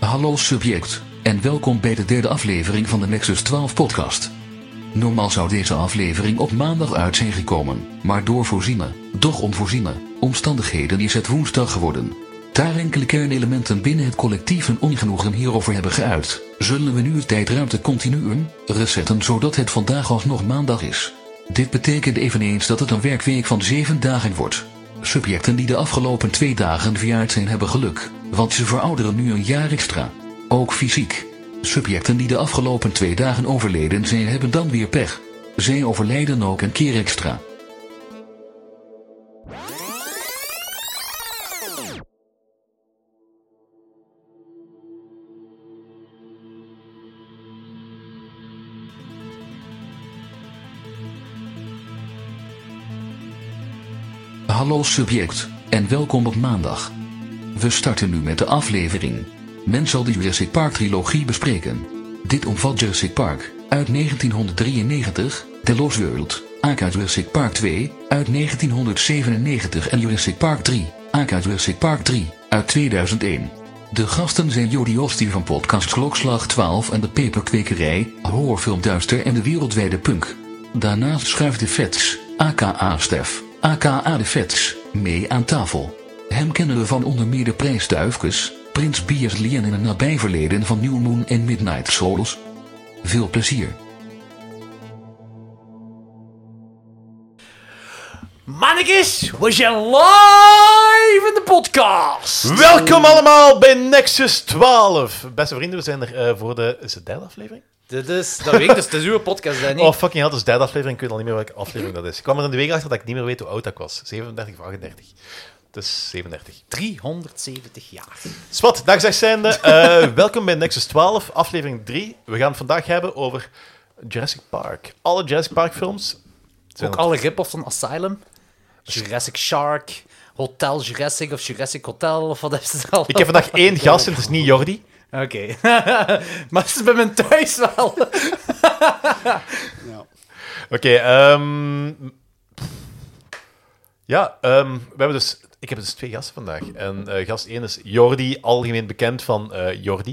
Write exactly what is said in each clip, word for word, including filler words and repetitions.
Hallo subject, en welkom bij de derde aflevering van de Nexus twaalf podcast. Normaal zou deze aflevering op maandag uit zijn gekomen, maar door voorziene, doch onvoorziene, omstandigheden is het woensdag geworden. Daar enkele kernelementen binnen het collectief een ongenoegen hierover hebben geuit, zullen we nu het tijdruimte-continuum resetten zodat het vandaag alsnog maandag is. Dit betekent eveneens dat het een werkweek van zeven dagen wordt. Subjecten die de afgelopen twee dagen verjaard zijn hebben geluk, want ze verouderen nu een jaar extra. Ook fysiek. Subjecten die de afgelopen twee dagen overleden zijn hebben dan weer pech. Zij overlijden ook een keer extra. Hallo subject, en welkom op maandag. We starten nu met de aflevering. Men zal de Jurassic Park trilogie bespreken. Dit omvat Jurassic Park, uit negentienhonderddrieënnegentig, The Lost World, aka Jurassic Park twee, uit negentienhonderdzevenennegentig en Jurassic Park drie, aka Jurassic Park drie, uit tweeduizend één. De gasten zijn Jordi Ostie van podcast Klokslag twaalf en de Peperkwekerij, horrorfilm Duister en de wereldwijde punk. Daarnaast schuift de Vets, aka Stef, aka de Vets, mee aan tafel. Hem kennen we van onder meer de prijsduifkes, Prins Beasley en in een nabij verleden van New Moon en Midnight Souls. Veel plezier. Mannetjes, we zijn live in de podcast. Welkom allemaal bij Nexus twaalf. Beste vrienden, we zijn er uh, voor de... Is het derde aflevering? Dit is, dat weet ik, dus het is uw podcast, Danny. Oh, fucking hell, het is de derde aflevering. Ik weet al niet meer welke aflevering dat is. Ik kwam er in de week achter dat ik niet meer weet hoe oud dat ik was. zevenendertig of achtendertig. Het is zevenendertig. driehonderdzeventig jaar. Swat, dag zeg zijnde. Uh, welkom bij Nexus twaalf, aflevering drie. We gaan het vandaag hebben over Jurassic Park. Alle Jurassic Park films. Ook alle rip-offs van Asylum. Jurassic Shark, Hotel Jurassic of Jurassic Hotel, of wat is het al? Ik heb vandaag één gast en het is niet Jordi. Oké. Okay. Maar het is bij mijn thuis wel. Ja. Oké, okay, um... ja, um, we hebben dus... Ik heb dus twee gasten vandaag. En uh, gast één is Jordi, algemeen bekend van uh, Jordi.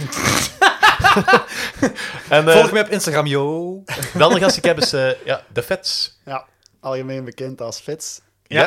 en, uh, Volg mij op Instagram, yo. De andere gast die ik heb is uh, ja, de Vets. Ja, algemeen bekend als Vets. Ja,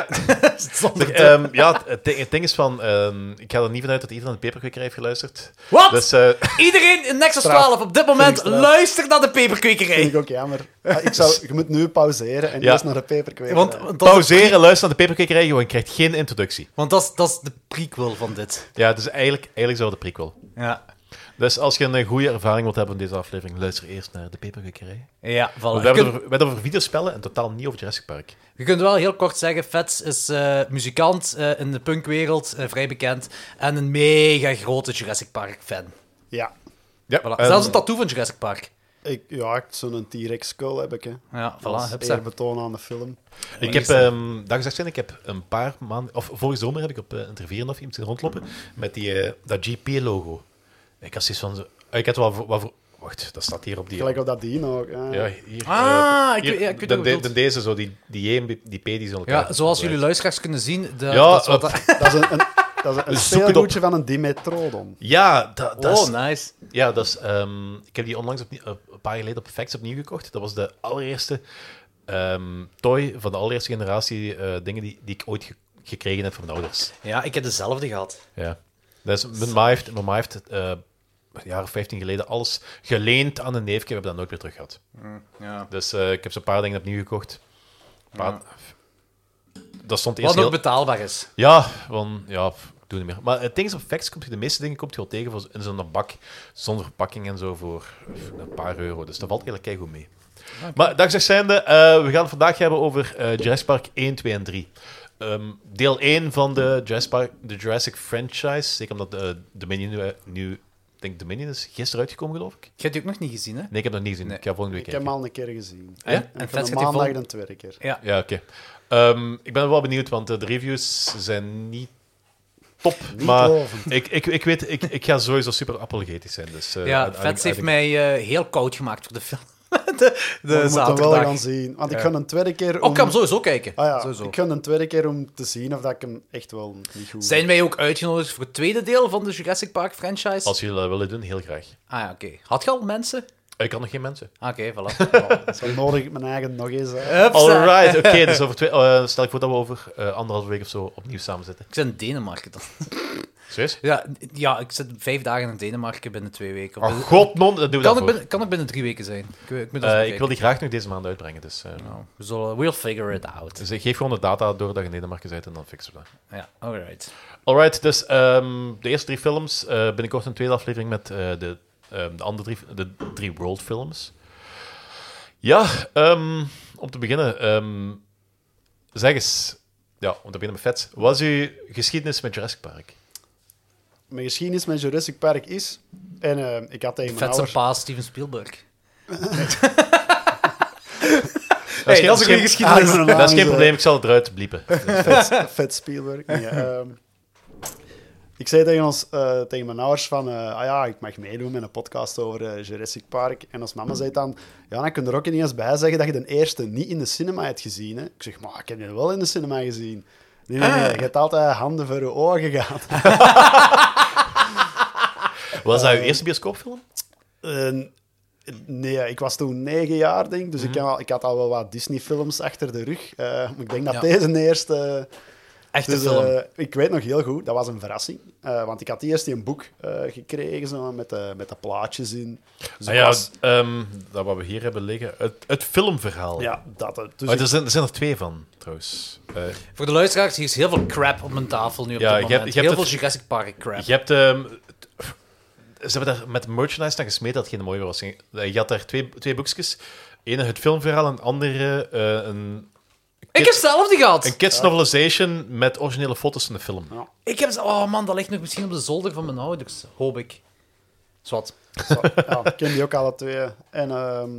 ja. um, ja het, het ding is van... Um, ik ga er niet vanuit dat iedereen naar de Peperkwekerij heeft geluisterd. Wat? Dus, uh, iedereen in Nexus twaalf op dit moment luistert naar de Peperkwekerij. Vind ik ook jammer. Ja, ik zou, je moet nu pauzeren en ja. eerst naar de Peperkwekerij. Want, want pauzeren, pre- luisteren naar de Peperkwekerij, je krijgt geen introductie. Want dat is, dat is de prequel van dit. Ja, het is eigenlijk, eigenlijk zo de prequel. Ja. Dus als je een goede ervaring wilt hebben van deze aflevering, luister eerst naar de Peperkwekerij. Ja, voilà. We hebben, kunt... over, over videospellen en totaal niet over Jurassic Park. Je kunt wel heel kort zeggen, Vets is uh, muzikant uh, in de punkwereld, uh, vrij bekend, en een mega grote Jurassic Park fan. Ja. ja voilà. Zelfs een tattoo van Jurassic Park. Ik, ja, zo'n T-Rex skull heb ik. Hè. Ja, voilà. Als eerbetoon aan de film. Ik heb, um, dat gezegd zijn, ik heb een paar maanden, of vorige zomer heb ik op uh, Intervieren of iemand rondlopen met die, uh, dat G P-logo. Ik had zoiets van, zo, ik had wel wat voor... Wacht, dat staat hier op die... Gelijk op dat dino ook. Ja, ja hier. Ah, uh, ik, hier, ja, ik weet de, de, de, deze, zo, die, die E en die P, die zijn elkaar... Ja, zoals jullie luisteraars kunnen zien... De, ja, dat is, wat dat... dat is een, een, dat is een speelgoedje van een Dimetrodon. Ja, dat, dat oh, is... nice. Ja, dat is... Um, ik heb die onlangs opnieuw, een paar jaar geleden op Facts opnieuw gekocht. Dat was de allereerste um, toy van de allereerste generatie uh, dingen die, die ik ooit ge- gekregen heb van mijn ouders. Ja, ik heb dezelfde gehad. Ja. Dus mijn ma heeft... Mijn ma heeft uh, een jaar of vijftien geleden alles geleend aan een neefje. We hebben dat nooit meer terug gehad. Mm, ja. Dus uh, ik heb zo'n paar dingen opnieuw gekocht. Maar, ja. Dat stond eerst Wat nog heel... betaalbaar is. Ja, van... Ja, ik doe niet meer. Maar het ding is, op Facts komt je de meeste dingen komt je wel tegen voor, in zo'n bak, zonder verpakking en zo, voor een paar euro. Dus dat valt eigenlijk keigoed mee. Okay. Maar dat gezegd zijnde, uh, we gaan het vandaag hebben over uh, Jurassic Park één, twee en drie. Um, deel één van de Jurassic, Park, de Jurassic franchise. Zeker omdat de, de Dominion nu... nu Ik denk Dominion is gisteren uitgekomen, geloof ik. Je hebt die ook nog niet gezien, hè? Nee, ik heb dat niet gezien. Nee. Ik ga volgende week Ik kijken. heb hem al een keer gezien. Ja? En, en, en van de maandag vol... de tweede keer. Ja, ja oké. Okay. Um, ik ben wel benieuwd, want de reviews zijn niet top. Niet maar ik, ik, ik weet, ik, ik ga sowieso super apologetisch zijn. Dus, uh, ja, Vets heeft mij uh, heel koud gemaakt voor de film. de de Maar we moeten zaterdag. wel gaan zien. Want ik Ja. ga een tweede keer... Oh, Om... ik kan hem sowieso kijken. Ah, ja. Sowieso. Ik ga een tweede keer om te zien of dat ik hem echt wel niet goed... Zijn wij ook uitgenodigd voor het tweede deel van de Jurassic Park franchise? Als jullie dat willen doen, heel graag. Ah ja, oké. Had je al mensen? Ik kan nog geen mensen. Ah, oké, voilà. Dan nodig ik mijn eigen nog eens uit. Hupsa. Alright, oké. dus over twee... eh, stel ik voor dat we over uh, anderhalve week of zo opnieuw samen zitten. Ik zit in Denemarken dan. Serieus? Ja, ja, ik zit vijf dagen in Denemarken binnen twee weken. Oh god, non, dat doen we kan, dat ik voor. binnen, kan ik binnen drie weken zijn? Ik, ik, moet dat Uh, eens ik bekijken. wil die graag nog deze maand uitbrengen, dus... Uh, Nou, we zullen, we'll figure it out. dus ik geef gewoon de data door dat je in Denemarken bent en dan fixen we dat. Ja, alright. Alright, dus um, de eerste drie films. Uh, binnenkort een tweede aflevering met uh, de, um, de andere drie, de drie World films. Ja, um, om te beginnen. Um, zeg eens, ja, om te beginnen met Vets. Wat is uw geschiedenis met Jurassic Park? Mijn geschiedenis met Jurassic Park is... En uh, ik had tegen mijn Vetste ouders... paas Steven Spielberg. Dat Hey, geen- dat is een geen- goede geschiedenis. Ah, Dat is geen probleem, ik zal het eruit bliepen. Vet, vet Spielberg. Nee, ehm, ik zei tegen, ons, uh, tegen mijn ouders van... Uh, ah ja, ik mag meedoen met een podcast over uh, Jurassic Park. En als mama zei dan... Ja, dan kun je er ook niet eens bij zeggen dat je de eerste niet in de cinema hebt gezien. Hè? Ik zeg, maar ik heb die wel in de cinema gezien. Nee, nee, nee. Je hebt altijd handen voor je ogen gehad. Was dat uw eerste bioscoopfilm? Uh, nee, ik was toen negen jaar, denk ik. Dus Mm-hmm. ik, had, ik had al wel wat Disney-films achter de rug. Uh, maar ik denk dat Ja. deze de eerste... Echte Dus, film. uh, ik weet nog heel goed, dat was een verrassing. Uh, want ik had eerst een boek uh, gekregen zo, met, de, met de plaatjes in. Dus Ah, ik ja, was- um, dat wat we hier hebben liggen. Het, het filmverhaal. ja, dat. uh, Dus Oh, ik- er, zijn, er zijn er twee van, trouwens. Uh, Voor de luisteraars, hier is heel veel crap op mijn tafel nu op Ja, dit je hebt- moment. je hebt heel het- veel Jurassic Park crap. je hebt... Um, ze hebben daar met merchandise dan gesmeed dat het geen mooie was. Je had daar twee, twee boekjes. Ene het filmverhaal en het andere uh, een... Ik heb hetzelfde gehad. Een kids novelization met originele foto's van de film. Ja. Ik heb... Oh man, dat ligt nog misschien op de zolder van mijn ouders. Hoop ik. Zwat. Zo, ja, ik ken die ook alle twee. En ehm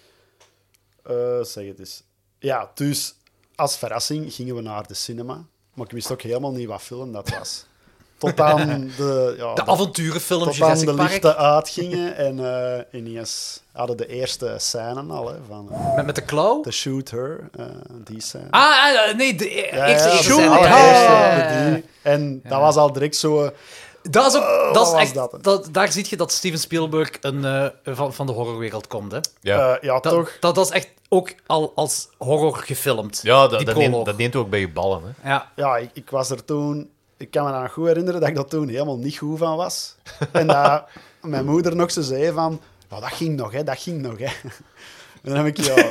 uh, zeg het eens. Ja, dus als verrassing gingen we naar de cinema. Maar ik wist ook helemaal niet wat film dat was. Tot aan de, ja, De avonturenfilm tot aan Jurassic de Park. lichten uitgingen. En uh, ineens hadden de eerste scène al, hè, van uh, Met, met de klauw. The Shoot Her, uh, die scène. Ah, ah, nee, de e- Ja, eerste ja, eerste de scène. allereerste, Ja, ja, ja, ja. die. En dat was al direct zo... uh, Dat is ook, Oh, dat wat is was echt, dat, hè? dat, daar zie je dat Steven Spielberg een, uh, van, van de horrorwereld komt. Hè. Ja, uh, ja, Dat, toch? dat, dat is echt ook al als horror gefilmd. ja dat, die dat, neemt, proloog. dat neemt ook bij je ballen. Hè. Ja. Ja, ik, ik was er toen... Ik kan me dan goed herinneren dat ik dat toen helemaal niet goed van was. En dat mijn moeder nog zo zei van... Ja, dat ging nog, hè. Dat ging nog, hè. En dan heb ik... Ja,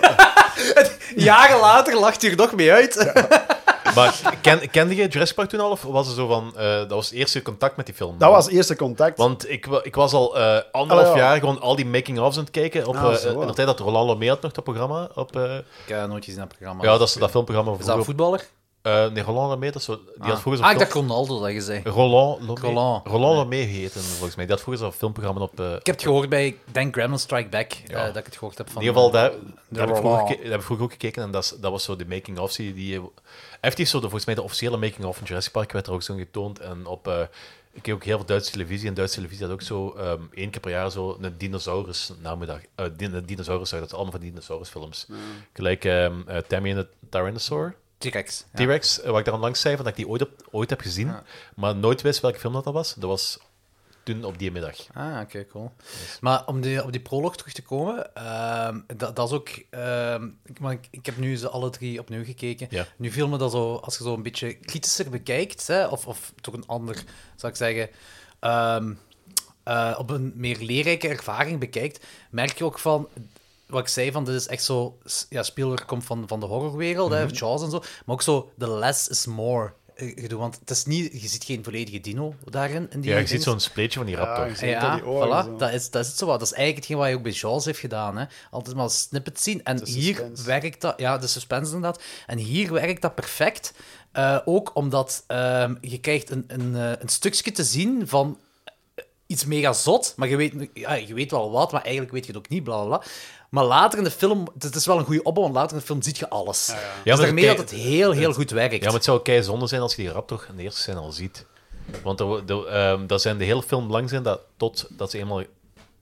Jaren later lacht hij er nog mee uit. Maar ken, kende je Jurassic Park toen al? Of was het zo van... Uh, dat was het eerste contact met die film? dat was het eerste contact. Want ik, wa- ik was al uh, anderhalf Allee, ja. jaar gewoon al die making-ofs aan het kijken. Op, Ah, uh, zo. in de tijd dat Roland Lomé had nog dat programma. Op, uh, Ik heb nooit gezien dat programma. ja, dat is dat filmprogramma. Is dat vroeger een voetballer? op- uh, nee, Roland Lomé, dat is zo... Die had vroeger Ah, zo'n ik dacht film- Ronaldo dat je zei. Roland Lomé. Roland. Roland Lomé heette volgens mij. Die had vroeger zo'n filmprogramma op... Uh, Ik heb het gehoord bij, ik denk Gremlin Strike Back, Ja. eh, dat ik het gehoord heb van... in ieder geval, daar, de daar, heb ik vroeger, Roland. geke- daar heb ik vroeger ook gekeken. En dat, is- dat was zo de making-of. Die, die, effectief zo, de, volgens mij de officiële making-of van Jurassic Park werd er ook zo getoond. En op... Uh, ik keek ook heel veel Duitse televisie. En Duitse televisie had ook zo um, één keer per jaar zo een dinosaurus namiddag. Uh, din, een dinosaurus, dat is allemaal van die dinosaurusfilms. Mm. Gelijk um, uh, Tammy en de Tyrannosaur. T-Rex. Ja. T-Rex, uh, wat ik daar onlangs zei, van dat ik die ooit, op, ooit heb gezien. Ja. Maar nooit wist welke film dat, dat was. Dat was toen op die middag. Ah, oké, okay, cool. Maar om die, op die proloog terug te komen, ehm, dat, dat is ook... ehm, ik, maar ik, ik heb nu ze alle drie opnieuw gekeken. Ja. Nu viel me dat zo, als je zo een beetje kritischer bekijkt, hè, of, of toch een ander, zou ik zeggen, ehm, uh, op een meer leerrijke ervaring bekijkt, merk je ook van... Wat ik zei, van dit is echt zo... Ja, Spielberg komt van, van de horrorwereld, mm-hmm. hè, Jaws en zo, maar ook zo the less is more gedoe. Want het is niet, je ziet geen volledige dino daarin. In die Ja, je ding. ziet zo'n spleetje van die Ja, raptor. je ziet Ja, die oren voilà, zo. dat is, dat is het zo wat. Dat is eigenlijk hetgeen wat hij ook bij Jaws heeft gedaan. Hè. Altijd maar snippets zien. En De hier suspense. werkt dat... Ja, de suspense inderdaad. En hier werkt dat perfect. Uh, ook omdat um, je krijgt een, een, uh, een stukje te zien van iets mega zot. Maar je weet, ja, je weet wel wat, maar eigenlijk weet je het ook niet, bla bla bla. Maar later in de film... Het is wel een goede opbouw, want later in de film zie je alles. Ja, ja. Ja, Dus maar daarmee kijk, dat het heel, heel goed werkt. Ja, maar het zou kei zonde zijn als je die raptor in de eerste scène al ziet. Want er, wo- de, um, dat zijn de hele film lang zijn dat, totdat ze eenmaal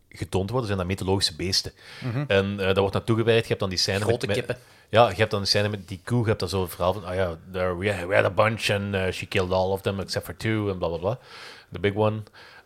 getoond worden, zijn dat mythologische beesten. Mm-hmm. En uh, daar wordt naartoe gewerkt. Je hebt dan die scène grote met, kippen. Met, ja, je hebt dan die scène met die koe. Je hebt dan zo'n verhaal van, ah ja, there, we, we had a bunch and uh, she killed all of them except for two en bla bla bla. The big one.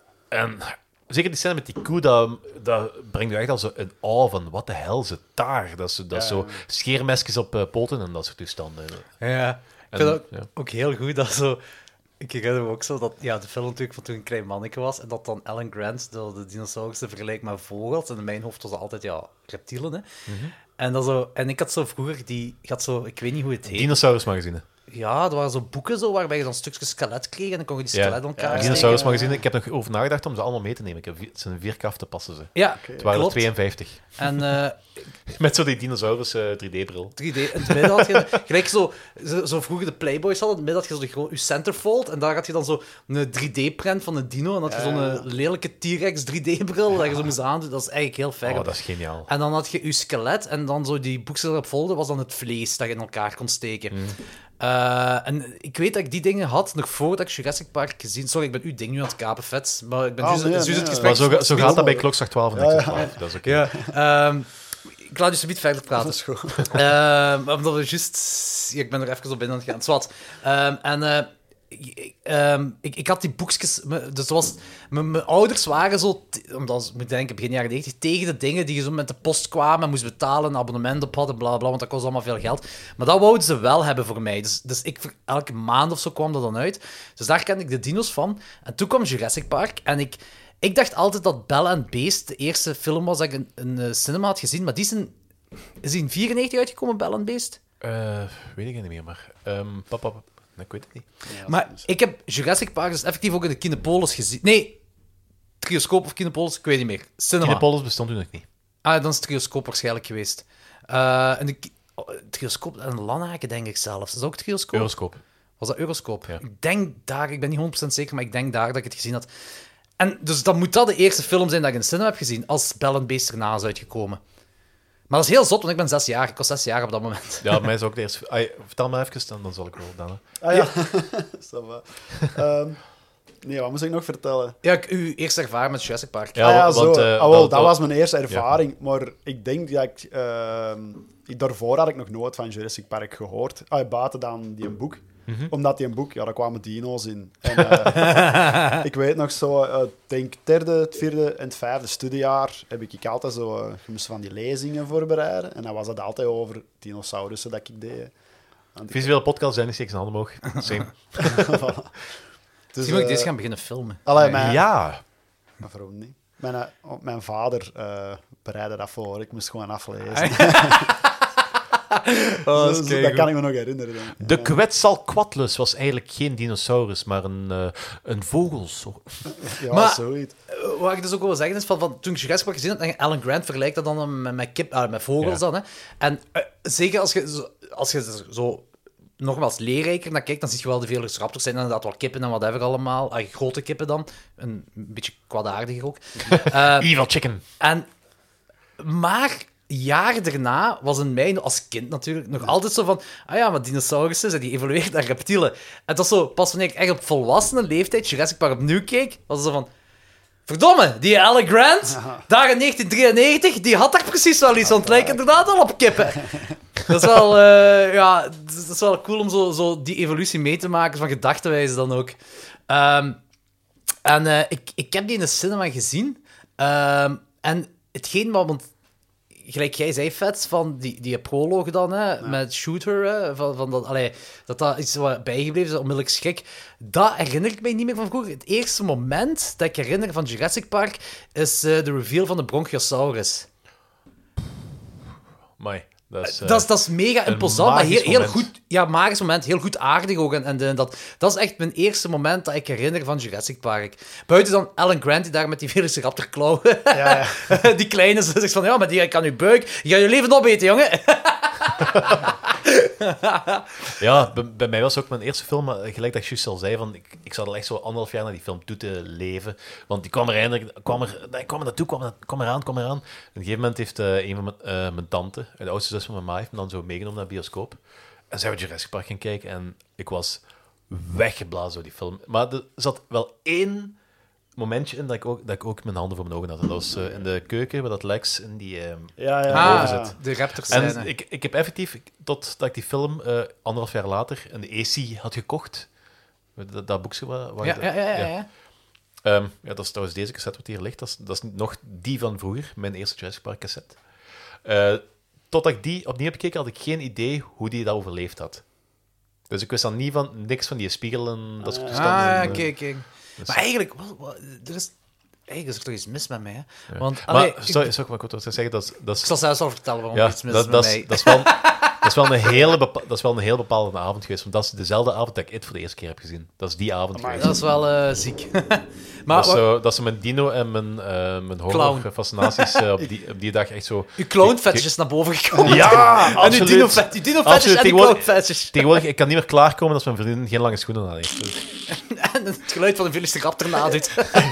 En zeker die scène met die koe, dat, dat brengt je echt al zo een awe van, wat de hel zit daar? Dat is, dat is Ja. zo scheermesjes op uh, poten en dat soort toestanden. Ja, ik En, vind het ook, ja. ook heel goed dat zo... Ik herinner me ook zo dat ja, de film natuurlijk van toen ik een klein manneke was en dat dan Alan Grant de, de dinosaurussen vergelijkt met vogels. En in mijn hoofd was dat altijd ja, reptielen. Hè. Mm-hmm. En, dat zo, en ik had zo vroeger die... Ik had zo... Ik weet niet hoe het heet. Dinosaurusmagazine. Ja, er waren zo boeken zo, waarbij je dan stukjes skelet kreeg en dan kon je die Ja, skelet aan elkaar ja, steken. Dinosaurusmagazine. Ik heb nog over nagedacht om ze allemaal mee te nemen. Ik heb, het zijn vier kaften passen ze. Ja, Het waren er klopt. tweeënvijftig. En uh, Met zo die dinosaurus uh, drie D-bril. drie D. In het midden had je... Gelijk zo, zo, zo vroeger de Playboys hadden, in het midden had je zo de gro- je centerfold en daar had je dan zo een drie D-print van een dino en dan had je Ja. zo'n lelijke T-Rex drie D-bril dat je zo moest aandoen. Dat is eigenlijk heel fijn. Oh, dat is geniaal. En dan had je je skelet en dan zo die boekjes erop volgden, was dan het vlees dat je in elkaar kon steken. Mm. Uh, en ik weet dat ik die dingen had nog voordat ik Jurassic Park gezien... Sorry, ik ben uw ding nu aan het kapen, vet. Maar ik ben Ah, juist nee, juist nee, het nee. gesprek... Maar zo, zo gaat dat bij Klokslag twaalf en Ja, ja. Klokslag twaalf. Dat is oké. Ja. Um, ik laat je zometeen verder praten. Dat is goed. Um, omdat we juist... Ja, ik ben er even op binnen aan het gaan. Zwat. Um, en uh, ik, um, ik, ik had die boekjes... Dus was, mijn, mijn ouders waren zo... Omdat, ik moet denken, begin jaren negentig, tegen de dingen die je zo met de post kwamen en moest betalen, een abonnement op hadden, bla bla, want dat kost allemaal veel geld. Maar dat wouden ze wel hebben voor mij. Dus, dus ik, elke maand of zo kwam dat dan uit. Dus daar kende ik de dino's van. En toen kwam Jurassic Park en ik... Ik dacht altijd dat Belle and Beast de eerste film was dat ik in een uh, cinema had gezien, maar die is in... Is die in vierennegentig uitgekomen, Belle and Beast? Uh, weet ik niet meer, maar... Um, papa, nee, ik weet het niet. Ja, Maar ik heb Jurassic Park dus effectief ook in de Kinepolis gezien. Nee, Trioscoop of Kinepolis, ik weet niet meer. Cinema. Kinepolis bestond toen nog niet. Ah, dan is het Trioscoop waarschijnlijk geweest. Uh, en de ki- oh, Trioscoop en Lanhaken, denk ik zelfs. Is dat ook Trioscoop? Euroscoop. Was dat Euroscoop? Ja. Ik denk daar, ik ben niet honderd procent zeker, maar ik denk daar dat ik het gezien had. En dus dat moet dat de eerste film zijn dat ik in de cinema heb gezien, als Belle and Beast erna is uitgekomen. Maar dat is heel zot, want ik ben zes jaar. Ik was zes jaar op dat moment. Ja, mij is ook de eerste... Ay, vertel me even, dan, dan zal ik wel dan. Ah ja. Ça va. um, nee, wat moest ik nog vertellen? Ja, ik- uw eerste ervaring met Jurassic Park. Ja, ah, ja, want, zo. uh, ah, wel, wel- dat wel- was mijn eerste ervaring. Maar ik denk dat ik, ehm, ik... Daarvoor had ik nog nooit van Jurassic Park gehoord. Ah, buiten dan die een boek. Mhm. Omdat die een boek... Ja, daar kwamen dino's in. En, uh, ik weet nog zo... Uh, denk derde, het vierde en het vijfde studiejaar heb ik, ik altijd zo... Uh, je moest van die lezingen voorbereiden. En dan was het altijd over dinosaurussen dat ik deed. Want ik- Visuele podcast zijn niet zeker zijn handen omhoog. Same. Voilà. Dus, Misschien moet ik eh, deze gaan beginnen filmen. allee, mijn, Ja. Maar waarom niet? Mijn, eh, mijn vader uh, bereidde dat voor. Ik moest gewoon aflezen. Oh, Dus dat kan ik me nog herinneren. Denk ik. De Quetzalcoatlus was eigenlijk geen dinosaurus, maar een, uh, een vogelsoort. Ja, Maar- zoiets. Uh, wat ik dus ook wil zeggen is, van, van, toen ik Jurassic Park gezien heb, en Alan Grant vergelijkt dat dan met, met, kip, ah, met vogels Ja. dan. Hè. En uh, zeker als je, zo, als je zo- zo nogmaals leerrijker naar kijkt, dan zie je wel de Velociraptors zijn inderdaad wel kippen en whatever allemaal. Ah, grote kippen dan. Een beetje kwaadaardiger ook. Uh, Evil chicken. En, maar jaren daarna was in mij, als kind natuurlijk, nog altijd zo van, ah ja, maar dinosaurussen zijn die evolueerd naar reptielen. En dat was zo, pas wanneer ik echt op volwassene leeftijd Jurassic Park opnieuw keek, was het zo van, verdomme, die Alan Grant, daar in negentien drieënnegentig, die had daar precies wel iets, want het lijkt inderdaad al op kippen. Dat is wel, uh, ja, dat is wel cool om zo, zo die evolutie mee te maken, van gedachtenwijze dan ook. Um, en uh, ik, ik heb die in de cinema gezien. Um, en hetgeen wat, want gelijk jij zei, Vet, van die, die proloog dan, hè, ja. met Shooter, hè, van, van dat, allee, dat dat iets wat bijgebleven is, onmiddellijk schrik. Dat herinner ik mij niet meer van vroeger. Het eerste moment dat ik herinner van Jurassic Park is uh, de reveal van de Bronchiosaurus. Amai, dat is... Uh, dat, is, dat is mega imposant, maar heel, heel moment. goed... Ja, magisch moment. Heel goed aardig ook. En, en dat, dat is echt mijn eerste moment dat ik herinner van Jurassic Park. Buiten dan Alan Grant, die daar met die Velociraptor klauwen. Ja, ja. Die kleine zegt van, ja, maar die kan uw buik... Je gaat je leven opeten, jongen. Ja, bij, bij mij was ook mijn eerste film, maar gelijk dat ik juist al zei, van, ik, ik zat al echt zo anderhalf jaar naar die film toe te leven. Want die kwam er eindelijk... Kwam er, nee, kwam er naartoe, kwam, er, kwam eraan, kwam eraan. Op een gegeven moment heeft uh, een van mijn, uh, mijn tante, de oudste zus van mijn ma, heeft me dan zo meegenomen naar de bioscoop. En zijn we Jurassic Park gaan kijken en ik was weggeblazen door die film. Maar er zat wel één momentje in dat ik, ook, dat ik ook mijn handen voor mijn ogen had. En dat was uh, in de keuken, waar dat Lex in die uh, ja, ja, ah, boven zit. De raptor-scène. En ik, ik heb effectief, totdat ik die film uh, anderhalf jaar later in de A C had gekocht, dat, dat boekje waar, waar ja, de, ja, ja, ja, ja. Um, ja, dat is trouwens deze cassette wat hier ligt. Dat is, dat is nog die van vroeger, mijn eerste Jurassic Park cassette. Uh, totdat ik die opnieuw heb gekeken, had ik geen idee hoe die dat overleefd had. Dus ik wist dan niet van niks van die spiegel en dat soort toestanden. Ah, En, oké, uh, oké. dus- Maar eigenlijk, wat, wat, er is, eigenlijk is er toch iets mis met mij, hè? Ja. Want, Maar, allee, sorry, ik, sorry, maar ik wil zeggen, dat, is- dat ik is... zal zelfs al vertellen waarom Ja, er iets mis dat, is dat, met is, mij. dat, is wel, dat, is wel een hele bepa- dat is wel een heel bepalende avond geweest. Want dat is dezelfde avond dat ik It voor de eerste keer heb gezien. Dat is die avond Amai. geweest. Dat is wel uh, ziek. maar dat, is wat- zo, dat is mijn dino en mijn, uh, mijn horror-fascinaties uh, op, die, op die dag echt zo... uw clown-fetish is naar boven gekomen. Ja, En uw absoluut. dino-fetish dino Absoluut. en uw Tegenwoordig- clown-fetish. Tegenwoordig, ik kan niet meer klaarkomen als mijn vriendin geen lange schoenen aan heeft. Dus- En het geluid van een Velociraptor nadoet.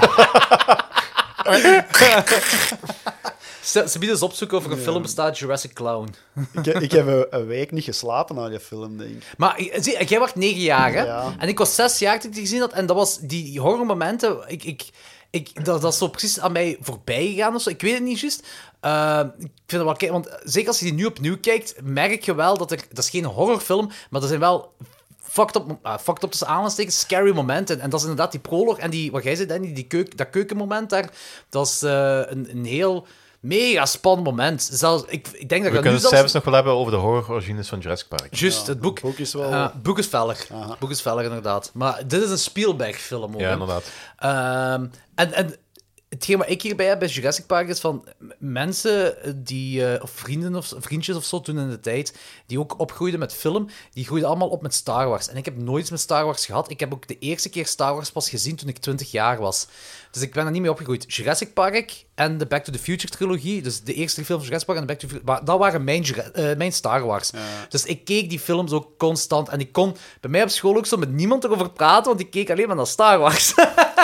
Ze, ze bieden eens opzoeken of er een Ja. film bestaat, Jurassic Clown. ik, ik heb een, een week niet geslapen na die film, denk ik. Maar zie, jij was negen jaar, hè? Ja. En ik was zes jaar toen ik die gezien had. En dat was die horrormomenten... Ik, ik, ik, dat, dat is zo precies aan mij voorbij gegaan of zo. Ik weet het niet juist. Uh, ik vind het wel... kei- Want zeker als je die nu opnieuw kijkt, merk je wel dat er... Dat is geen horrorfilm, maar er zijn wel... Fucked up, uh, fucked up tussen aanhalingstekens, scary momenten. En dat is inderdaad die prolog en die... Wat jij zei, Danny, die keuk, dat keukenmoment daar. Dat is uh, een, een heel... Mega spannend moment. Zelfs, ik, ik denk dat We ik dat kunnen nu het zelfs... cijfers nog wel hebben over de horror-origines van Jurassic Park. Juist, Ja, het boek. het boek is wel- Uh, het boek is feller. Aha. Het boek is feller, inderdaad. Maar dit is een Spielberg-film ook. Ja, hè. inderdaad. Ehm, en, en hetgeen wat ik hierbij heb bij Jurassic Park is van m- mensen die, eh, of vrienden of vriendjes of zo toen in de tijd, die ook opgroeiden met film, die groeiden allemaal op met Star Wars. En ik heb nooit iets met Star Wars gehad. Ik heb ook de eerste keer Star Wars pas gezien toen ik twintig jaar was. Dus ik ben er niet mee opgegroeid. Jurassic Park en de Back to the Future trilogie, dus de eerste film van Jurassic Park en de Back to the Future, maar dat waren mijn, Jura- eh, mijn Star Wars. Ja. Dus ik keek die films ook constant. En ik kon bij mij op school ook zo met niemand erover praten, want ik keek alleen maar naar Star Wars.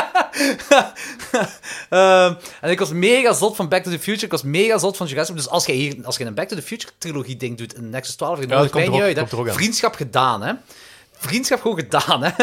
um, en ik was mega zot van Back to the Future. Ik was mega zot van Jurassic. Dus als je hier als je een Back to the Future trilogie ding doet in Nexus twaalf, dan dat nodigt komt mij er niet ook- uit. komt er ook Hè. aan. Vriendschap gedaan, hè. Vriendschap gewoon gedaan, hè.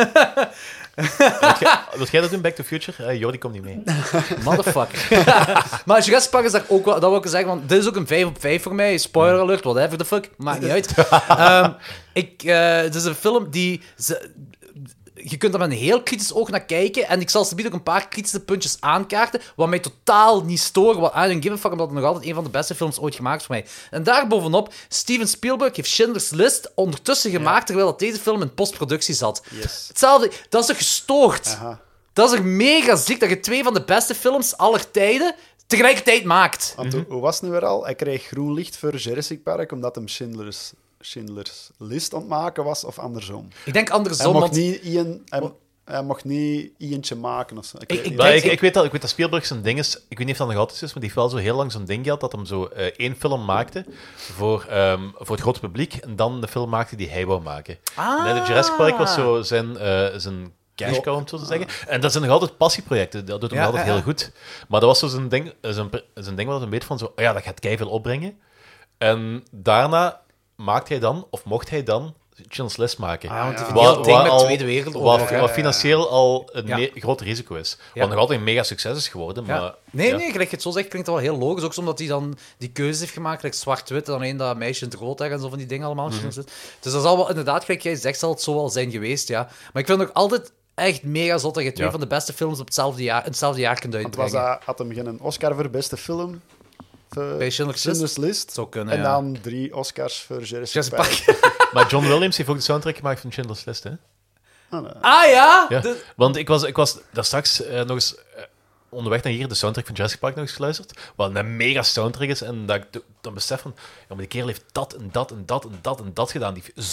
Wilt jij- Wilt jij dat doen, Back to the Future? Uh, Jordi komt niet mee. Motherfucker. Maar Jurassic Park is daar ook wel... Dat wil ik zeggen, want dit is ook een vijf op vijf voor mij. Spoiler alert, whatever the fuck. Maakt niet uit. um, ik, uh, het is een film die... Ze, je kunt er met een heel kritisch oog naar kijken. En ik zal ze ook een paar kritische puntjes aankaarten. Wat mij totaal niet storen. Wat I don't give a fuck, omdat het nog altijd een van de beste films ooit gemaakt is voor mij. En daarbovenop, Steven Spielberg heeft Schindler's List ondertussen gemaakt, terwijl dat deze film in postproductie zat. Yes. Hetzelfde, dat is toch gestoord? Aha. Dat is er mega ziek dat je twee van de beste films aller tijden tegelijkertijd maakt. Want hoe- hoe was het nu weer al? Hij kreeg groen licht voor Jurassic Park omdat hem Schindler's, Schindler's List aan het maken was, of andersom. Ik denk Hij andersom, mocht want... niet Ian, hij, hij mocht niet Iantje maken of zo. Ik, weet ik niet. Maar denk- ik, ik, weet dat, ik weet dat Spielberg zijn ding is... Ik weet niet of dat nog altijd is, maar die heeft wel zo heel lang zo'n ding gehad dat hem zo uh, één film maakte voor, um, voor het grote publiek en dan de film maakte die hij wou maken. Ah. En de Jurassic Park was zo zijn, uh, zijn cash cow, om zo te zeggen. En dat zijn nog altijd passieprojecten, dat doet hem Ja, altijd ja, ja. heel goed. Maar dat was zo zijn ding, zijn, zijn ding wat een beetje van zo... Oh ja, dat gaat keiveel opbrengen. En daarna maakte hij dan, of mocht hij dan... Schindler's List maken. Ah, want die Ja. van heel Waar- ding waar met al- Tweede Wereldoorlog. Wat, hè. wat financieel al een Ja. me- groot risico is. Wat Ja. nog altijd een mega succes is geworden. Ja. Maar, Nee, ja. nee, gelijk je het zo zegt, klinkt dat wel heel logisch. Ook omdat hij dan die keuzes heeft gemaakt, like zwart-wit, dan alleen dat meisje in het rood en zo van die dingen allemaal. Mhm. Dus dat zal wel inderdaad, gelijk jij zegt, zal het zo wel zijn geweest, ja. Maar ik vind het ook altijd echt mega zot dat je twee Ja. van de beste films op hetzelfde jaar, in hetzelfde jaar kunt Want was uitbrengen. dat, had hem geen Oscar voor beste film? Voor Bij Schindler's List? List. Zou kunnen, En ja. dan drie Oscars voor Jurassic, Jurassic Park. Park. Maar John Williams heeft ook de soundtrack gemaakt van Schindler's List, hè? Ah, nee. Ah ja? Ja. De- Want ik was, ik was daar straks uh, nog eens... Uh, onderweg naar hier de soundtrack van Jurassic Park nog eens geluisterd. Wat een mega soundtrack is. En dat ik d- dan besef van... Ja, maar die kerel heeft dat en dat en dat en dat en dat gedaan. Die heeft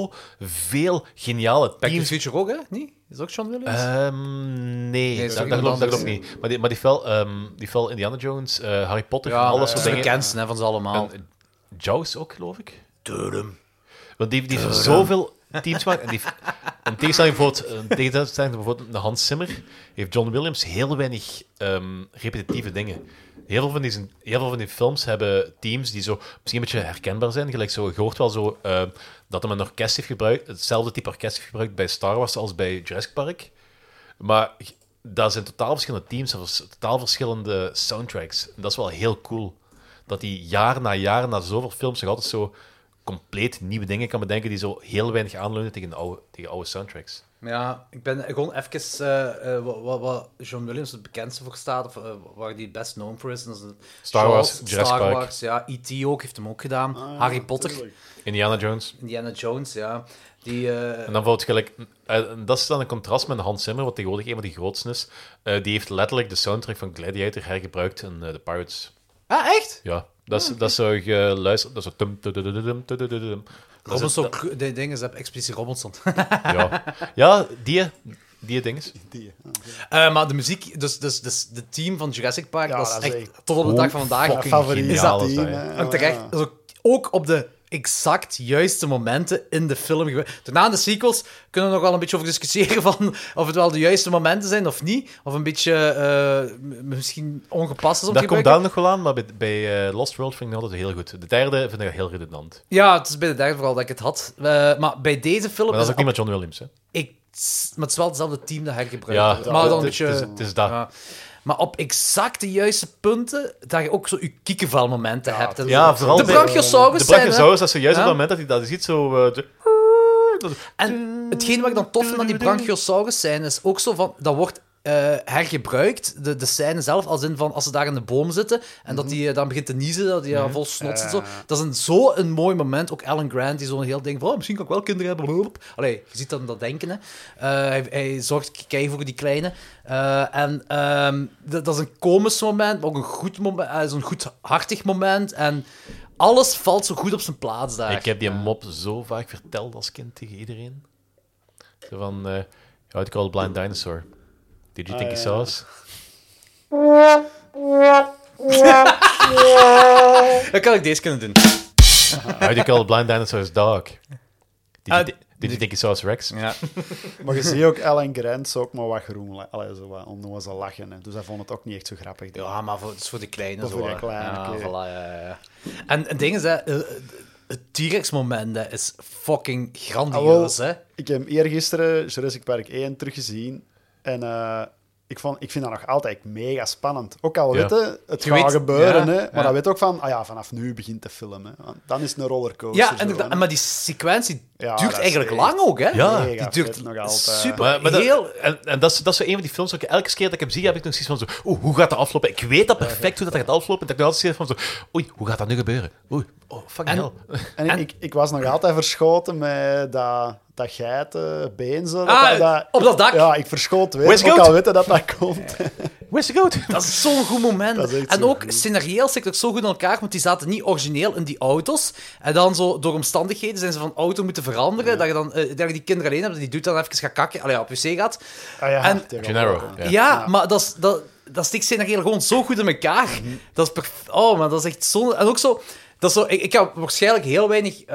zoveel geniale Back to the teams... Future ook, hè? Niet? Is dat ook John Williams? Ehm, nee, Nee, is dat, ook dat, iemand geloof, dat geloof anders. ik niet. Maar die, maar die fel, um, die fel Indiana Jones, uh, Harry Potter, ja, al dat dat soort is de dingen. bekendste hè, van ze allemaal. En, uh, Jaws ook, geloof ik. Durham. Want die, die heeft zoveel teams gemaakt. En die, in tegenstelling bijvoorbeeld, in tegenstelling bijvoorbeeld naar Hans Zimmer, heeft John Williams heel weinig um, repetitieve dingen. Heel veel, van die, heel veel van die films hebben teams die zo misschien een beetje herkenbaar zijn. Gelijk zo, je hoort wel zo uh, dat hem een orkest heeft gebruikt, hetzelfde type orkest heeft gebruikt bij Star Wars als bij Jurassic Park. Maar dat zijn totaal verschillende teams en totaal verschillende soundtracks. En dat is wel heel cool. Dat die jaar na jaar, na zoveel films, nog altijd zo compleet nieuwe dingen kan bedenken die zo heel weinig aanleunen tegen de oude, tegen oude soundtracks. Ja, ik ben gewoon even uh, uh, wat, wat John Williams het bekendste voor staat, of uh, waar die best known for is. Dat is een Star Wars, Charles, Jurassic Star Park. Wars, ja, E T ook, heeft hem ook gedaan. Ah, Harry Potter, tuurlijk. Indiana Jones. Indiana Jones, ja. Die, uh, En dan bijvoorbeeld gelijk... Uh, dat is dan een contrast met Hans Zimmer, wat tegenwoordig een van de grootsten is. Uh, die heeft letterlijk de soundtrack van Gladiator hergebruikt in uh, The Pirates. Ah, echt? Ja, dat is, dat is zo geluisterd... Dat is zo... Tum, tum, tum, tum, tum, tum, tum. Dat is Robinson, het- de dingen zijn expliciet Robinson. Ja, ja die, die dinges. Die, ah, Uh, maar de muziek, dus, dus, dus de team van Jurassic Park, Ja, dat is dat is echt, echt tot op de dag van vandaag, Mijn favoriet is geniaal dat is team, dat, ja. hè. en terecht, Ja. dat is ook, ook op de exact juiste momenten in de film gebeurd. Daarna in de sequels kunnen we nog wel een beetje over discussiëren van of het wel de juiste momenten zijn of niet, of een beetje uh, m- misschien ongepast is om te Daar komt gebruiken. daar nog wel aan, maar bij, bij uh, Lost World vind ik het altijd heel goed. De derde vind ik heel redundant. Ja, het is bij de derde vooral dat ik het had. Uh, maar bij deze film Maar dat is ook het niet met John Williams, hè? Ik, maar het is wel hetzelfde team dat hergebruikt Ja, wordt. Maar dan een het, beetje... het, is, het is dat. ja. Maar op exact de juiste punten, dat je ook zo je kiekenvelmomenten hebt. En ja, zo. vooral de bij- Brachiosaurus De zijn, hè. Brachiosaurus, dat is zojuist op Ja. het moment dat hij dat je ziet zo... Uh, zo- En hetgeen wat ik dan tof vind aan die Brachiosaurus zijn, is ook zo van... Dat wordt uh, hergebruikt, de, de scène zelf, als in van als ze daar in de boom zitten en dat hij dan begint te niezen, dat hij vol snot en zo. Ja. Dat is een, zo een mooi moment. Ook Alan Grant, die zo'n heel ding van, oh, misschien kan ik wel kinderen hebben. Allee, je ziet dat in dat denken, hè. Uh, hij, hij zorgt kei voor die kleine. Uh, en um, dat, dat is een komisch moment, maar ook een goed moment, uh, zo'n goedhartig moment. En alles valt zo goed op zijn plaats daar. Ik heb die mop zo vaak verteld als kind tegen iedereen. Zo van... Uh, how to call a blind dinosaur. Did you think Ah, he ja. saw us? Dan kan ik deze kunnen doen. How do you call a blind dinosaur's dog? Did you, Ah, thi- did you think he saw us, Rex? Ja. Maar je ziet ook Alan Grant zo ook maar wat groen. la- Allee, zo wat onnozel lachen. Hè. Dus hij vond het ook niet echt zo grappig. denk ik. Ja, maar voor, het is voor de kleine Voor zo. de hè. kleine, ja, oké. voilà, ja, ja. En het ding is, hè, eh, het T-Rex-moment hè, is fucking grandioos, Ah, hè. Ik heb eergisteren Jurassic Park één teruggezien. En eh, ik, vond, ik vind dat nog altijd mega spannend. Ook al Ja. weet je, het Je gaat weet- gebeuren, ja, hè, ja. maar dan weet ook van, ah ja, vanaf nu begint de film. Hè. Want dan is het een rollercoaster. Ja, zo, inderdaad. hè. Maar die sequentie Ja, dat duurt is eigenlijk echt- lang ook, hè. Ja, Mega die duurt vet nog altijd. super, Maar, maar dat- heel... en en dat, is, dat is zo een van die films, ook elke keer dat ik hem zie, heb ik nog zoiets van zo, oeh, hoe gaat dat aflopen? Ik weet dat perfect hoe dat gaat aflopen. Dat ik nog altijd zoiets van zo, oei, hoe gaat dat nu gebeuren? Oei, oh, fucking En- hell. En, En- ik, ik was nog altijd verschoten met dat, dat geitenbeen. Zo, Ah, dat, dat, op dat dak. Ja, ik verschoot weer, Where's ook Goat? al weten dat dat komt. Where's the goat? Dat is zo'n goed moment. Dat is echt En zo ook goed. scenario's zit ook zo goed in elkaar, want die zaten niet origineel in die auto's. En dan zo door omstandigheden zijn ze van auto moeten veranderen. Dat je dan eh, dat je die kinderen alleen hebt, die doet dan even gaat kakken. Allee, op wc gaat. Ah, ja, En- tegen Gennaro, elkaar. ja. Ja, Ja. maar dat is... Dat, dat stikt scenario gewoon zo goed in elkaar. Dat is perf- Oh, maar dat is echt zo... En ook zo... Dat is zo ik, ik ga waarschijnlijk heel weinig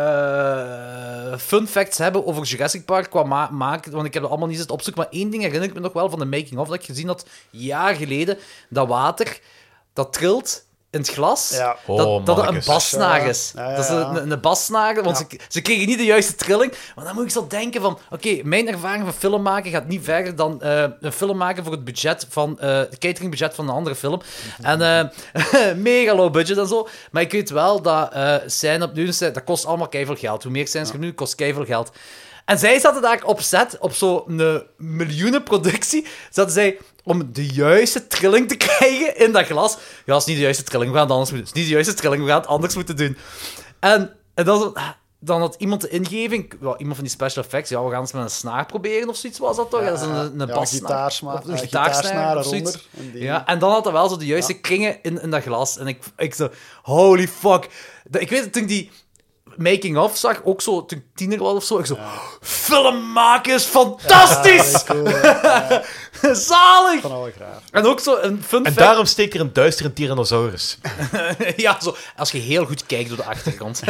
eh, fun facts hebben over Jurassic Park qua ma- maken, want ik heb het allemaal niet zitten opzoeken. Maar één ding herinner ik me nog wel van de making-of, dat ik gezien had, jaar geleden, dat water, dat trilt in het glas, Ja. Oh, dat, dat het een mannetjes. basnaag is. Ja, ja, Dat is ja. een, een basnager, want Ja. ze, ze kregen niet de juiste trilling. Maar dan moet ik zo denken van, oké, mijn ervaring van film maken gaat niet verder dan eh, een film maken voor het budget van, eh het cateringbudget van een andere film. En eh, mega low budget en zo. Maar ik weet wel dat uh, scène opnieuw, dat kost allemaal keiveel geld. Hoe meer scènes je nu, kost keiveel geld. En zij zaten daar op set, op zo'n miljoenenproductie, zaten zij om de juiste trilling te krijgen in dat glas. Ja, dat is niet de juiste trilling, we gaan het anders moeten doen. Het is niet de juiste trilling, we gaan het anders moeten doen. En, en dan, zo- dan had iemand de ingeving, ja, iemand van die special effects, ja, we gaan eens met een snaar proberen of zoiets was dat toch? Ja, dat is een, een ja, bassnaar. gitaarsma- Of een eh, gitaarsnaar gitaarsnaar of zoiets. eronder. En die- Ja, en dan had hij wel zo de juiste kringen in, in dat glas. En ik, ik zo, holy fuck. Dat- Ik weet het, toen ik die making-of zag, ook zo, toen ik tiener was of zo, ik zo, film maken is fantastisch! Ja, cool, hè. Ja, Zalig! van alle graag. En ook zo een fun En fact. daarom steekt er een duistere Tyrannosaurus. Ja, zo, als je heel goed kijkt door de achtergrond.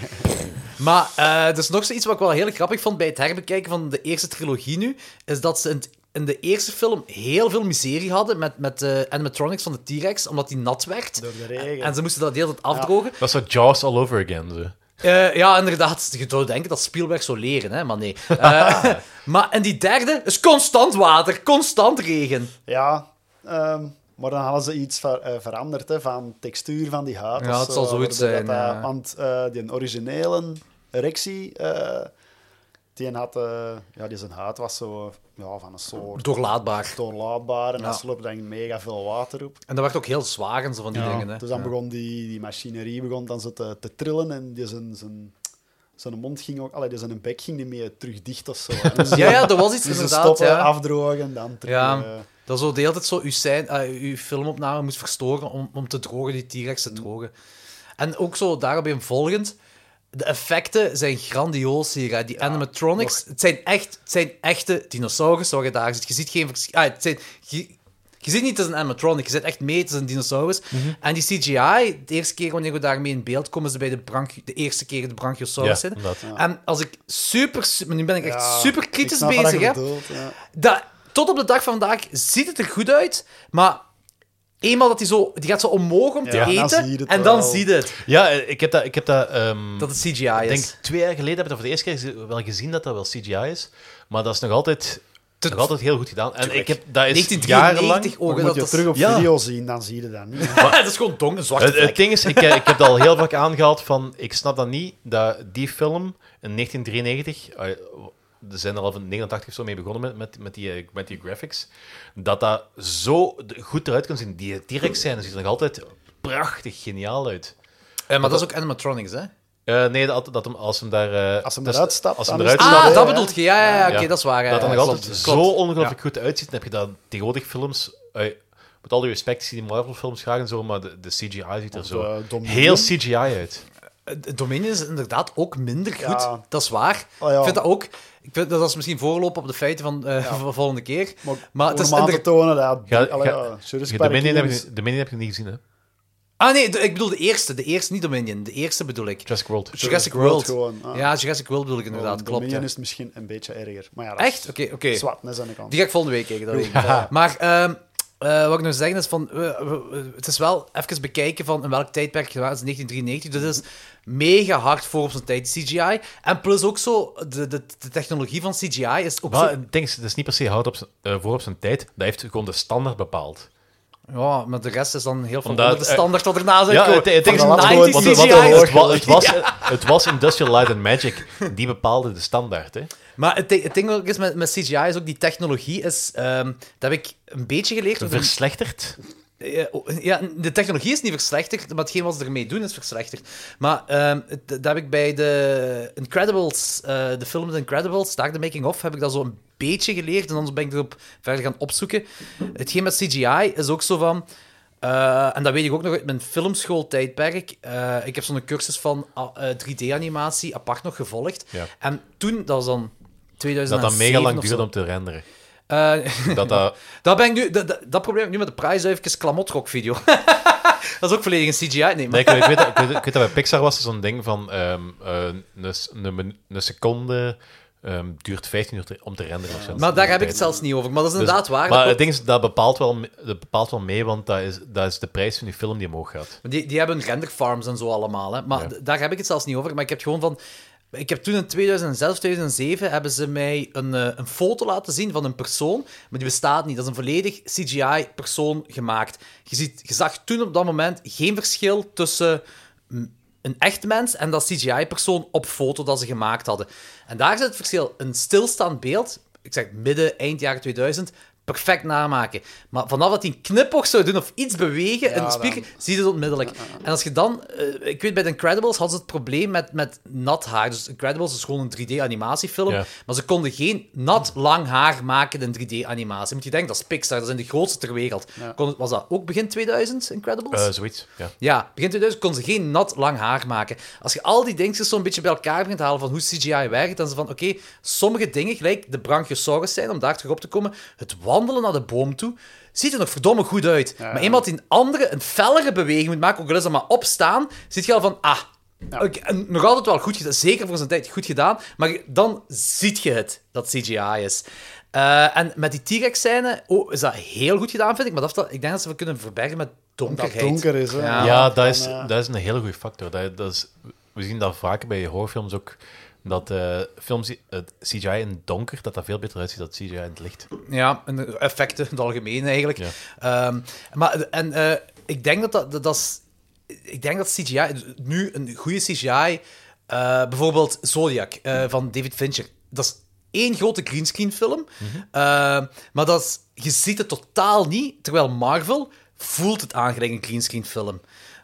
Maar uh, er is nog zoiets wat ik wel heel grappig vond bij het herbekijken van de eerste trilogie nu, is dat ze in, het- in de eerste film heel veel miserie hadden met, met de animatronics van de T-Rex, omdat die nat werd. Door de regen. En ze moesten dat de hele tijd afdrogen. Dat is zo Jaws all over again. Zo. Uh, ja, inderdaad. Je zou denken dat Spielberg zou leren, hè, maar nee. Uh, maar en die derde is constant water, constant regen. Ja, um, maar dan hadden ze iets ver, uh, veranderd hè, van textuur van die huid. Ja, het zo, zal zoiets zijn. Dat, ja. Want uh, die originele Rexy, uh, die had, uh, ja, die zijn huid was zo ja, van een soort... Doorlaatbaar. Doorlaatbaar, en ja. dan sloop dan mega veel water op. En dat werd ook heel zwaar en zo van die ja, dingen. Hè. Dus dan ja. begon die, die machinerie begon dan zo te, te trillen en die zijn, zijn, zijn mond ging ook... Allee, die zijn bek ging niet meer terug dicht of zo. Dus ja, ja, dat was iets dus inderdaad. stoppen, ja. afdrogen en dan terug... Ja. Uh, dat zo de hele tijd zo uw, zijn, uh, uw filmopname moest verstoren om, om te drogen, die T-Rex te drogen. En ook zo daarop in volgend... De effecten zijn grandioos hier. Hè. Die ja, animatronics, nog... het, zijn echt, het zijn echte dinosaurussen waar je daar zit. Je ziet geen verschil. Ah, het zijn, je, je ziet niet, het is een animatronic. Je zit echt mee, het is een dinosaurus. Mm-hmm. En die C G I, de eerste keer wanneer we daarmee in beeld komen, ze bij de, branch, de eerste keer de Brachiosaurus ja, zitten. Ja. En als ik super, super... Nu ben ik echt ja, super kritisch bezig. Hè. Bedoelt, ja. dat, tot op de dag van vandaag ziet het er goed uit, maar... Eenmaal dat hij zo... Die gaat zo omhoog om te ja, eten, dan en dan zie je het. Ja, ik heb dat... Ik heb dat, um, dat het C G I ik is. denk twee jaar geleden heb ik dat voor de eerste keer wel gezien dat dat wel C G I is. Maar dat is nog altijd, Te... nog altijd heel goed gedaan. En ik heb, dat is jarenlang... Ook, moet dat je dat terug op ja. video zien, dan zie je dat niet. Maar, het is gewoon donker, zwarte het, het ding is, ik, ik heb dat al heel vaak aangehaald van... Ik snap dat niet, dat die film in negentien drieënnegentig... Uh, er zijn er al van negenentachtig of zo mee begonnen met, met, met, die, met die graphics. Dat dat zo goed eruit kan zien. Die T-Rex-scène ziet er nog altijd prachtig geniaal uit. Uh, maar dat, dat is ook animatronics, hè? Uh, nee, dat, dat hem, als hem daar... Uh, als hem eruit stapt. Als hem eruit ah, stapt, dat bedoelt je. Ja, ja, ja oké, okay, ja. dat is waar. Dat dan ja, nog altijd klopt, zo klopt. ongelooflijk ja. goed uitziet. Dan heb je dat tegenwoordig films... Uh, met al die respect, zie je die Marvel-films graag en zo, maar de, de C G I ziet er of zo uh, heel C G I uit. Dominion is inderdaad ook minder goed. Ja. Dat is waar. Oh, ja. Ik vind dat ook... Ik vind dat is misschien voorlopen op de feiten van, uh, ja. van de volgende keer. Maar, maar het is om aan te tonen dat... Ja, allee, ja, ja, Dominion heb, je, Dominion heb je niet gezien, hè? Ah nee, de, ik bedoel de eerste. De eerste, niet Dominion. De eerste bedoel ik. Jurassic World. Jurassic World. Gewoon, ah. Ja, Jurassic World bedoel ik inderdaad. Oh, klopt. Dominion ja. is misschien een beetje erger. Maar ja, echt? Oké, oké. Okay, okay. Die ga ik volgende week kijken. Dat weet ik. Maar... Um, Uh, wat ik nog zeggen is van, uh, uh, uh, het is wel even bekijken van in welk tijdperk het is, negentien drieënnegentig, dus het is mega hard voor op zijn tijd, C G I. En plus ook zo, de, de, de technologie van C G I is ook maar, zo... Denk, het is niet per se hard op zijn, uh, voor op zijn tijd, dat heeft gewoon de standaard bepaald. Ja, maar de rest is dan heel veel Omdat, onder de standaard wat ernaast ja, het, het, het, negentig C G I. C G I. Het, was, het, was, het was Industrial Light and Magic, die bepaalde de standaard, hè. Maar het, het ding ook is met, met C G I is ook die technologie is... Um, dat heb ik een beetje geleerd. Verslechterd? Uh, ja, de technologie is niet verslechterd, maar hetgeen wat ze ermee doen is verslechterd. Maar um, het, dat heb ik bij de Incredibles, uh, de film The Incredibles, daar de making-of, heb ik dat zo een beetje geleerd en dan ben ik erop verder gaan opzoeken. Hetgeen met C G I is ook zo van... Uh, en dat weet ik ook nog uit mijn filmschooltijdperk. Uh, ik heb zo'n cursus van uh, drie D-animatie apart nog gevolgd. Ja. En toen, dat was dan tweeduizend zeven Dat dat mega lang of duurde zo. om te renderen. Uh, dat, dat... dat, ben ik nu, dat, dat, dat probleem heb ik nu met de prijsduifjes klamotrok-video. Dat is ook volledig een C G I. Nee, maar... nee ik, ik, weet dat, ik, weet, ik weet dat bij Pixar was er zo'n ding van um, uh, een, een, een seconde um, duurt vijftien uur te, om te renderen. Of zo. Maar daar heb ik het zelfs niet over. Maar dat is inderdaad dus, waar. Maar dat het ding is, dat bepaalt wel, dat bepaalt wel mee, want dat is, dat is de prijs van die film die omhoog gaat. Die, die hebben renderfarms en zo allemaal. Hè. Maar ja. d- daar heb ik het zelfs niet over. Maar ik heb gewoon van... Ik heb toen in tweeduizend zes, tweeduizend zeven hebben ze mij een, uh, een foto laten zien van een persoon, maar die bestaat niet. Dat is een volledig C G I-persoon gemaakt. Je, ziet, je zag toen op dat moment geen verschil tussen een echt mens en dat C G I-persoon op foto dat ze gemaakt hadden. En daar zit het verschil. Een stilstaand beeld, ik zeg midden, eind jaren tweeduizend, perfect namaken. Maar vanaf dat hij een knipoog zou doen of iets bewegen ja, in de speaker, dan... zie je het onmiddellijk. Ja, ja, ja. En als je dan... Uh, ik weet, bij de Incredibles hadden ze het probleem met, met nat haar. Dus Incredibles is gewoon een drie D-animatiefilm. Ja. Maar ze konden geen nat, lang haar maken in drie D-animatie. Moet je denken, dat is Pixar. Dat zijn de grootste ter wereld. Ja. Kon, was dat ook begin tweeduizend, Incredibles? Uh, zoiets, ja. Ja, begin tweeduizend konden ze geen nat, lang haar maken. Als je al die dingetjes zo een beetje bij elkaar begint te halen van hoe C G I werkt, dan is het van, oké, okay, sommige dingen, gelijk de Brachiosaurus zijn, om daar terug op te komen, het wandelen naar de boom toe, ziet er nog verdomme goed uit. Ja, maar eenmaal dat hij een andere, een fellere beweging moet maken, ook al is dat maar opstaan, ziet je al van, ah, ja. okay, nog altijd wel goed gedaan, zeker voor zijn tijd goed gedaan, maar dan ziet je het, dat C G I is. Uh, en met die T-Rex-scène oh, is dat heel goed gedaan, vind ik, maar dat, ik denk dat ze we kunnen verbergen met donkerheid. Dat donker is, hè. Ja, ja dat, is, dat is een hele goede factor. Dat, dat is, we zien dat vaak bij horrorfilms ook, dat uh, films, het C G I in het donker, dat dat veel beter uitziet dan het C G I in het licht. Ja, en effecten in het algemeen eigenlijk. Ja. Um, maar, en uh, ik denk dat dat, dat, dat is, ik denk dat C G I, nu een goede C G I, uh, bijvoorbeeld Zodiac uh, van David Fincher, dat is één grote greenscreen film, mm-hmm. uh, maar dat is, je ziet het totaal niet, terwijl Marvel voelt het aan gelijk een greenscreen film.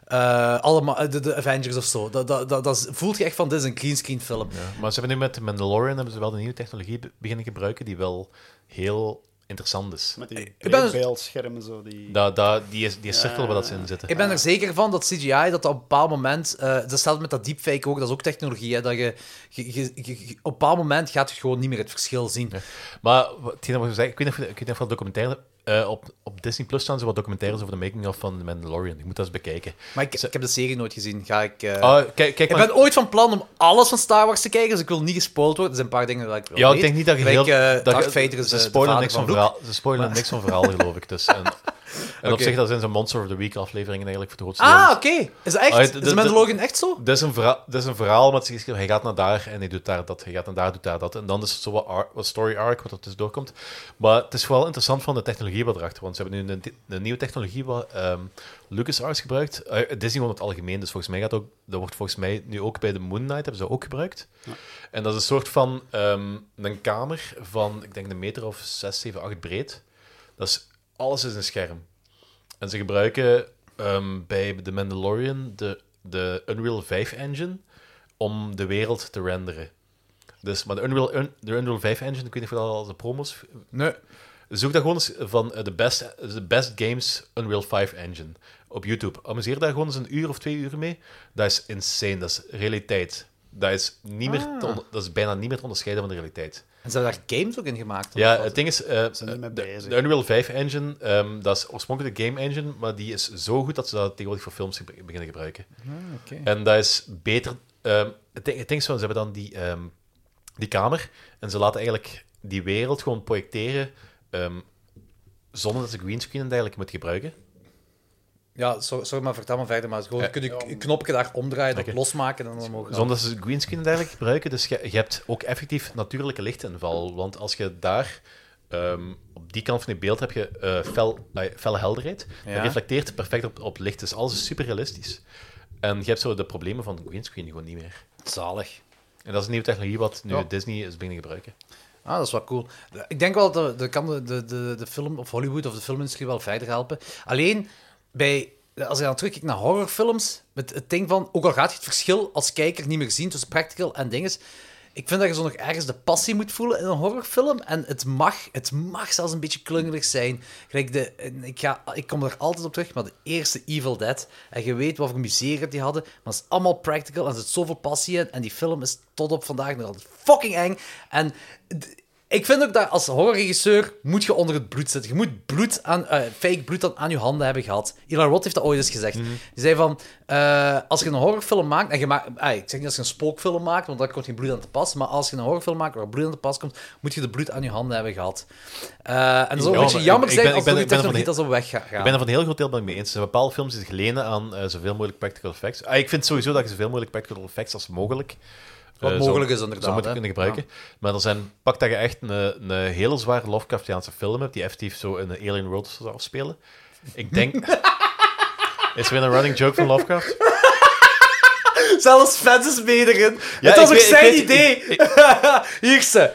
Uh, allemaal, de, de Avengers of zo. Dat, dat, dat, dat voelt je echt van, dit is een greenscreen film. Ja, maar ze hebben nu met de Mandalorian hebben ze wel de nieuwe technologie be- beginnen gebruiken die wel heel interessant is. Met die Ik ben dus- beeldschermen zo. Die... Da, da, die is, die is cirkel Ja. waar dat ze in zitten. Ik ben er zeker van dat C G I, dat op een bepaald moment... Uh, dat staat met dat deepfake ook, dat is ook technologie, hè, dat je, je, je, je- op een bepaald moment gaat je gewoon niet meer het verschil zien. Ja. Maar hetgeen dat we zeggen, ik weet niet of, ik weet niet of dat documentaire... Uh, op, op Disney Plus staan zo wat documentaires over de making-of van The Mandalorian. Ik moet dat eens bekijken. Maar ik, ik heb de serie nooit gezien. Ga ik... Uh... Uh, kijk, kijk ik maar... ben ooit van plan om alles van Star Wars te kijken, dus ik wil niet gespoild worden. Er zijn een paar dingen dat ik wel Ja, weet. ik denk niet dat je Gelijk, heel... uh, dat Darth je- Vader is ze uh, de spoilen vader niks van van Luke. verhaal, ze spoilen Maar- niks van verhaal, geloof ik. Dus. En, en op Oké. zich, dat zijn zo'n Monster of the Week afleveringen eigenlijk voor de grootste Ah, deel. oké. Is dat echt? Ah, Is de- de de- Mandalorian echt zo? Dat is, een verhaal, dat is een verhaal, maar het is, hij gaat naar daar en hij doet daar dat. Hij gaat naar daar, doet daar dat. En dan is het zo wat, ar- wat story arc wat er tussendoor komt. Maar het is vooral interessant van de technologie wat erachter. Want ze hebben nu een, een nieuwe technologie wat um, LucasArts gebruikt. Uh, Disney gewoon het algemeen. Dus volgens mij gaat ook, dat wordt volgens mij nu ook bij de Moon Knight hebben ze ook gebruikt. Ja. En dat is een soort van um, een kamer van, ik denk een meter of zes, zeven, acht breed. Dat is, alles is een scherm. En ze gebruiken um, bij The Mandalorian de, de Unreal vijf engine om de wereld te renderen. Dus, maar de Unreal, un, de Unreal vijf engine, ik weet niet of je dat al de promos... Nee. Zoek daar gewoon eens van uh, de best, de best Games Unreal vijf engine op YouTube. Amuseer daar gewoon eens een uur of twee uur mee. Dat is insane, dat is realiteit. Dat is, niet meer Ah. te onder- dat is bijna niet meer te onderscheiden van de realiteit. En ze hebben daar games ook in gemaakt? of Ja, wat? het ding is, uh, zijn niet mee de, bezig. de Unreal vijf engine, um, dat is oorspronkelijk de game engine, maar die is zo goed dat ze dat tegenwoordig voor films ge- beginnen gebruiken. Ah, oké. En dat is beter... Um, het, ding, het ding is zo, ze hebben dan die, um, die kamer en ze laten eigenlijk die wereld gewoon projecteren um, zonder dat ze greenscreen en dergelijke moeten gebruiken. Ja, sorry, sorry, maar vertel maar verder. Maar gewoon, Ja. kun je je knopje daar omdraaien, dat Oké. losmaken en dan mogen Zonder dat ze greenscreen en dergelijke gebruiken. Dus je, je hebt ook effectief natuurlijke lichtinval. Want als je daar... Um, op die kant van je beeld heb je uh, fel, uh, felle helderheid. Ja. Dat reflecteert perfect op, op licht. Dus alles is super realistisch. En je hebt zo de problemen van de greenscreen gewoon niet meer. Zalig. En dat is een nieuwe technologie wat nu Ja. Disney is beginnen gebruiken. Ah, dat is wel cool. Ik denk wel dat de, kan de, de, de, de film of Hollywood of de filmindustrie wel verder helpen. Alleen bij, als je dan terugkijkt naar horrorfilms, met het ding van, ook al gaat je het verschil als kijker niet meer zien tussen practical en dinges, ik vind dat je zo nog ergens de passie moet voelen in een horrorfilm. En het mag, het mag zelfs een beetje klungelig zijn. Gelijk de, en ik, ga, ik kom er altijd op terug, maar de eerste Evil Dead. En je weet wat voor miserie die hadden. Maar het is allemaal practical en er zit zoveel passie in. En die film is tot op vandaag nog altijd fucking eng. En d- ik vind ook dat als horrorregisseur moet je onder het bloed zitten. Je moet bloed aan, uh, fake bloed aan, aan je handen hebben gehad. Eli Roth heeft dat ooit eens gezegd. Mm-hmm. Die zei van, uh, als je een horrorfilm maakt... En je maakt uh, ik zeg niet als je een spookfilm maakt, want daar komt geen bloed aan te pas. Maar als je een horrorfilm maakt waar bloed aan te pas komt, moet je de bloed aan je handen hebben gehad. Uh, en dat zou Ja, een beetje maar jammer ik zijn ben- als ik ben- die ik ben er van technologie dat zo weggaat. Ik ben er van een heel groot deel ben ik mee eens. Er zijn bepaalde films die zich lenen aan uh, zoveel mogelijk practical effects. Ah, ik vind sowieso dat je zoveel mogelijk practical effects als mogelijk... Wat uh, mogelijk zou- is, inderdaad, zou moeten hè. kunnen gebruiken. Maar er zijn... Pak dat je echt een, een hele zware Lovecraftiaanse film hebt, die effectief zo in een Alien World zou afspelen. Ik denk... Is er weer een running joke van Lovecraft? Zelfs fans is mee erin. Ja, het was ik ook weet- ik zijn weet- idee. ik- Hier ze.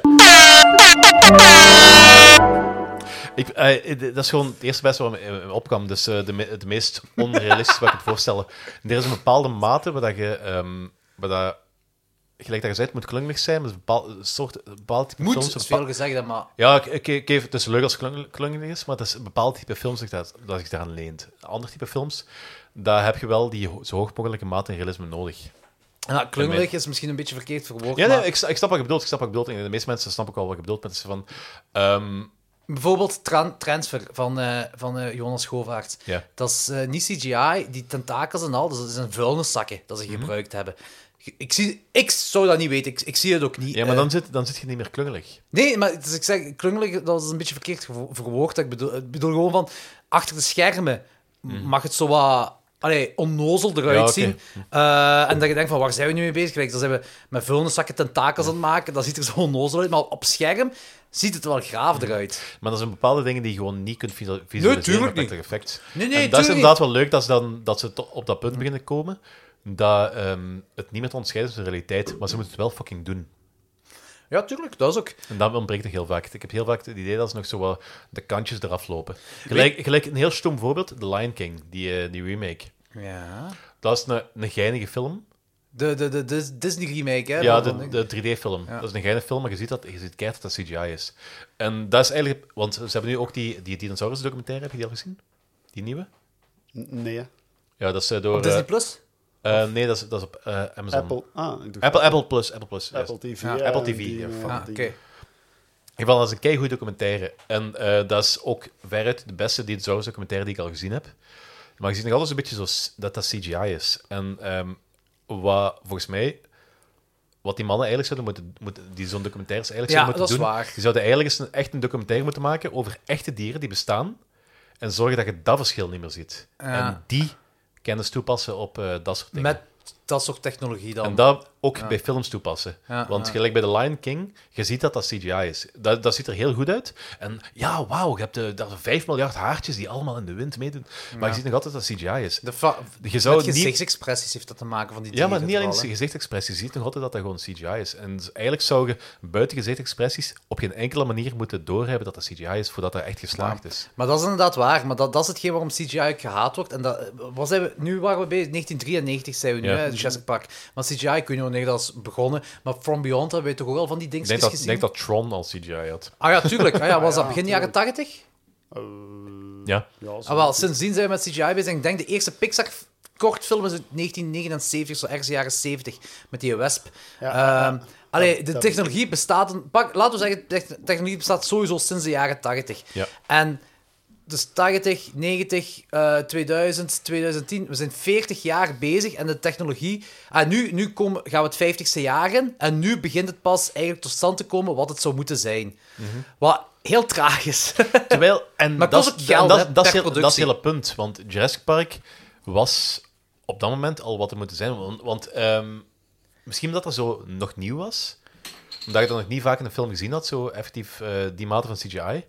Ik, eh, dat is gewoon het eerste beste wat me me opkwam. Dus uh, de, me- het meest onrealistisch wat ik kan voorstellen. En er is een bepaalde mate waar dat je... Um, waar dat, gelijk dat je zei, het moet klungelig zijn. Maar het is een bepaald, een soort, een bepaald type Moet, films... is een bepaal- veel gezegd, hè, maar... Ja, ik, ik, ik geef het dus leuk als het klung- klungelig is, maar het is een bepaald type films dat, dat, dat zich daaraan leent. Een ander type films, daar heb je wel die ho- zo hoog mogelijke mate in realisme nodig. Nou, klungelig is misschien een beetje verkeerd verwoord, Ja, nee, maar... ik, ik snap wat je bedoelt. Ik snap wat je bedoelt. En de meeste mensen snappen ook wel wat je bedoelt. Met van... ehm, Bijvoorbeeld Tran- Transfer van, uh, van uh, Jonas Schovaert. Ja. Dat is uh, niet C G I, die tentakels en al, dat zijn vuilniszakken dat ze Mhm. gebruikt hebben. Ik, zie, ik zou dat niet weten, ik, ik zie het ook niet. ja, maar uh, dan zit, dan zit je niet meer klungelig. Nee, maar dus ik zeg, klungelig, dat is een beetje verkeerd gevo- verwoord. Ik bedoel, ik bedoel gewoon van, achter de schermen Mhm. mag het zo wat allee, onnozel eruit Ja, oké. zien. Uh, en dat je denkt van, waar zijn we nu mee bezig? Kijk, dan zijn we met vuilniszakken tentakels aan het maken. Dat ziet er zo onnozel uit. Maar op scherm ziet het er wel graaf eruit. Maar dat zijn bepaalde dingen die je gewoon niet kunt visu- visualiseren tuurlijk met niet. practical effects. Nee, nee, en dat is tuurlijk inderdaad wel leuk dat ze, dan, dat ze to- op dat punt beginnen komen. Dat ehm, het niet meer te onderscheiden is van de realiteit, maar ze moeten het wel fucking doen. Ja, tuurlijk. Dat is ook... En dat ontbreekt nog heel vaak. Ik heb heel vaak het idee dat ze nog zo wat de kantjes eraf lopen. Gelijk, gelijk een heel stom voorbeeld, The Lion King, die, eh, die remake. Ja... Dat is een, een geinige film. De, de, de, de Disney-remake, hè? Ja, Van- de, de drie D-film. Ja. Dat is een geinige film, maar je ziet, dat, je ziet keihard dat dat C G I is. En dat is eigenlijk... Want ze hebben nu ook die, die dinosaurus-documentaire, heb je die al gezien? Die nieuwe? N- Nee. Ja, dat is eh, door... Op Disney eh, Plus? eh, nee, dat is, dat is op eh, Amazon. Apple. Ah, ik doe Apple, Apple Plus. Apple Plus. juist. Apple T V. Ja, ja, Apple T V, die, ja, eh, fuck. Ah, oké. die- In ieder geval, dat is een keigoed documentaire. En eh, dat is ook veruit de beste dinosaurus-documentaire die ik al gezien heb. Maar je ziet nog altijd zo'n beetje zo s- dat dat C G I is. En ehm, wat volgens mij... Wat die mannen eigenlijk zouden moeten... moeten die zo'n documentaires eigenlijk Ja, zouden dat is moeten doen... waar. Die zouden eigenlijk eens een, echt een documentaire moeten maken over echte dieren die bestaan. En zorgen dat je dat verschil niet meer ziet. Ja. En die kennis toepassen op eh, dat soort dingen. Met dat soort technologie dan. En dat ook Ja. bij films toepassen. Ja, Want ja. gelijk bij The Lion King, je ziet dat dat C G I is. Dat, dat ziet er heel goed uit. En ja, wauw, je hebt de, dat vijf miljard haartjes die allemaal in de wind meedoen. Maar Ja. je ziet nog altijd dat C G I is. De fa- Je zou met niet... gezichtsexpressies heeft dat te maken van die Ja, maar dieren niet alleen vooral, de hè. gezichtsexpressie. Je ziet nog altijd dat dat gewoon C G I is. En dus eigenlijk zou je buiten gezichtsexpressies op geen enkele manier moeten doorhebben dat dat C G I is, voordat dat echt geslaagd is. Maar dat is inderdaad waar. Maar dat, dat is hetgeen waarom C G I ook gehaat wordt. En dat, wat zijn we, nu waren we bij negentien drieënnegentig, zijn we nu, Ja. hè, Jurassic Park. Maar C G I, ik weet niet wanneer dat is begonnen. Maar From Beyond hebben we toch ook al van die Ik dingetjes denk dat, gezien? denk dat Tron al C G I had. Ah ja, tuurlijk. Ah, ja, was dat Ja, begin jaren tuurlijk. tachtig? Eh, Ja. ja, zo. Ah, wel, sindsdien zijn we met C G I bezig. En ik denk de eerste Pixar-kortfilm is uit negentien negenenzeventig, zo ergens jaren zeventig, met die wesp. Ja, Ehm, ja. allee, Dat- de dat- technologie bestaat... Een, pak, laten we zeggen, de technologie bestaat sowieso sinds de jaren tachtig. Ja. En dus tachtig, negentig, eh, tweeduizend, tweeduizend tien, we zijn veertig jaar bezig en de technologie... Ah, nu nu komen, gaan we het vijftigste jaar in en nu begint het pas eigenlijk tot stand te komen wat het zou moeten zijn. Wat heel traag is. Terwijl, en Maar dat, kost is- ook geld, dat, hè, dat, is per heel- dat is productie. het hele punt. Want Jurassic Park was op dat moment al wat er moeten zijn. Want, want ehm, misschien omdat dat zo nog nieuw was, omdat je dat nog niet vaak in een film gezien had, zo effectief eh, die mate van C G I,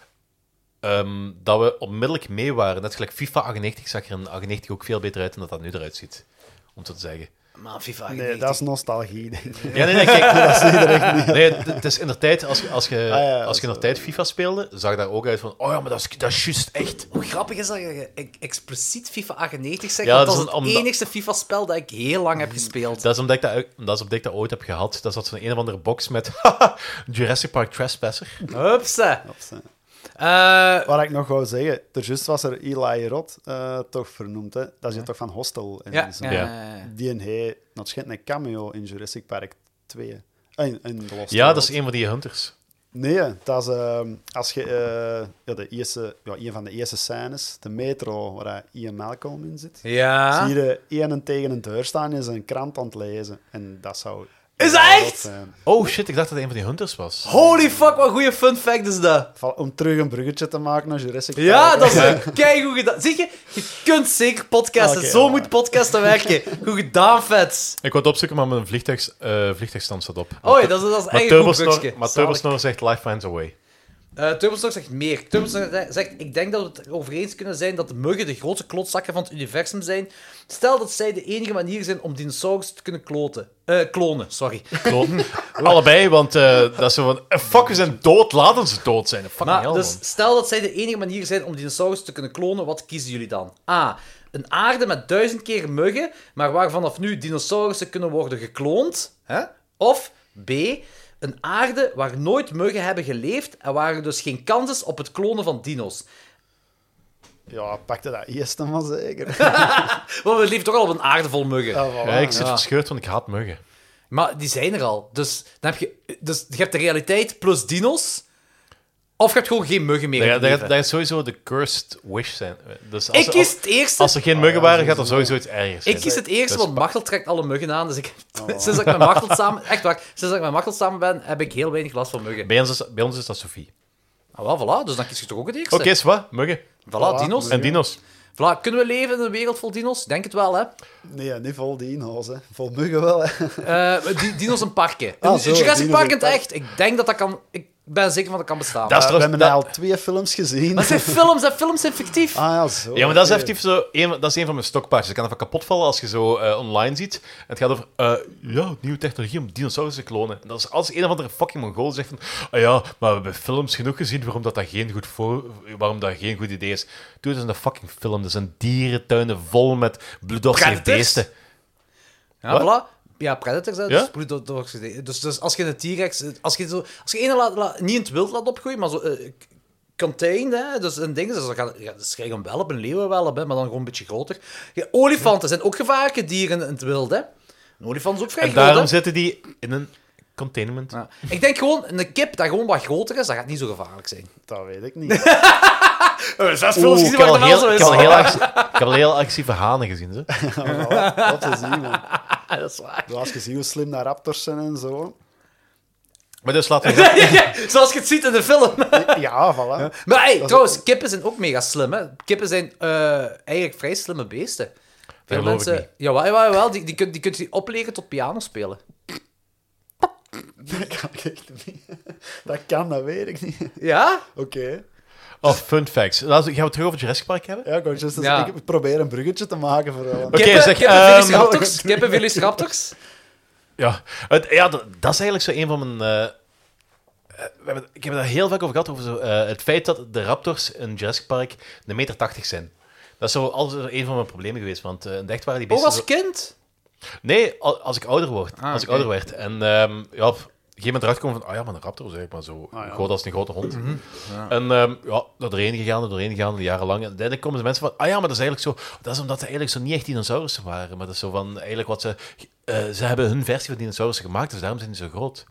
ehm, dat we onmiddellijk mee waren. Net gelijk FIFA achtennegentig zag er in achtennegentig ook veel beter uit dan dat dat nu eruit ziet. Om zo te zeggen. Maar FIFA Nee, dat is nostalgie, denk ik. Ja, nee, nee, kijk. Dat zie je er echt niet. Nee, het- het is in de tijd, als je, als je, Ah, ja, als je in zo. de tijd FIFA speelde, zag daar ook uit van, oh ja, maar dat is, dat is juist echt. Hoe grappig is dat je e- expliciet FIFA achtennegentig zegt? Ja, want dat dat is is het een- omdat- enigste FIFA-spel dat ik heel lang heb gespeeld. Dat is omdat ik dat, dat, is omdat ik dat ooit heb gehad. Dat zat zo'n een of andere box met haha, Jurassic Park Trespasser. Hupsa. Of, eh, Eh Wat ik nog wou zeggen, er juist was er Eli Roth eh, toch vernoemd, hè? Dat is je toch van Hostel en ja, zo. ja. Ja. Die en hij, dat schijnt een cameo in Jurassic Park twee. Eh, In, in The Lost Ja, World. dat is een van die hunters. Nee, dat is ehm, als je eh, ja, de eerste, ja, een van de eerste scènes, de metro waar Ian Malcolm in zit. Ja. Zie je één tegen een deur staan en zijn krant aan het lezen. En dat zou... Is dat Eli Roth echt? zijn. Oh shit, ik dacht dat het een van die hunters was. Holy fuck, wat een goede fun fact is dat. Val- Om terug een bruggetje te maken naar Jurassic Park. Ja, dat is keigoed gedaan. Zie je, je kunt zeker podcasten. Oké, Zo ja. moet podcasten werken. Goed gedaan, Vets. Ik wou het opzoeken, maar mijn vliegtuigs, eh, vliegtuigstand staat op. Oh, ja, dat is, dat is Maar echt een goed Turbosnor, brugje. maar Zalig. Turbosnor zegt Life Finds a Way. Eh Turbosnor zegt meer. Turbosnor zegt, ik denk dat we het erover eens kunnen zijn dat de muggen de grootste klotzakken van het universum zijn. Stel dat zij de enige manier zijn om dinosaurus te kunnen kloten. Eh, klonen, sorry. Kloten. Allebei, want eh, dat is zo van, eh, fuck, we zijn dood, laten ze dood zijn. Fucking Maar, hell, dus man. stel dat zij de enige manier zijn om dinosaurus te kunnen klonen, wat kiezen jullie dan? A. Een aarde met duizend keer muggen, maar waar vanaf nu dinosaurussen kunnen worden gekloond. Hè? Of B. Een aarde waar nooit muggen hebben geleefd en waar er dus geen kans is op het klonen van dino's. Ja, pakte dat eerste maar zeker. Want we leven toch al op een aarde vol muggen. Ja, voilà. Ja, ik zit Ja. verscheurd, want ik haat muggen. Maar die zijn er al. Dus, dan heb je, dus je hebt de realiteit plus dino's. Of je hebt gewoon geen muggen meer in Dat, je dat, leven. dat gaat sowieso de cursed wish zijn. Dus als, Ik als, kies het eerste. als er geen muggen waren, gaat er sowieso iets ergers zijn. Ik kies het eerste, Dus- want Machtel trekt alle muggen aan. Dus ik, sinds dat ik met Machtel samen... Echt waar. Sinds dat ik met Machtel samen ben, heb ik heel weinig last van muggen. Bij ons, is, bij ons is dat Sophie. Ah, wel, voilà. Dus dan kies je toch ook het eerste. Oké, is wat? Muggen. Voilà, Voilà, dino's. muggen. En dino's. Voilà, kunnen we leven in een wereld vol dino's? Denk het wel, hè? Nee, niet vol dino's, hè. Vol muggen wel, hè. Uh, di- dino's in parken. Ah, Een zo, Jurassic dino's Park in in het park. echt. Ik denk dat dat kan... Ik ben zeker van dat kan bestaan. Dat is Uh, we trouwens- hebben dat- al twee films gezien. Maar het zijn films, hè? Films zijn fictief. Ah ja, zo. Ja, maar dat is oké. effectief zo... Een, dat is een van mijn stokpaardjes. Dat kan even kapot vallen als je zo eh, online ziet. En het gaat over... eh, ja, nieuwe technologie om dinosaurussen te klonen. En dat is als een of andere fucking Mongool zegt van... Ah ja, maar we hebben films genoeg gezien waarom dat, dat geen goed voor... Waarom dat geen goed idee is. Doe het is een fucking film. Er zijn dierentuinen vol met bloeddorstige Predators? beesten. Ja, Wat? voilà. Ja, predators, hè. Ja? Dus, bloeddorstige dingen. dus, dus als je een T-Rex... Als je, zo, als je ene laat, laat- niet in het wild laat opgroeien, maar zo... eh, contained, hè. Dus een ding. Dus dan gaat, ja, dus krijg je een welp, een leeuwenwelp, hè, maar dan gewoon een beetje groter. Ja, olifanten zijn ook gevaarlijke dieren in het wild, hè. Een olifant is ook vrij En groot, daarom hè. zitten die in een containment. Ja. Ik denk gewoon, een kip dat gewoon wat groter is, dat gaat niet zo gevaarlijk zijn. Dat weet ik niet. Zes Oeh, ik heb al heel, ik heb al heel, actie- ik heb al heel actieve hanen gezien. Ze. Voilà, wat te zien, man. Dat is waar. Als je ziet hoe slim dat raptors zijn en zo. Maar dus laten we... Zoals je het ziet in de film. Ja, voilà. Maar hey, is trouwens, kippen zijn ook mega slim, hè. Kippen zijn eh, eigenlijk vrij slimme beesten. Veel geloof ik mensen... niet. Jawel, jawel, jawel. Die, die, kun, die kunt je opleren tot piano spelen. Dat kan ik echt niet. Dat kan, dat weet ik niet. Ja? Oké. Oh, fun facts. Laten we, gaan we het terug over Jurassic Park hebben? Ja, ik wou just- Ja. ik probeer een bruggetje te maken voor... uh, Oké, Kippen, zeg, kippen, ehm, velociraptors. Kippen, velociraptors. Ja, het, ja dat, dat is eigenlijk zo een van mijn... eh, eh, we hebben, ik heb het daar heel vaak over gehad, over zo, eh, het feit dat de raptors in Jurassic Park een meter tachtig zijn. Dat is zo altijd een van mijn problemen geweest, want uh, in het echt waren die Ook beesten... als zo- kind? Nee, al- als ik ouder word. Ah, als ik oké. ouder werd. En ehm, ja, op een gegeven moment erachter komen van, ah ja, maar een raptor is eigenlijk maar zo Ah, ja. groot als een grote hond. Mhm. En ehm, ja, er doorheen gegaan, er doorheen gegaan, jarenlang. En uiteindelijk komen de mensen van, ah ja, maar dat is eigenlijk zo... Dat is omdat ze eigenlijk zo niet echt dinosaurussen waren. Maar dat is zo van, eigenlijk wat ze... eh, ze hebben hun versie van dinosaurussen gemaakt, dus daarom zijn die zo groot.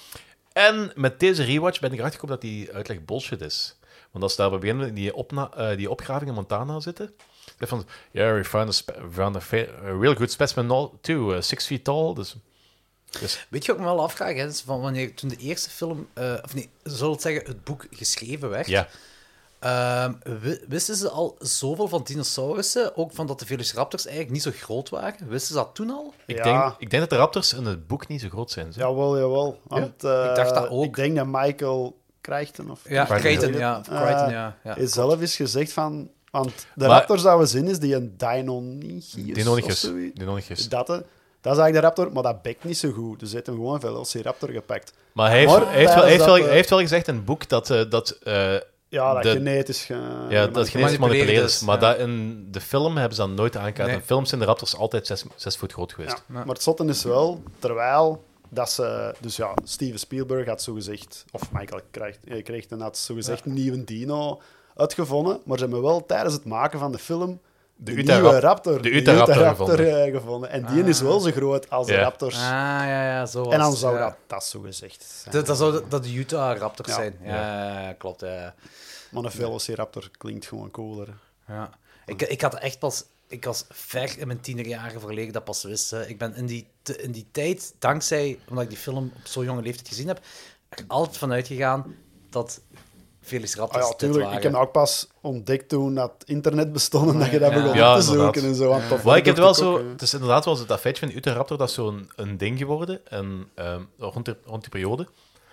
En met deze rewatch ben ik erachter gekomen dat die uitleg bullshit is. Want als ze daar bij beginnen, die, opna eh, die opgraving in Montana zitten... zeg van, yeah, we found a, spe- we found a, fa- a real good specimen all- too, uh, six feet tall. Dus, dus Weet je wat ik me wel afvraag? Hè? Is van wanneer toen de eerste film, eh, of nee, zullen we het zeggen, het boek geschreven werd, ja. ehm, wi- wisten ze al zoveel van dinosaurussen, ook van dat de velociraptors eigenlijk niet zo groot waren? Wisten ze dat toen al? Ik, Ja. denk, ik denk dat de raptors in het boek niet zo groot zijn. Zo. Jawel, jawel. Want, eh, Ik dacht dat ook. Ik denk dat Michael Crichton, of... Ja, Crichton. Crichton, ja. Eh, Crichton, ja. ja. is zelf is gezegd van... Want de Maar- raptors dat we zien, is die een Deinonychus Deinonychus. of zoiets. Deinonychus. Dat, hè. Dat is eigenlijk de raptor, maar dat bekt niet zo goed. Dus hij heeft hem gewoon een velociraptor gepakt. Maar hij heeft, Maar hij, heeft wel, hij, heeft tijdens wel, dat, hij heeft wel gezegd in het boek dat, eh, dat, eh, Ja, dat De- genetisch... Ge... ja, dat genetisch gemanipuleerd gemanipuleerd is, is. Maar ja. dat in de film hebben ze dat nooit aangekaart. Nee. In films zijn de raptors altijd zes, zes voet groot geweest. Ja. Maar het zotte is wel, terwijl dat ze... Dus ja, Steven Spielberg had zogezegd... Of Michael krijgt, eh, kreeg dan had zogezegd een nieuwe dino uitgevonden. Maar ze hebben wel tijdens het maken van de film... De De, Utah nieuwe Rap- raptor. de Utah Raptor gevonden. eh, gevonden. En die is wel zo groot als de Ja. raptors. Ah, ja, ja, zo was en dan het, zou ja. dat, dat zo gezegd zijn. Dat, dat zou dat de Utah Raptors Ja. zijn. Ja, ja, klopt. Ja. Maar een velociraptor klinkt gewoon cooler. Ja. Ik, ik had echt pas... Ik was ver in mijn tienerjaren verleden dat pas wist. Hè. Ik ben in die, te- in die tijd, dankzij... Omdat ik die film op zo'n jonge leeftijd gezien heb, er altijd van uitgegaan dat velociraptors Ah ja, dit tuurlijk. waren. Ik heb dat ook pas ontdekt toen dat internet bestond en dat je dat Ja. begon Ja, op te inderdaad. zoeken en zo. Want dat Maar ik heb dacht wel ook, zo... hè. Het is inderdaad wel zo dat feitje van de Utah Raptor, dat is zo'n een ding geworden. En, ehm, rond, die, rond die periode.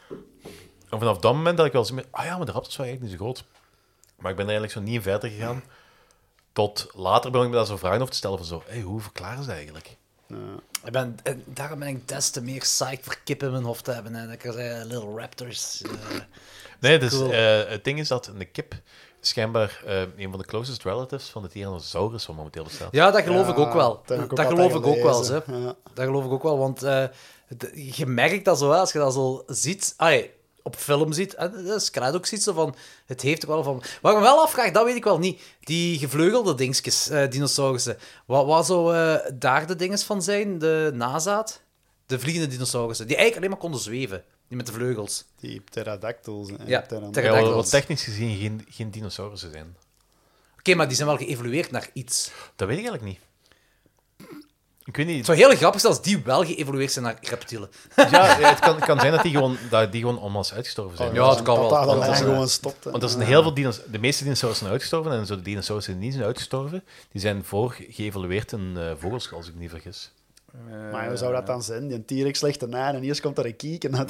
En vanaf dat moment dat ik wel zo meer... Ah ja, maar de raptors waren eigenlijk niet zo groot. Maar ik ben er eigenlijk zo niet in verder gegaan. Tot later begon ik me daar zo vragen over te stellen van zo... Hey, hoe verklaren ze dat eigenlijk? Ja. Ik ben, en daarom ben ik des te meer psyched voor kippen in mijn hoofd te hebben. Hè. Dat ik zei, Little Raptors. eh. Nee, dus Cool. eh, het ding is dat een kip schijnbaar eh, een van de closest relatives van de Tyrannosaurus wat momenteel bestaat. Ja, dat geloof Ja, ik ook wel. dat heb ik ook Dat altijd geloof ik ook wel, gelezen. hè. Ja. Dat geloof ik ook wel, want eh, het- je merkt dat zo, hè, als je dat zo ziet, ah, op film ziet, en dat is Kruid ook ziet, zo van, het heeft er wel van... Wat ik me wel afvraag, dat weet ik wel niet, die gevleugelde dingetjes, eh dinosaurussen, wat, wat zou eh, daar de dinges van zijn, de nazaat? De vliegende dinosaurussen, die eigenlijk alleen maar konden zweven, die met de vleugels. Die pterodactyls. en Ja, pteran- pter- Ja, wat, Pterodactyls. wat technisch gezien geen, geen dinosaurussen zijn. Oké, maar die zijn wel geëvolueerd naar iets. Dat weet ik eigenlijk niet. Ik weet niet. Het zou heel grappig zijn als die wel geëvolueerd zijn naar reptielen. Ja, ja, het kan, kan zijn dat die gewoon, dat die gewoon allemaal uitgestorven zijn. Oh, ja, het kan wel. Dat dat Want dan dat is- gewoon stopt. hè. Want er zijn heel veel dinos- de meeste dinosaurussen zijn uitgestorven en zo de dinosaurussen die niet zijn uitgestorven, die zijn voor geëvolueerd in uh, vogels, als ik me niet vergis. Maar hoe zou dat dan zijn? Die T-Rex legt ernaar en eerst komt er een kiek en dat...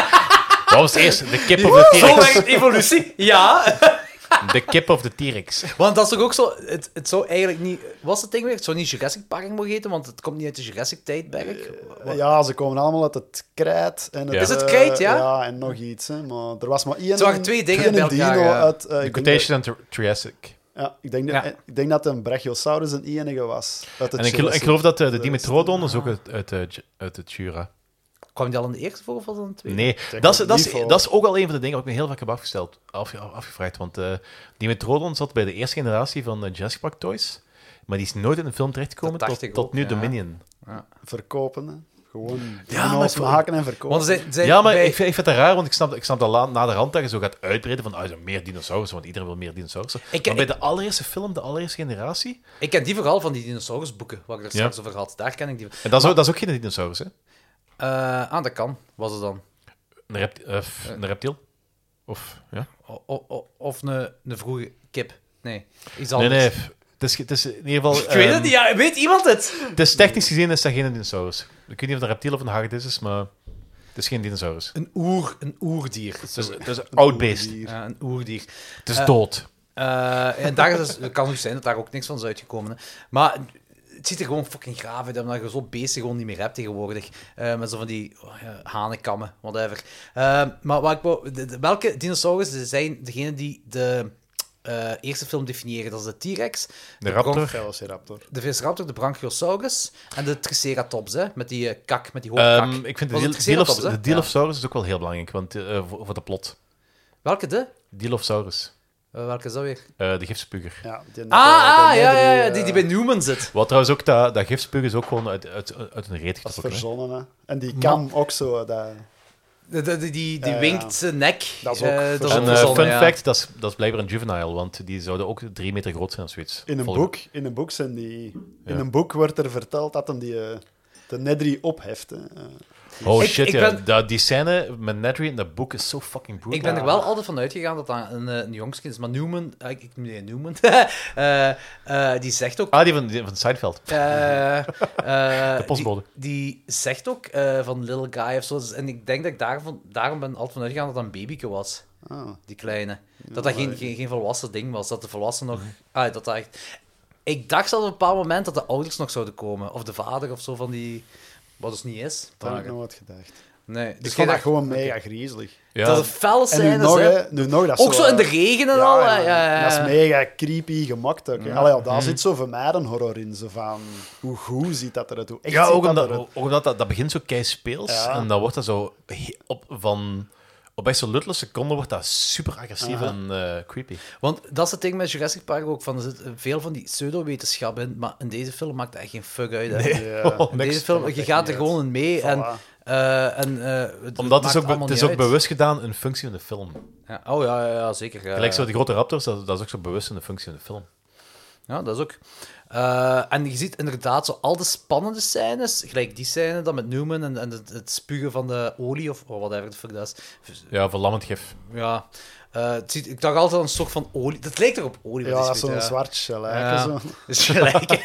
Wat was het eerst? De kip of de Zo T-Rex? werkt evolutie. Ja. De kip of de T-Rex. Want dat is toch ook zo... Het, het zou eigenlijk niet... Was het ding weer? Het zou niet Jurassic Park mogen heten, want het komt niet uit de Jurassic-tijdperk. Wat- Ja, ze komen allemaal uit het krijt. En het, Ja. Is het eh, krijt, ja? Ja, en nog iets. Hè. Maar er was maar één... Ze waren twee dingen één bij elkaar, dino ja. uit... eh, De ik denk dat- Cretaceous en Tri- Triassic. Ja, ik denk, Ja. Dat, ik denk dat een Brachiosaurus een enige was. Uit het En ik, gel- ik Jurassic. geloof dat uh, de de Dimetrodon is ook uit, uit, uh, J- uit het Jura. Kwam die al in de eerste voor of was dat in de tweede? Nee, Zeg dat is, maar dat, is, niveau. dat is ook al een van de dingen wat ik me heel vaak heb afgesteld, af, afgevraagd. Want uh, Dimetrodon zat bij de eerste generatie van uh, Jurassic Park toys, maar die is nooit in een film terechtgekomen Dat dacht tot, ik tot ook, nu ja. Dominion. Verkopen, hè. Gewoon Ja, dino's maar- maken en verkopen. Want ze zijn Ja, maar bij... ik, vind, ik vind het raar, want ik snap, ik snap dat la, na de rand dat je zo gaat uitbreiden van ah, er zijn meer dinosaurussen, want iedereen wil meer dinosaurussen. Ik- maar bij ik- de allereerste film, de allereerste generatie, Ik ken die vooral van die dinosaurusboeken, waar ik er Ja. straks over had. Daar ken ik die van. en dat is, ook, dat is ook geen dinosaurus, hè? Eh, ah, dat kan. Was het dan. Een, repti- uh, f- een reptiel? Of, ja? O- o- o- of een, een vroege kip. Nee, iets Nee, anders. nee, f- het is, het is in ieder geval... Ik weet het ehm, niet. Ja, weet iemand het? Het is technisch gezien is dat geen dinosaurus. Ik weet niet of het een reptiel of een hagedis is, maar het is geen dinosaurus. Een oer, een oerdier. Het is, het is een oud beest. Hier. Ja, een oerdier. Het is Eh, dood. Eh, en daar is dus, het kan ook zijn dat daar ook niks van is uitgekomen. Hè. Maar het ziet er gewoon fucking graaf uit, omdat je zo beesten gewoon niet meer hebt tegenwoordig. Eh, met zo van die oh ja, hanenkammen, whatever. Eh, maar wat ik wou, de- de- welke dinosaurussen zijn degene die de eh, eerste film definiëren? Dat is de T-Rex, De raptor. bron- Velociraptor. de Velociraptor, de Brachiosaurus en de Triceratops, hè, met die eh, kak, met die hoge kak. Ehm, ik vind de, Was het Dil- Triceratops, Dilof- hè? de Dilophosaurus is ook wel heel belangrijk, want, eh, voor, voor de plot. Welke de? Dilophosaurus. Eh, welke is dat weer? Eh, de gifspuger. Ja, die net, Ah, eh, ah de ja, ja, Nedry, ja, eh, die, die bij Newman zit. Wat trouwens ook, dat, dat gifspuger is ook gewoon uit, uit, uit een reet Dat is getrokken. hè. verzonnen, hè. En die kam ook zo. Dat... De, de, die die, die Ja, ja. winkt zijn nek. Dat is ook Eh, verzonnen. En ook eh, verzonnen, fun ja. fact, dat is, dat is blijkbaar een juvenile, want die zouden ook drie meter groot zijn of zoiets. In een, Volgens- boek, in een boek zijn die... In Ja. een boek wordt er verteld dat hem die... eh, de Nedry opheft, hè. Eh, Oh Ik- shit, ik ja. ben- Dat, die scène met Nedry in dat boek is zo fucking brutal. Ik ben er wel altijd van uitgegaan dat dat een, eh, een jongske is. Maar Newman... eh, ik noem die Newman. eh, eh, die zegt ook... Ah, die van, die van Seinfeld. eh, eh, De postbode. Die, die zegt ook eh, van Little Guy of zo. Dus- En ik denk dat ik daarvan, daarom ben altijd van uitgegaan dat dat een babyke was. ah. Die kleine. Dat dat geen, geen, geen volwassen ding was. Dat de volwassen nog... Ah, dat dat echt... Ik dacht zelfs op een bepaald moment dat de ouders nog zouden komen. Of de vader of zo van die... Wat dus niet is. Dat heb ik Vragen. nooit gedacht. Nee. Ik Dus vond jij dat dacht- gewoon mega griezelig. Ja. Dat is felle En nu scènes, nog, hè. hè. Nu nog, dat is Ook zo in de eh, regen en ja, al. ja, hè. Ja, ja, Dat is ja. mega creepy gemaakt ook. hè. Allee, ja, daar Mhm. zit zo voor mij een horror in. Zo van, hoe goed ziet dat eruit? Hoe echt Ja, ziet ook dat omdat, eruit? ook omdat dat, dat begint zo kei speels. Ja. En dan wordt dat zo he- op, van... Op echt zo'n luttele seconde wordt dat super agressief Aha. en eh, creepy. Want dat is het ding met Jurassic Park ook. Van, er zit veel van die pseudo-wetenschap in, maar in deze film maakt dat echt geen fuck uit. Hè. Ja. Oh, In niks. deze film, maakt je echt gaat niet er uit. gewoon in mee. En, Voilà. eh, en, eh, het, Omdat het maakt is ook, be- allemaal het is niet ook uit. bewust gedaan in functie van de film. Ja. Oh ja, ja, ja zeker. ja. Gelijk zo die grote raptors, dat, dat is ook zo bewust in de functie van de film. Ja, dat is ook. Eh, en je ziet inderdaad zo al de spannende scènes, gelijk die scène dan met Newman en, en het, het spugen van de olie of oh, whatever the fuck dat is. Ja, verlammend gif. Ja. Eh, het ziet, ik dacht altijd een soort van olie. Dat lijkt erop olie. Ja, wat dat is weet, zo'n ja. zwart gelijk. Ja. Zo. Dus gelijk.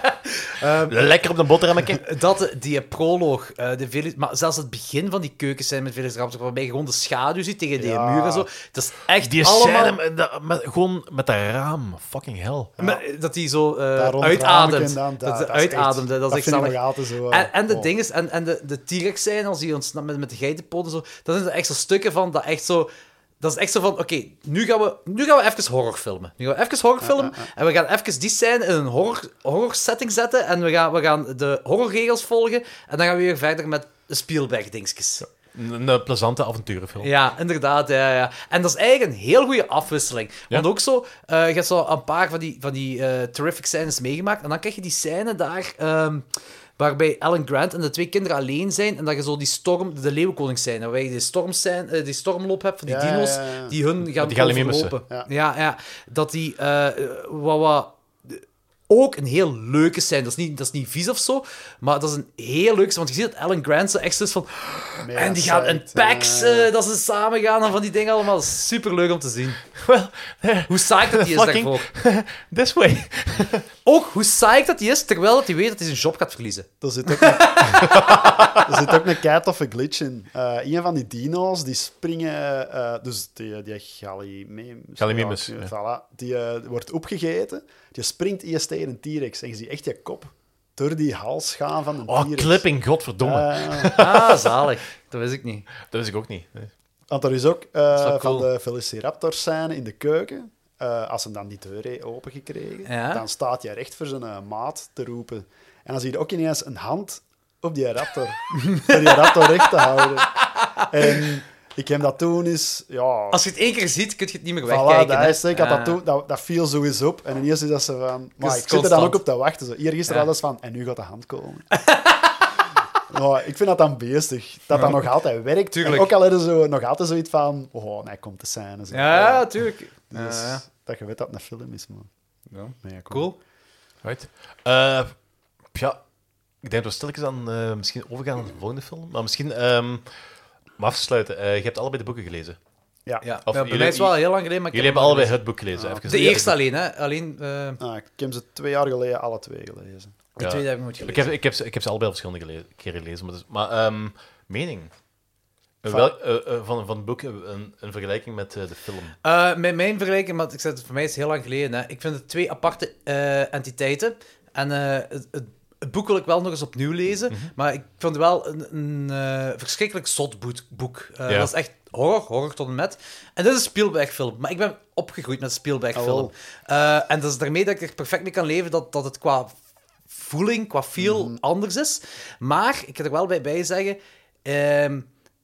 Lekker op de boterhammetje. Dat, die proloog, eh, de Veli- maar zelfs het begin van die keukenscène met Velociraptor, waarbij je gewoon de schaduw ziet tegen die Ja. muur en zo. Dat is echt Die allemaal... scène met, dat- met- gewoon met dat raam. Fucking hell. met- dat die zo eh, Daar rond uitademt. ramen en dan- Dat, dat- dat dat is echt- uitademde. Dat is dat echt vind ik zalig. nog altijd zo, eh, En, en de oh. ding is, en, en de, de T-Rex zijn, als die ontsnapt met, met de geitenpoot en zo, dat zijn er echt zo stukken van dat echt zo... Dat is echt zo van, oké, nu, gaan we, nu gaan we even horror filmen. Nu gaan we even horror filmen en we gaan even die scène in een horror, horror setting zetten en we gaan, we gaan de horrorregels volgen en dan gaan we weer verder met de Spielberg-dingetjes. Een, een plezante avonturenfilm. Ja, inderdaad. Ja, ja. En dat is eigenlijk een heel goede afwisseling. Want Ja. ook zo, eh, je hebt zo een paar van die, van die eh, terrific scènes meegemaakt. En dan krijg je die scène daar, ehm, waarbij Alan Grant en de twee kinderen alleen zijn. En dat je zo die storm, de leeuwenkoning scène, waarbij je die, stormscène, eh, die stormloop hebt van die Ja, dino's, ja, ja. die hun gaan die gaan niet meer overlopen. missen. Ja. ja, dat die, eh wat, wat ook een heel leuke scène. Dat is niet, dat is niet vies of zo, maar dat is een heel leuke scène. Want je ziet dat Alan Grant zo echt zo is van... Mega en die gaan in psyched, packs, eh. uh, dat ze samen gaan en van die dingen allemaal. Super leuk om te zien. Well, Hoe psyched dat hij is fucking- daarvoor. this way. Ook hoe psyched dat hij is, terwijl dat hij weet dat hij zijn job gaat verliezen. Er zit ook een, er zit ook een kei toffe glitch in. Uh, een van die dino's, die springen... uh, dus die, die Gallimimus... Gallimimus, ja, ja. voilà, die uh, wordt opgegeten. Die springt eerst tegen een T-Rex. En je ziet echt je kop door die hals gaan van een Oh, T-Rex. clipping, godverdomme. Uh, Ah, zalig. Dat wist ik niet. Dat wist ik ook niet. Nee. want er is ook uh, wel van cool. de Velociraptor-scène in de keuken... Uh, als hem dan die deur heeft opengekregen, Ja. dan staat hij recht voor zijn uh, maat te roepen. En dan zie je ook ineens een hand op die raptor. voor die raptor recht te houden. En ik heb dat toen eens... Ja, Als je het één keer ziet, kun je het niet meer voilà, wegkijken. dat, hè. is, ik had dat, Ah. toen, dat, dat viel zo eens op. En ineens is dat ze van... Maar Dus ik zit er dan constant. ook op te wachten. Zo. Hier gisteren Ja. alles van... En nu gaat de hand komen. Maar ik vind dat dan beestig. Dat dat nog altijd werkt. Tuurlijk. En ook al is er zo, nog altijd zoiets van... Oh, nee, komt de scène. Zo. Ja, tuurlijk. Dus Ja, ja. dat je weet dat het een film is, man. Ja. Mega cool. Cool. Right. Uh, ja, ik denk dat we stilletjes aan uh, misschien overgaan naar de volgende film. Maar misschien... Um, om af te sluiten, uh, je hebt allebei de boeken gelezen. Ja. Ja, Of ja, bij jullie- mij is het wel heel lang geleden, maar ik Jullie heb hebben hem allebei nog het boek gelezen. Ja. Even gelezen. De eerste Ja, alleen, hè. Alleen... uh, Ah, ik heb ze twee jaar geleden alle twee gelezen. de Ja. tweede heb ik nooit Ik gelezen. heb, ik, heb ze, ik heb ze allebei op verschillende gele- keren gelezen. Maar, dus, maar um, mening? Uh, Van- wel, uh, uh, van, van het boek, uh, een, een vergelijking met uh, de film. Uh, met mijn vergelijking, maar ik zeg het, voor mij is het heel lang geleden. Hè. Ik vind het twee aparte uh, entiteiten. En uh, het, het, het boek wil ik wel nog eens opnieuw lezen. Mhm. Maar ik vond het wel een, een uh, verschrikkelijk zot boek. boek. Uh, Ja. Dat is echt horror, horror tot en met. En dit is een Spielberg-film. Maar ik ben opgegroeid met een Spielberg-film. Oh. Uh, en dat is daarmee dat ik er perfect mee kan leven dat, dat het qua voeling, qua feel Mhm. anders is. Maar, ik kan er wel bij, bij zeggen... Uh,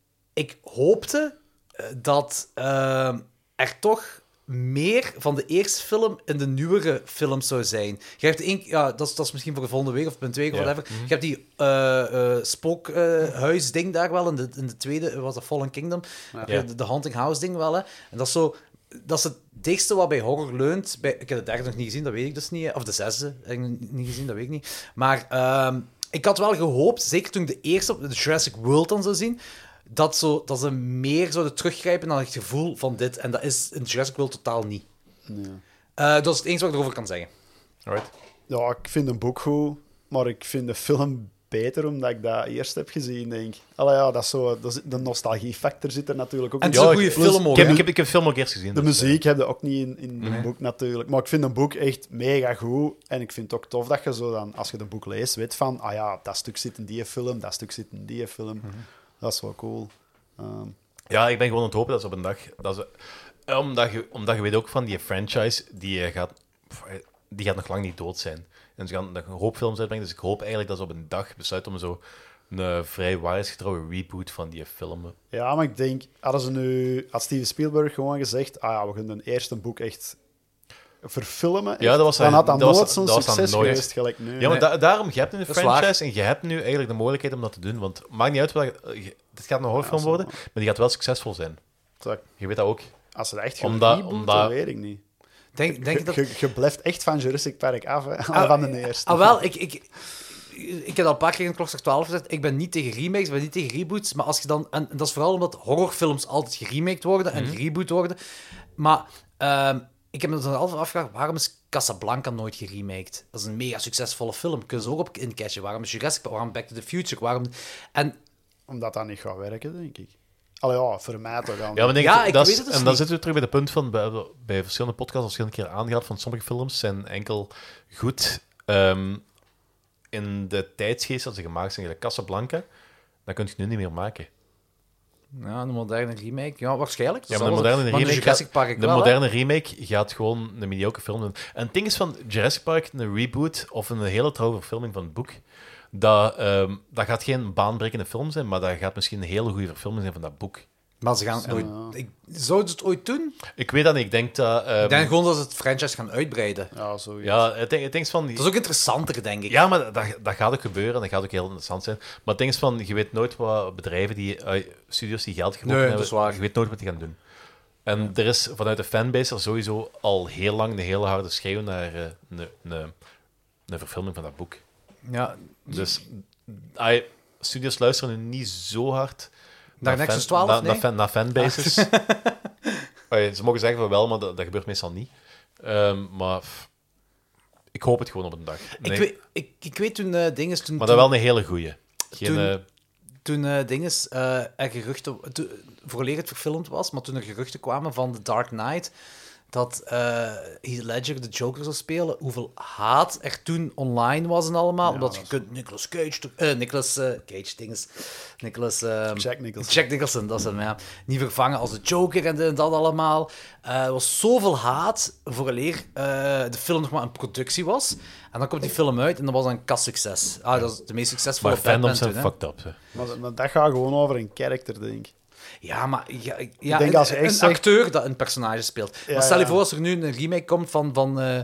ik hoopte uh, dat uh, er toch meer van de eerste film in de nieuwere films zou zijn. Je hebt één, ja, dat is, dat is misschien voor de volgende week of een twee of Ja. whatever. Je hebt die uh, uh, spookhuis-ding daar wel. In de, in de tweede was dat Fallen Kingdom. Heb je Ja. De, de Haunting House-ding wel. Hè. En dat is zo... Dat is het dichtste wat bij horror leunt. Bij, ik heb de derde nog niet gezien, dat weet ik dus niet. Of de zesde heb ik nog niet gezien, dat weet ik niet. Maar uh, ik had wel gehoopt, zeker toen ik de eerste, de Jurassic World dan zou zien, dat, zo, dat ze meer zouden teruggrijpen naar het gevoel van dit. En dat is in Jurassic World totaal niet. Nee. Uh, dat is het enige wat ik erover kan zeggen. Alright. Ja, ik vind een boek goed, maar ik vind de film beter omdat ik dat eerst heb gezien, denk ik. Allee, ja, dat is zo, dat is, de nostalgie-factor zit er natuurlijk ook En in. het is Ja, een goede ik- film Ik ook. heb, hè. ik, heb, ik heb de film ook eerst gezien. De dus, muziek heb je ook niet in, in Nee. een boek natuurlijk. Maar ik vind een boek echt mega goed. En ik vind het ook tof dat je zo dan, als je een boek leest, weet van, ah ja, dat stuk zit in die film, dat stuk zit in die film. Dat is wel cool. Um, Ja, ik ben gewoon aan het hopen dat ze op een dag... Dat ze, eh, omdat, je, omdat je weet ook van die franchise, die, eh, gaat, pff, eh, die gaat nog lang niet dood zijn. En ze gaan nog een hoop films uitbrengen, dus ik hoop eigenlijk dat ze op een dag besluiten om zo een uh, vrij waarheidsgetrouwe reboot van die film... ja, maar ik denk, hadden ze nu, had Steven Spielberg gewoon gezegd, ah ja, we gaan een eerste boek echt verfilmen, Ja, echt, dat was dan hij- had dat, dat was- nooit zo'n dat was dan succes nooit. geweest, gelijk nu. Ja, maar da- daarom, je hebt nu een Dat is waar. franchise en je hebt nu eigenlijk de mogelijkheid om dat te doen. Want het maakt niet uit, wat, je- je- dit gaat een horrorfilm zo. worden, maar die gaat wel succesvol zijn. Zeg, Je weet dat ook. als ze dat echt gaan Omdat- rebooten, omdat- weet ik niet. Denk, denk je dat... Je, je blijft echt van Jurassic Park af, hè, Ah, van de eerste. Ah, wel, ik, ik, ik heb al een paar keer in Klokslag twaalf gezegd, ik ben niet tegen remakes, ik ben niet tegen reboots, maar als je dan... En dat is vooral omdat horrorfilms altijd geremaked worden en Mhm. gereboot worden. Maar ehm, ik heb me dan altijd afgevraagd, waarom is Casablanca nooit geremaked? Dat is een mega succesvolle film, kunnen ze ook op incashen. Waarom is Jurassic Park, waarom Back to the Future, waarom... En Omdat dat niet gaat werken, denk ik. Allee, ja, voor mij toch dan. Ja, maar denk, Ja, ik dat weet is, het dus en dan niet. zitten we terug bij de punt van bij, bij verschillende podcasts verschillende keer aangehaald van sommige films zijn enkel goed ehm, in de tijdsgeest dat ze gemaakt zijn. Gelijk Casablanca, dat kun je nu niet meer maken. ja, een moderne remake, ja, waarschijnlijk. Ja, Dat maar de zal wel- moderne maar de remake, Jurassic gaat, Park de wel, hè. moderne remake gaat gewoon een mediocre film doen. En het ding is van Jurassic Park, een reboot of een hele trouwe verfilming van het boek, dat, ehm, dat gaat geen baanbrekende film zijn, maar dat gaat misschien een hele goede verfilming zijn van dat boek. Maar ze gaan het nooit... Ik, zouden ze het ooit doen? Ik weet dat niet. Ik denk dat... ehm, Ik denk gewoon dat ze het franchise gaan uitbreiden. Ja, zoiets. ja, het ding, het ding is van... Dat is ook interessanter, denk ik. Ja, maar dat, dat gaat ook gebeuren en dat gaat ook heel interessant zijn. Maar het ding is van, je weet nooit wat bedrijven, die, uh, studios die geld geboden Nee, hebben, dat is waar. je weet nooit wat die gaan doen. En er is vanuit de fanbase er sowieso al heel lang een hele harde schreeuw naar uh, een, een een verfilming van dat boek. Ja, Dus ay, studios luisteren nu niet zo hard Naar Nexus fan- twaalf, na- nee? naar fan- naar fanbases. Ay, ze mogen zeggen van wel, maar dat, dat gebeurt meestal niet. Um, maar pff, ik hoop het gewoon op een dag. Nee. ik, weet, ik, ik weet toen uh, dinges... Toen, Maar dat wel een hele goeie. Geen, Toen- uh, Toen uh, dinges, uh, er geruchten... To, vooraleer het verfilmd was, maar toen er geruchten kwamen van The Dark Knight, dat uh, Heath Ledger de Joker zou spelen, hoeveel haat er toen online was en allemaal, Ja, omdat dat je is- kunt Nicolas Cage... Uh, Nicolas... Uh, Cage, dinges... Nicolas... Uh, Jack Nicholson. Jack Nicholson, dat is hem, ja. Niet vervangen als de Joker en, de, en dat allemaal. Uh, er was zoveel haat vooraleer uh, de film nog maar een productie was. En dan komt die film uit en dat was een kassucces. Ah, dat is de meest succesvolle maar fandoms Batman zijn toen, hè. fucked up. Hè. Maar, maar dat gaat gewoon over een karakter, denk ik. Ja, maar ja, ja, denk een, als je echt een zegt- acteur dat een personage speelt. Ja, maar stel je ja. voor als er nu een remake komt van... van uh,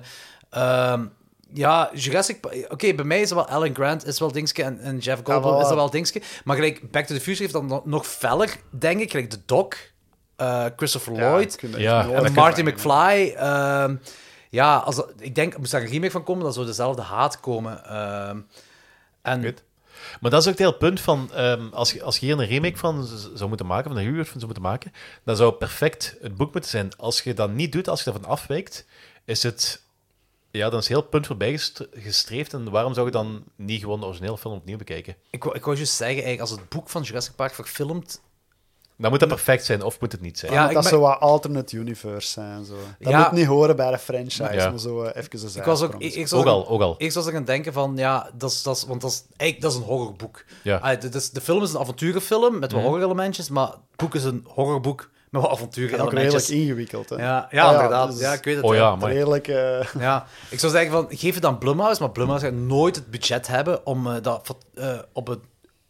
uh, ja, Jurassic Park... Oké, okay, bij mij is er wel Alan Grant, is wel dingske, en, en Jeff Goldblum Ja, is wel. er wel dingske. Maar gelijk, Back to the Future heeft dan nog, nog feller, denk ik. Gelijk de Doc, uh, Christopher Lloyd, kun je Ja. echt nooit en Marty vervangen. McFly. Uh, ja, als dat, ik denk, moest daar een remake van komen, dan zou dezelfde haat komen. Uh, en... Goed. Maar dat is ook het hele punt van, um, als, je, als je hier een remake van z- zou moeten maken, van een reboot van zou moeten maken, dan zou het perfect het boek moeten zijn. Als je dat niet doet, als je daarvan afwijkt, is het... Ja, dan is het heel punt voorbij gest- gestreefd. En waarom zou je dan niet gewoon de originele film opnieuw bekijken? Ik, wou- ik wou juist zeggen, eigenlijk, als het boek van Jurassic Park verfilmd... Dan moet dat perfect zijn, of moet het niet zijn. Ja, Ja, ik dat ben- zou wat alternate universe zijn. Zo. Dat Ja. moet niet horen bij de franchise, Ja. maar zo uh, even een Ik was ook... zijsprong. Ik, ik was Ook al, ook al. Eerst was ik aan het denken van, ja, dat is, dat is, want dat is, eigenlijk, dat is een horrorboek. Ja. Ah, de, de, de film is een avonturenfilm met wat Mhm. horrorelementjes, maar het boek is een horrorboek met wat En ook avonturenelementjes. redelijk ingewikkeld. Hè. Ja, ja, Ah, inderdaad. dus Ja, ik weet het. Oh ja. ja, maar... Redelijk... eh, Ja, ik zou zeggen van, geef het aan Blumhouse, maar Blumhouse gaat nooit het budget hebben om uh, dat uh, op een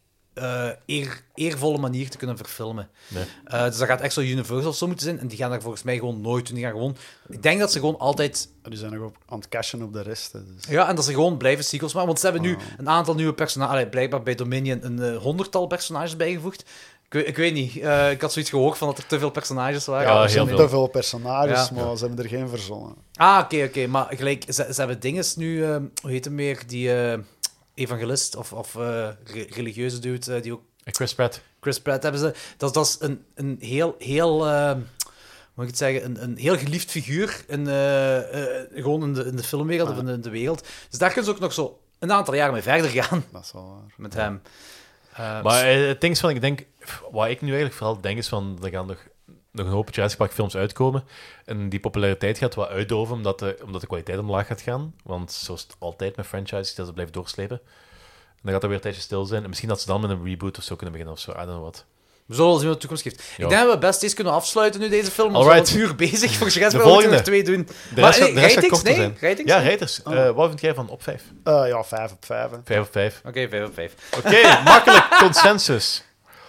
uh, eer, eervolle manier te kunnen verfilmen. Nee. Uh, dus dat gaat echt zo Universal of zo moeten zijn, en die gaan daar volgens mij gewoon nooit doen. Die gaan gewoon... Ik denk dat ze gewoon altijd... Die zijn nog op, aan het cashen op de rest. hè, Dus. Ja, en dat ze gewoon blijven sequels maken, want ze hebben nu Wow. een aantal nieuwe personages... Allee, blijkbaar bij Dominion een uh, honderdtal personages bijgevoegd. Ik, weet- ik weet niet, uh, ik had zoiets gehoord van dat er te veel personages waren. Ja, er heel zijn veel. te veel personages, Ja. maar ze hebben er geen verzonnen. Ah, oké, okay, oké. Okay. Maar gelijk, ze, ze hebben dinges nu... Uh, hoe heet hem weer? Die uh, evangelist of, of uh, re- religieuze dude, uh, die ook... Chris Pratt. Chris Pratt hebben ze... Dat, dat is een, een heel... heel uh, moet ik het zeggen? Een, een heel geliefd figuur in, uh, uh, gewoon in de, in de filmwereld Ah. of in de, in de wereld. Dus daar kunnen ze ook nog zo een aantal jaren mee verder gaan Dat is wel waar. met hem. Uh, Maar eh, het ding is van, ik denk... Wat ik nu eigenlijk vooral denk is van, er gaan nog, nog een hoop Jurassic Park films uitkomen. En die populariteit gaat wat uitdoven, omdat de, omdat de kwaliteit omlaag gaat gaan. Want zoals het altijd met franchises, dat ze blijven doorslepen. En dan gaat er weer een tijdje stil zijn. En misschien dat ze dan met een reboot of zo kunnen beginnen of zo. I don't know what. we zullen wel zien wat de toekomst geeft. Ja. Ik denk dat we best eens kunnen afsluiten nu deze film. We zijn al Alright. een uur bezig voor Jurassic De Park. We moeten volgende. er twee doen. De Maar rest, gaat- nee, de rest gaat ratings? korter Nee, zijn. ratings? Ja, Nee? raters. Oh. Eh, wat vind jij van op vijf? Uh, ja, vijf op vijf. hè. Vijf op vijf. Oké, vijf op vijf. Oké, makkelijk. Consensus.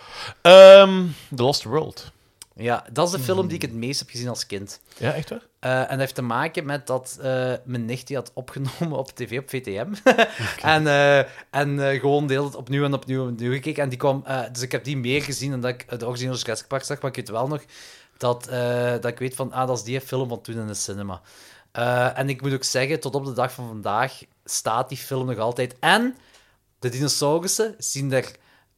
Ehm The Lost World. Ja, dat is de film die ik het meest heb gezien als kind. Ja, echt waar? Uh, en dat heeft te maken met dat uh, mijn nicht die had opgenomen op tv op V T M. en uh, en uh, gewoon de hele tijd opnieuw en opnieuw en opnieuw gekeken. En die kwam, uh, dus ik heb die meer gezien dan dat ik de originele Jurassic Park zag. Maar ik weet wel nog dat, uh, dat ik weet van, ah, dat is die film van toen in de cinema. Uh, en ik moet ook zeggen, tot op de dag van vandaag staat die film nog altijd. En de dinosaurussen zien er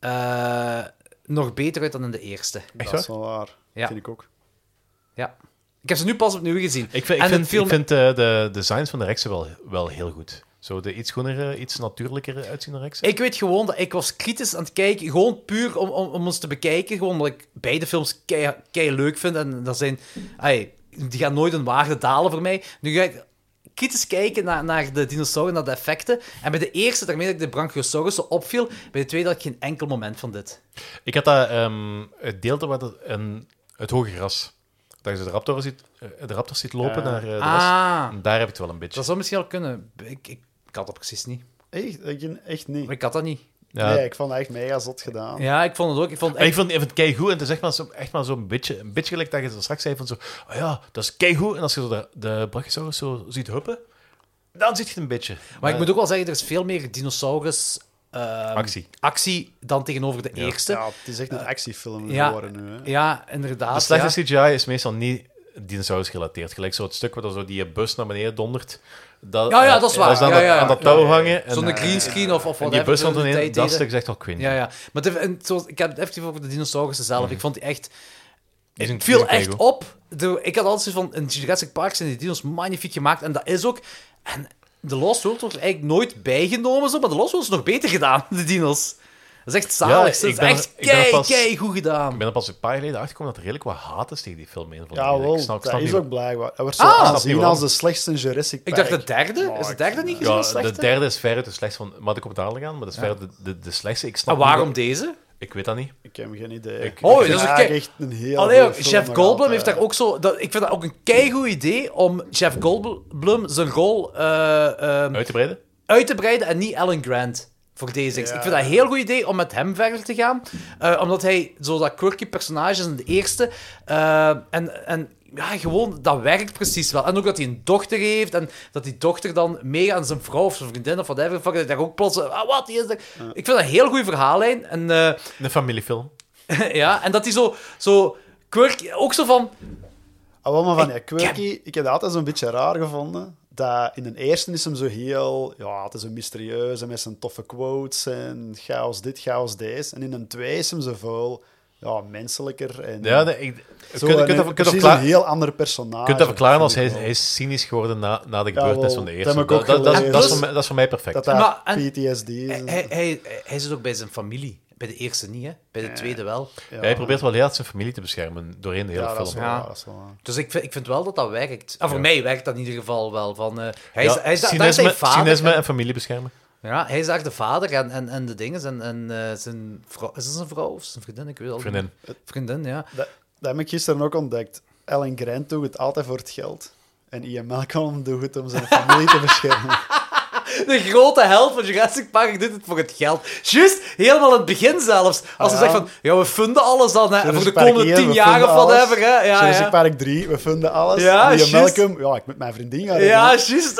uh, nog beter uit dan in de eerste. Echt Dat is waar? wel waar. Ja. Vind ik ook. Ja. Ik heb ze nu pas opnieuw gezien. Ik vind, ik En vind, een film- ik vind uh, de designs van de Rexen wel, wel heel goed. Zo de iets groenere, iets natuurlijker uitziende Rexen. Ik weet gewoon dat ik was kritisch aan het kijken, gewoon puur om, om, om ons te bekijken. Gewoon omdat ik beide films kei, kei leuk vind. En dat zijn, ay, die gaan nooit een waarde dalen voor mij. Nu ga ik kritisch kijken naar, naar de dinosauren, naar de effecten. En bij de eerste, daarmee dat ik de Brachiosaurus zo opviel, bij de tweede had ik geen enkel moment van dit. Ik had dat um, het deelte waar het, een, het hoge gras. Dat je de raptor ziet, uh, de raptor ziet lopen Ja. naar uh, de rest. Ah, En daar heb ik het wel een beetje. dat zou misschien wel kunnen. Ik, ik, ik had dat precies niet. Echt, ik, echt niet. Maar ik had dat niet. Ja. Nee, ik vond het echt mega zot gedaan. Ja, ik vond het ook. Ik vond het En ik echt... vond, ik vond het keigoed. En het is echt maar, zo, echt maar zo'n beetje, een beetje gelijk dat je er straks zei van zo... Oh ja, dat is keigoed. En als je zo de, de Brachiosaurus zo ziet huppen, dan zit je het een beetje. Maar ik moet ook wel zeggen, er is veel meer dinosaurus... ehm, Actie. actie dan tegenover de Ja. eerste. Ja, het is echt een actiefilm ja. geworden nu. Hè. Ja, inderdaad. De slechte ja. C G I is meestal niet dinosaurus gerelateerd. Gelijk zo het stuk waar zo die bus naar beneden dondert. Dat, Ja, ja, dat is waar. Dat is dan Ja, ja, ja. aan dat touw Ja, ja, ja. hangen. En, Zo'n greenscreen of, of en wat die bus van beneden, dat stuk is echt wel cringe. Ja, ja. Maar het, en, zo, ik heb het even over de dinosaurussen zelf. Ik vond die echt... Die zijn- Het viel die zijn echt keigoed. op. De, ik had altijd zoiets van... In Jurassic Park zijn die dino's magnifiek gemaakt. En dat is ook... En de Lost World wordt er eigenlijk nooit bijgenomen, zo, maar de Lost World is nog beter gedaan, de dino's. Dat is echt zalig. Ja, dat is ik ben- echt ik ben er kei, pas- kei goed gedaan. Ik ben er pas een paar jaar geleden achtergekomen dat er redelijk wat haat is tegen die film. Een van Ja, die- wel, ik snap, ik dat snap is niet ook blijkbaar. Hij wordt zo Ah! Snap aanzien niet waarom. als de slechtste Jurassic Ik Park. dacht de derde. Oh, Is de ik- derde niet gezien Ja, als slechte? de derde is ver uit de slechtste van... Maar ik kom het dadelijk aan, maar dat is ver de, de, de slechtste. Ik snap En waarom niet deze? dat- Ik weet dat niet. Ik heb geen idee. Ik- Oh, Ik dat is vind een het kei- echt een heel Allee, goede film Jeff nog Goldblum altijd. heeft daar ook zo... Dat, ik vind dat ook een keigoed idee om Jeff Goldblum zijn rol eh, ehm, Uit te breiden? uit te breiden en niet Alan Grant voor deze. Ja. Ik vind dat een heel goed idee om met hem verder te gaan. Eh, omdat hij zo dat quirky personage is in de eerste. Eh, en, en ja, gewoon, dat werkt precies wel. En ook dat hij een dochter heeft en dat die dochter dan mee aan zijn vrouw of zijn vriendin of whatever, fuck, dat daar ook plots... Ah, wat, die is er... Ik vind dat een heel goede verhaallijn. En, eh, Een familiefilm. ja, en dat hij zo, zo quirky... Ook zo van... Ah, wel, maar van ja, Ik quirky, ik heb dat altijd zo'n beetje raar gevonden. Dat in de eerste is hem zo heel... Ja, het is zo mysterieus en met zijn toffe quotes en chaos dit, chaos deze. En in een twee is hem zo veel ja, menselijker. En Ja, nee, ik, je zo kunt, je een- kunt, dat- je kunt dat precies verkla- een heel ander personage. je kunt dat verklaren als hij, vind ik hij wel. is cynisch geworden na, na de Ja, gebeurtenis wel, van de dat eerste. heb ik ook dat, dat, dat, gelezen. dat is En voor mij, dat is voor mij perfect. Dat dat Maar- en- P T S D is. Hij, hij, hij zit ook bij zijn familie. Bij de eerste niet, hè. Bij de tweede wel. Ja. Hij probeert wel heel hard zijn familie te beschermen doorheen de hele Ja, film. dat is wel Ja. waar, dat is wel waar. Dus ik vind, ik vind wel dat dat werkt. En voor Ja. mij werkt dat in ieder geval wel. Van, eh, hij, is, Ja, hij is daar daar is cynisme, zijn vader. cynisme en- en familie beschermen. ja, hij is daar de vader en, en, en de dingen. En, en eh, zijn vrouw... Is dat zijn vrouw of zijn vriendin? Ik weet het al niet. Vriendin. Vriendin, ja. Dat, dat heb ik gisteren ook ontdekt. Alan Grant doet het altijd voor het geld. En Ian Malcolm doet het om zijn familie te beschermen. De grote held van Jurassic Park doet het voor het geld. Juist, helemaal in het begin zelfs. Als Ah, ze ja. zegt van, ja, we funden alles dan, hè. Jurassic Voor de Park komende één, tien we jaar of vinden alles. whatever, hè. Ja, Jurassic ja. Park drie, we vinden alles. Ja, en Ian juist. Malcolm, ja, ik moet mijn vriendin gaan Ja, redden. juist.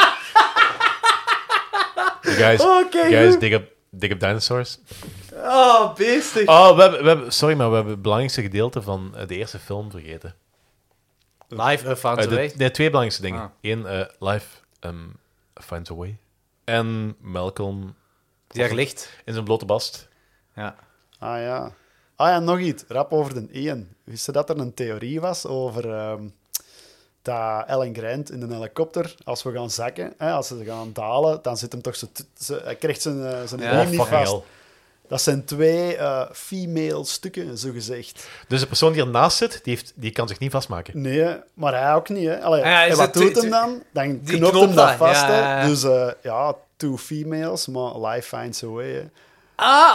Guys, Oké, guys goed. dig, up, dig up dinosaurs. Oh, beestig. Oh, we hebben, we hebben, sorry, maar we hebben het belangrijkste gedeelte van eh, de eerste film vergeten. Live uh, Found Eh, a de, Way. nee, twee belangrijkste dingen. Ah. Eén, eh, Life um, Finds a Way. En Malcolm Die daar ligt. in zijn blote bast. Ja. Ah ja. Ah ja, nog iets. Rap over de Ian. Wist je dat er een theorie was over ehm, dat Alan Grant in een helikopter, als we gaan zakken, hè, als ze gaan dalen, dan zit hem toch zo... t- ze- hij krijgt zijn, eh, zijn Ja. riem Oh, niet fucking vast. hell. Dat zijn twee eh, female stukken, zogezegd. Dus de persoon die ernaast zit, die, heeft, die kan zich niet vastmaken. Nee, maar hij ook niet. Hè. Allee, Ah ja, hij en zit wat doet te- hem dan? Dan die knopt knopt hem dat dat, vast. ja, hè. ja, ja. Dus eh, ja, two females, maar life finds a way. Hè. Ah,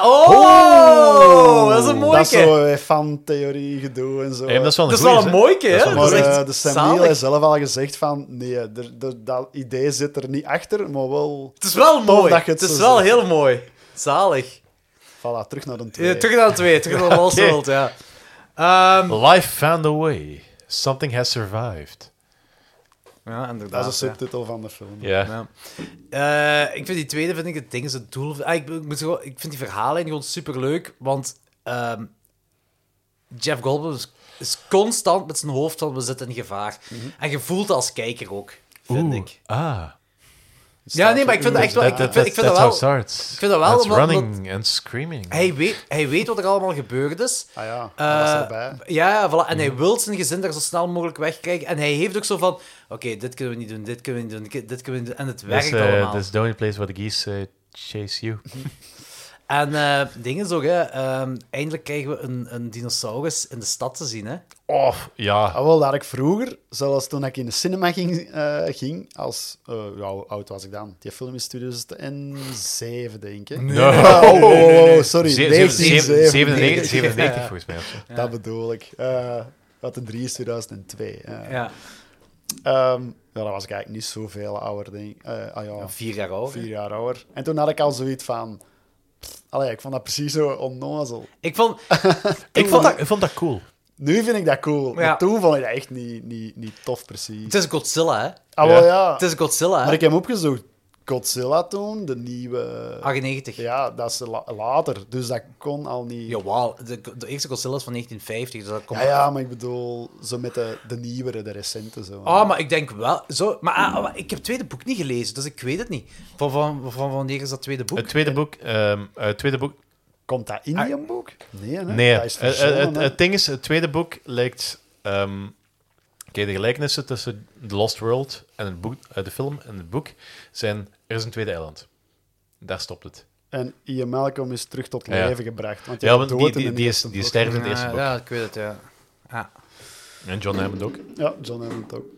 oh! Dat is een mooie. Dat is zo eh, fan-theorie gedoe en zo. Ja, maar dat is wel een Dat is wel goeie, een hè. mooie, Dat is hè? wel Maar Dat is eh, echt de Sam zalig. Neill heeft zelf al gezegd van nee, er, er- dat idee zit er niet achter, maar wel... Het is wel Tof mooi. dat je Het het is zo wel zegt. heel mooi. Zalig. Voilà, terug naar de twee. Ja, terug naar de twee, terug naar de Lost Oké. World, ja. Ehm, Life Found a Way. Something has survived. ja, inderdaad. Dat is de ja. subtitel van de film. Ja. Ja. Eh, ik vind die tweede, vind ik het ding is het doel. Ah, ik, ik, moet gewoon, ik vind die verhaallijn gewoon super leuk, want ehm, Jeff Goldblum is, is constant met zijn hoofd van we zitten in gevaar. En je voelt het als kijker ook, vind Oeh, ik. Ah. Ja, nee, maar ik vind dat echt wel. Ik That, vind, that, ik vind that's dat how wel. it starts. ik vind dat wel, That's omdat- running and screaming. Hij weet, hij weet wat er allemaal gebeurd is. Ah ja, Eh, dat was erbij. ja, ja, voilà. En hij wil zijn gezin daar zo snel mogelijk wegkrijgen. En hij heeft ook zo van: oké, dit kunnen we niet doen, dit kunnen we niet doen, dit kunnen we niet doen. En het This, werkt uh, allemaal. this is the only place where the geese uh, chase you. En eh dingen zo, hè. ehm, eindelijk krijgen we een, een dinosaurus in de stad te zien, hè. Oh, ja. Ah, wel, dat had ik vroeger, zelfs toen ik in de cinema ging, eh, ging als... eh, ja, hoe oud was ik dan? Die film is tweeduizend zeven, denk ik. Nee. Oh, oh, oh, oh, sorry, Ze- ze- negentien zevenenzeventig. zevenennegentig zevenennegentig volgens mij. Of zo. Dat bedoel ik. Eh wat een drie is tweeduizend twee. eh. Ja. Ehm, ja, dat was ik eigenlijk niet zoveel ouder, denk ik. Eh, ah ja, Vier jaar oud. vier jaar ouder. En toen had ik al zoiets van... pff, allee, ik vond dat precies zo onnozel. Ik vond... Ik vond, dat, ik vond dat cool. Nu vind ik dat cool. Ja. Maar toen vond ik dat echt niet, niet, niet tof, precies. Het is Godzilla, hè. Ah, wel, ja. Het is Godzilla, hè. Maar ik heb hem opgezocht. Godzilla toen, de nieuwe... achtennegentig. Ja, dat is la- later, dus dat kon al niet... Jawel, de, de eerste Godzilla is van negentien vijftig, dus dat komt... Ja, ja, maar ik bedoel, zo met de, de nieuwere, de recente. Zo. Ah, maar ik denk wel... Zo, maar ah, maar ik heb het tweede boek niet gelezen, dus ik weet het niet. Van, van, van wanneer is dat tweede boek? Het tweede boek... ehm, het tweede boek... Komt dat in die boek? Nee, hè? Nee, Dat is het, verzonnen, het, hè. het ding is, het tweede boek lijkt... Um, Kijk, de gelijkenissen tussen The Lost World en het boek, uh, de film en het boek zijn... Er is een tweede eiland. Daar stopt het. En Ian Malcolm is terug tot Ja. leven gebracht. Want Ja, hij want dood die, in die, de die, is, eerste die boek. sterft in het eerste Ja, boek. ja, ik weet het, ja. ja. En John Hammond ook. Ja, John Hammond ook.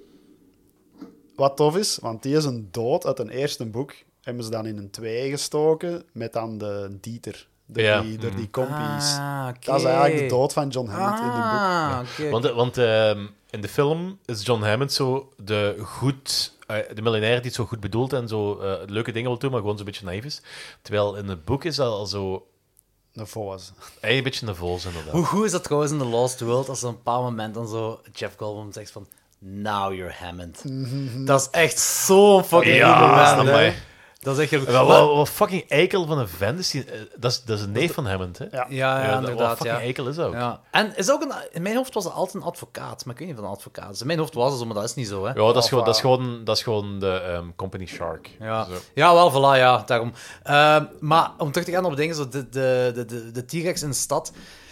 Wat tof is, want die is een dood uit een eerste boek. Hebben ze dan in een twee gestoken met dan de Dieter. Door, Ja. die, door die Mhm. kompies. Ah, oké. Dat is eigenlijk de dood van John Hammond in het boek. Ah, oké. Want, want ehm, in de film is John Hammond zo de goed... eh, de miljonair die het zo goed bedoelt en zo eh, leuke dingen wil doen, maar gewoon zo'n beetje naïef is. Terwijl in het boek is dat al zo... Een voos. Eigenlijk een beetje nerveus, inderdaad. Hoe goed is dat trouwens in The Lost World als er op een bepaald moment dan zo Jeff Goldblum zegt van Now you're Hammond. Dat is echt zo'n fucking Ja, goed moment, hè. amai. Dat is echt heel goed. Wat, Maar- wat, wat fucking eikel van een vent is die... eh, dat, is dat is een neef van Hammond, hè? Ja. Ja, ja, dat- inderdaad. Wat fucking Ja. eikel is dat ook. Ja. En is ook een, in mijn hoofd was het altijd een advocaat, maar ik weet niet of het een advocaat is. In mijn hoofd was het zo, maar dat is niet zo, hè. Ja, dat is Of, gewoon, dat is uh, gewoon, dat is gewoon de ehm, Company Shark. Ja, Zo. ja wel, voilà, ja, daarom. Ehm, maar om terug te gaan op dingen, zo de, de, de, de, de T-Rex in de stad,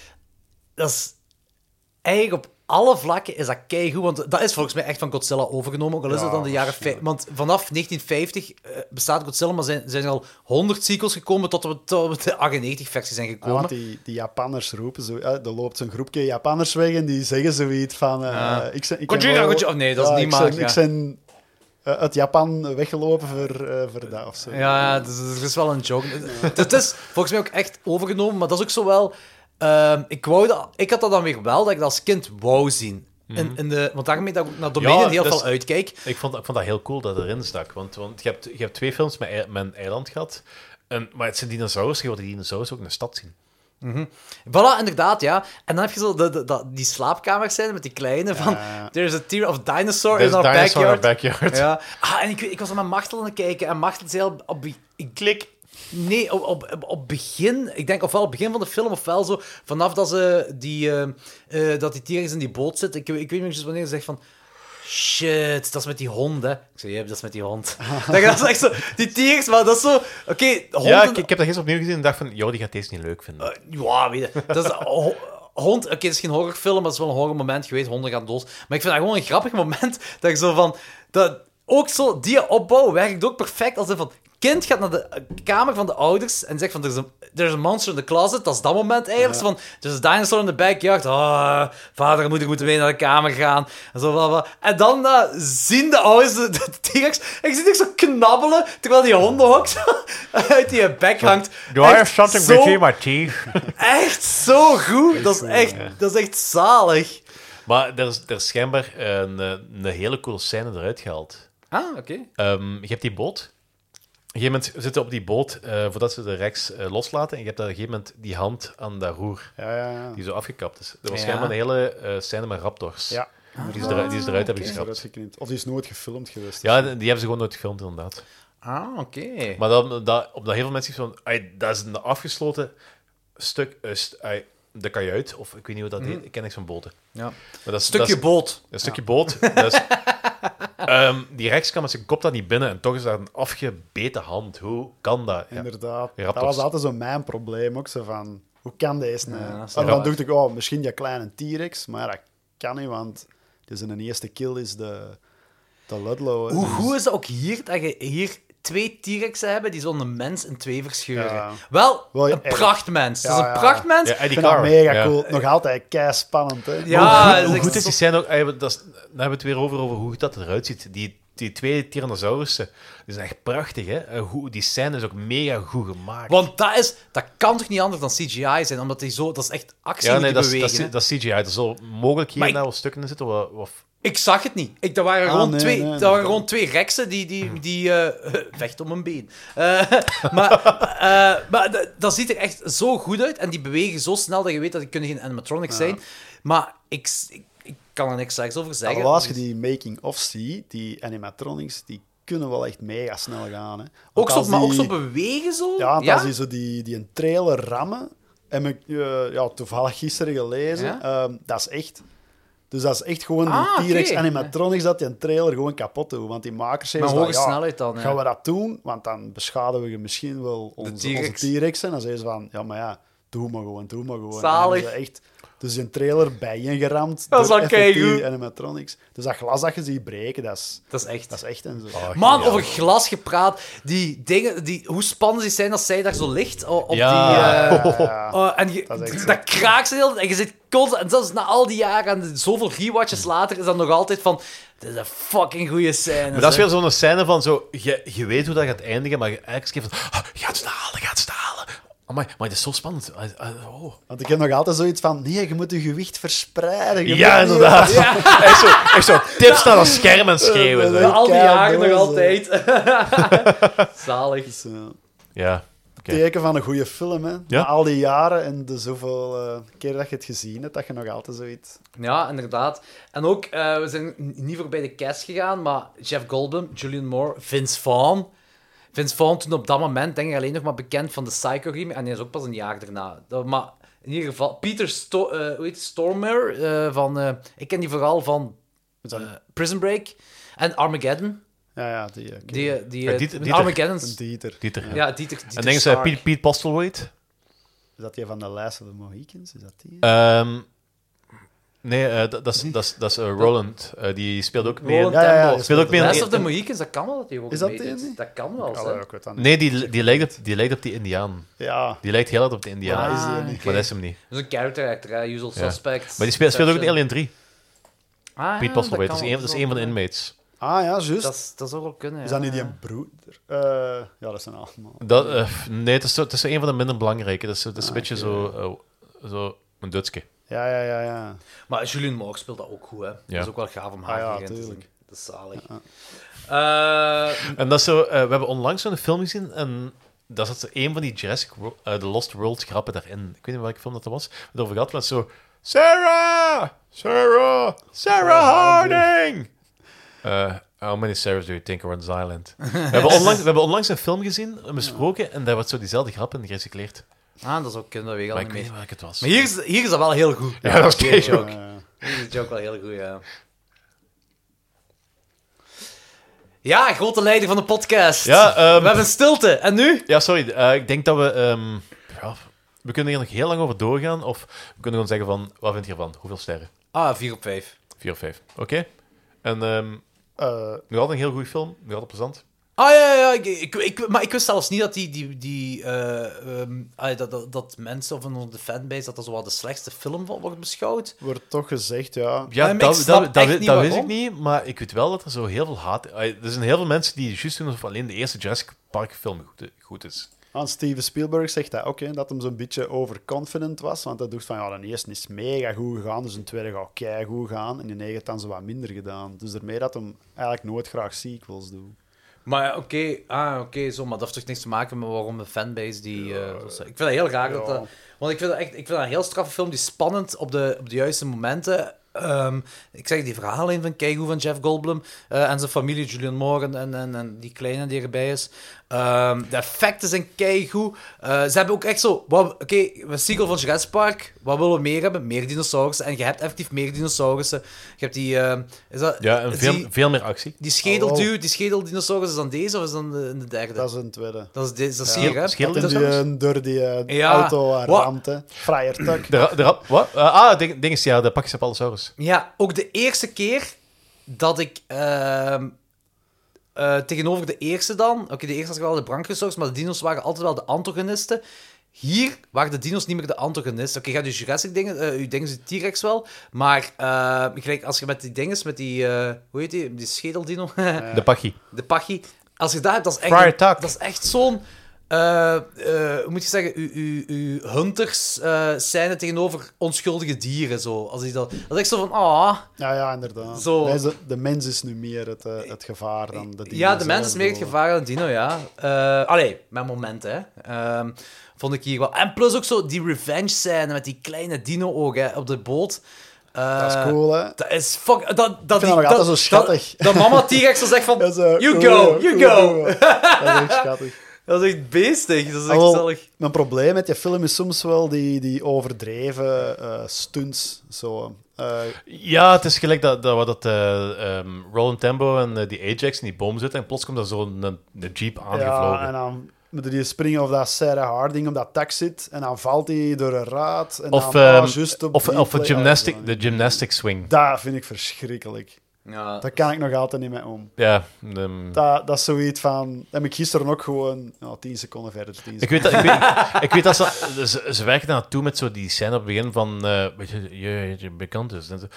dat is eigenlijk op alle vlakken is dat keigoed, want dat is volgens mij echt van Godzilla overgenomen, ook al is Ja, dat dan de jaren vijftig. Want vanaf negentien vijftig eh, bestaat Godzilla, maar zijn, zijn er al honderd sequels gekomen tot we, tot we de achtennegentig-versie zijn Ja, gekomen. want die, die Japanners roepen zo... Ja, er loopt zo'n groepje Japanners weg en die zeggen zoiets van... eh, Ja. ik zijn, ik Godzilla, ben wel- Godzilla- oh, nee, dat is ja, niet ik zijn, maken, Ik ja. zijn eh, uit Japan weggelopen voor, eh, voor dat of zo. Ja, ja, dus, dus er is wel een joke. Het is volgens mij ook echt overgenomen, maar dat is ook zo wel... ehm, ik, wou dat, ik had dat dan weer wel, dat ik dat als kind wou zien. In, in de, want daarmee dat ik naar Dominion Ja, heel dat is- veel uitkijk. Ik vond, ik vond dat heel cool dat erin stak. Want, want je, hebt, je hebt twee films met, ei- met een eiland gehad. En, maar het zijn dinosaurus. Je wilt die dinosaurus ook in de stad zien. Voilà, inderdaad, ja. En dan heb je zo de, de, de- die slaapkamers zijn met die kleine van... Ja. There's a tier of dinosaur There's in our a dinosaur in our backyard. backyard. Ja. Ah, en ik, weet- ik was aan mijn Machtel aan het kijken en Machtel zei al op... Ik klik... Nee, op, op, op, op begin... Ik denk ofwel op begin van de film, ofwel zo... Vanaf dat ze die... eh, eh, dat die T-Rex in die boot zit. Ik, ik weet niet meer wanneer ze zegt van... Shit, dat is met die hond, hè. Ik zeg, ja, dat is met die hond. dat is echt zo... Die T-Rex, maar dat is zo... Oké, honden... Ja, ik, ik heb dat gisteren opnieuw gezien en dacht van... Joh, die gaat deze niet leuk vinden. Uh, ja, weet je. Dat is, ho- hond, oké, het is geen horrorfilm, maar het is wel een horrormoment geweest. Honden gaan dood. Maar ik vind dat gewoon een grappig moment. Dat ik zo van... Dat, ook zo, die opbouw werkt ook perfect. Als een van... Kind gaat naar de kamer van de ouders en zegt van... There's a, there's a monster in the closet. Dat is dat moment eigenlijk. Zo van... There's a dinosaur in the backyard. Ah, vader en moeder moeten mee naar de kamer gaan. En, zo, bla, bla. En dan uh, zien de ouders de, de T-Rex. En je ziet echt zo knabbelen, terwijl die hondenhok zo uit die bek hangt. Do I have Echt something zo- between my teeth? Echt zo goed. Dat is echt, dat is echt zalig. Maar er is, er is schijnbaar een, eh, een hele coole scène eruit gehaald. Ah, oké. Ehm, je hebt die boot. Op een gegeven moment zitten op die boot eh, voordat ze de Rex eh, loslaten. En je hebt op een gegeven moment die hand aan dat roer Ja, ja, ja. die zo afgekapt is. Er was Ja. schijnbaar een hele eh, scène met raptors. Ja. Die ze eruit, die ze eruit hebben Die is geschrapt. eruit geknipt. Of die is nooit gefilmd geweest. Ja, die hebben ze gewoon nooit gefilmd, inderdaad. Ah, oké. Maar dat, dat, op dat heel veel mensen zeggen van... "Ai, dat is een afgesloten stuk... eh, st- ai, de kajuit, of ik weet niet hoe dat heet. Ik ken niks van boten. Ja. Maar dat is, Stukje dat is- boot. Een stukje boot. Dat is, ehm, die Rex kan met zijn kop daar niet binnen en toch is daar een afgebeten hand. Hoe kan dat? Ja. Inderdaad. Ja, Dat toch. was altijd zo mijn probleem ook. Zo van, hoe kan deze nou? Ja, dat is en wel- dan dacht ik, oh, misschien die kleine T-Rex. Maar dat kan niet, want dus in de eerste kill is de, de Ludlow. hè. Hoe Dus- goed is dat ook hier, dat je hier twee T-Rexen hebben die zo'n mens in twee verscheuren? Ja. Wel, Wel, een erg. prachtmens. Ja, dat is een ja. prachtmens. Ja, Ik Eddie vind dat Carr. mega Ja. cool. Nog altijd kei spannend. Hè? Ja, hoe dat goed, is hoe echt goed is zo- die scène ook? ai, dat is, dan hebben we het weer over, over hoe goed dat eruit ziet. Die, die twee Tyrannosaurussen, die zijn echt prachtig. Hè? En hoe, die scène is ook mega goed gemaakt. Want dat, is, dat kan toch niet anders dan C G I zijn, omdat die zo, dat is echt actie ja, die nee, dat is, bewegen. dat, is, hè. dat is C G I. Er zal mogelijk hier Maar en ik- daar wel stukken in zitten. Wat, wat, Ik zag het niet. Ik, dat waren Ah, gewoon nee, twee, nee, dat nee. waren gewoon twee reksen die, die, die eh, vechten om een been. Eh, maar eh, maar d- dat ziet er echt zo goed uit en die bewegen zo snel dat je weet dat die kunnen geen animatronics zijn. Maar ik, ik, ik kan er niks slechts over zeggen. Alhoewel, als je die making-of ziet, die animatronics, die kunnen wel echt mega snel gaan. Hè. Want Ook zo, als maar ook die- zo bewegen zo? Ja, want ja? als die zo die, die een trailer rammen, heb ik eh, ja, toevallig gisteren gelezen, Ja? ehm, dat is echt. Dus dat is echt gewoon die Ah, T-Rex oké. animatronics dat die een trailer gewoon kapot doen. Want die makers Met zeggen hoge van, ja, snelheid dan. gaan Ja. we dat doen? Want dan beschadigen we misschien wel onze onze T-Rex. T-Rex. En dan zeggen ze van, ja, maar ja, doe maar gewoon, doe maar gewoon. En dan Zalig. hebben ze echt dus een trailer bijeengeramd Dat is door wel F F T keigoed. animatronics. Dus dat glas dat je ziet breken, dat is, Dat is echt... dat is echt en zo. Oh, Man, geniaal. over glas gepraat. Die dingen, die, hoe spannend die zijn als zij daar zo ligt o- op Ja. die... eh, Ja, oh, en je, Dat is echt dat, zo. kraakt ze de hele tijd en je zit constant... En zelfs na al die jaren en zoveel rewatches later is dat nog altijd van... Dit is een fucking goede scène. Maar dat is hè. weer zo'n scène van zo... Je, je weet hoe dat gaat eindigen, maar je eigenlijk schrijft van... Ah, gaat ze het halen, gaat ze het halen. Amai, maar het is zo spannend. Ah, ah, Oh. Want ik heb nog altijd zoiets van, nee, je moet je gewicht verspreiden. Je Ja, moet niet- inderdaad. Echt zo, echt zo tips naar een scherm en schreeuwen. Na zo. al die Kei jaren nog doos, altijd. Zalig. Dus, eh, Ja. Oké. teken van een goede film, hè. Ja. Na al die jaren en de zoveel eh, keer dat je het gezien hebt, dat je nog altijd zoiets... Ja, inderdaad. En ook, eh, we zijn n- niet voorbij de cast gegaan, maar Jeff Goldblum, Julianne Moore, Vince Vaughn. Vince Vaughn toen op dat moment, denk ik, alleen nog maar bekend van de Psycho remake. En die is ook pas een jaar daarna. Dat- Maar in ieder geval, Peter Sto eh, hoe heet het? Stormare, eh, van... eh, ik ken die vooral van Is dat- eh, Prison Break en Armageddon. Ja, ja, die... oké. Die, eh, die, Ja, eh, Dieter- met Dieter. Armageddon. Een Dieter. Dieter. Ja. Ja, Dieter, Dieter En denk ze Stark. Piet, Piet Postlethwaite? Is dat die van de Last of the Mohicans? Is dat die? Ehm nee, eh, dat, dat is, dat is, dat is eh, Roland. Eh, die speelt ook mee. Roland Ja, ja, ja, Temple. die speelt ook mee in- Last of the Mohicans, dat kan wel dat hij ook Is dat meedoet. die? Dat kan wel, Ja, hè. ik weet dat niet. Nee, die, die, lijkt op, die lijkt op die Indiaan. Ja, Die lijkt heel hard op de Indiaan. Ja, is die Ah, niet. oké. Maar dat is hem niet. Dat is een character actor, hè. Usual Ja. Suspect. Maar die speelt, speelt ook in Inception. Alien drie. Ah, Piet ja, Postlethwaite. Dat kan is een, wel- dat is een van de inmates. ah ja, juist. Dat, is- dat zou wel kunnen, Is ja. dat niet die een broeder? Eh, ja, dat zijn allemaal... Dat, eh, nee, het is, zo, het is zo een van de minder belangrijke. Het is, het is een Ah, beetje oké. zo, eh, zo een Dutske. Ja, ja, ja, ja. Maar Julianne Moore speelt dat ook goed, hè. Dat is ook wel gaaf om haar Ah, ja, hierin te tuurlijk. zien. Dat is zalig. Ja. Eh, En dat is zo, eh, we hebben onlangs zo'n film gezien en dat zat zo een van die Jurassic World, eh, The Lost World grappen daarin. Ik weet niet welke film dat was. Het over gehad, maar het is zo... Sarah! Sarah! Sarah Harding! Eh, how many Sarahs do you think are on this island? we, hebben onlangs, we hebben onlangs een film gezien en besproken en daar wordt zo diezelfde grappen in gerecycleerd. ah, dat zou kunnen, dat weet ik al Maar niet ik weet meer. niet welke het was. Maar hier is, hier is dat wel heel goed. Ja, dat is Die keigoed. joke. Eh, Hier is de joke wel heel goed, ja. Ja, grote leider van de podcast. Ja, ehm, We hebben stilte. En nu? Ja, sorry. eh, ik denk dat we... ehm, ja, we kunnen hier nog heel lang over doorgaan. Of we kunnen gewoon zeggen van... Wat vind je ervan? Hoeveel sterren? Ah, vier op vijf. Vier of vijf. Oké. En ehm, eh, nog altijd een heel goede film. Nog altijd plezant. Ah ja, ja, ik, ik, ik, maar ik wist zelfs niet dat die, die, die eh, ehm, ah, dat, dat, dat mensen of in de fanbase dat dat zo wat de slechtste film van wordt beschouwd. wordt toch gezegd, ja. Ja, maar ik dat, snap dat, dat, echt dat, niet wist ik waarom. niet. Maar ik weet wel dat er zo heel veel haat... ah, er zijn heel veel mensen die juist doen alsof alleen de eerste Jurassic Park film goed, goed is. Want Steven Spielberg zegt dat ook, hè, dat hem zo'n beetje overconfident was. Want hij dacht van, ja, de eerste is mega goed gegaan, dus een tweede gaat keigoed gaan. En die negen heeft dan zo wat minder gedaan. Dus daarmee dat hem eigenlijk nooit graag sequels doet. Maar ja, oké, ah, oké, zo, maar dat heeft toch niks te maken met waarom de fanbase die... eh, zo zegt. Ik vind dat heel raar. Dat, Ja. dat- want ik vind dat echt ik vind dat een heel straffe film, die spannend op de, op de juiste momenten. Ehm, ik zeg die verhaallijn van keigoed van Jeff Goldblum eh, en zijn familie, Julianne Moore en, en, en die kleine die erbij is. Ehm, de effecten zijn keigoed. Eh ze hebben ook echt zo... wat- Oké, een sequel van Jurassic Park. Wat willen we meer hebben? Meer dinosaurussen. En je hebt effectief meer dinosaurussen. Je hebt die... eh, is dat, Ja, en is veel, die, veel meer actie. die schedelduw, Oh. die schedeldinosaurus, is dan deze of is dan de, de derde? Dat is een tweede. Dat is, de, dat is Ja. hier, hè? Schedel- Dat dat hij is die, eh, door die eh, Ja. auto eh, Wat? ramt, hè. Friar Tuck. De, ra- de rap... Wat? Eh, ah, ding, ding is, ja, de Pachycephalosaurus. Ja, ook de eerste keer dat ik... ehm, eh, tegenover de eerste dan... Oké, de eerste was wel de Branchosaurus, maar de dino's waren altijd wel de antagonisten. Hier waren de dino's niet meer de antagonisten. Oké, je gaat je Jurassic dingen, eh je dingen, de T-Rex wel, maar eh, gelijk als je met die dinges, met die... eh, hoe heet die? Die schedeldino? De Pachy. De Pachy. Als je dat hebt, dat is echt... Friar een- Tuck. Dat is echt zo'n... eh, eh, hoe moet je zeggen? Uw, uw, uw hunters eh scène tegenover onschuldige dieren. Zo. Als die dat, dat is echt zo van... Ah, Ja, ja, inderdaad. Zo. Nee, de, de mens is nu meer het, eh, het gevaar dan de dino ja, de mens is zelf, meer het zo. gevaar dan dino, ja. Eh allee, met momenten, hè. Ehm, vond ik hier wel. En plus ook zo die revenge scène met die kleine dino-ogen hè, op de boot. Uh, Dat is cool, hè? Dat is fuck... Dat, dat, Ik vind dat die, nog altijd dat, zo schattig. Dat, dat mama T-Rex zo zegt van... Dat is, uh, You cool, go, cool, you cool, go. cool. Dat is echt schattig. Dat is echt beestig. Dat is echt Ah, wel, gezellig. Mijn probleem met die film is soms wel die, die overdreven uh, stunts. Zo. Uh, Ja, het is gelijk dat, dat, wat dat uh, um, Roland Tembo en uh, die Ajax in die boom zitten en plots komt er zo'n een, een jeep aangevlogen. ja, en dan moeten die springen of dat Sarah Harding op dat tak zit en dan valt hij door een raad. En Of, dan, um, ah, just op of, die of een plek- gymnastic, Ah, de gymnastic swing. Dat vind ik verschrikkelijk. Ja. Daar kan ik nog altijd niet mee om. Ja, um, Dat, dat is zoiets van... Dat heb ik gisteren ook gewoon... Ja, tien seconden verder. tien ik, seconden. weet dat, ik, weet, ik weet dat ze, ze, ze werken daar naartoe met zo die scène op het begin van... Uh, weet je, je, je bekend is. En zo.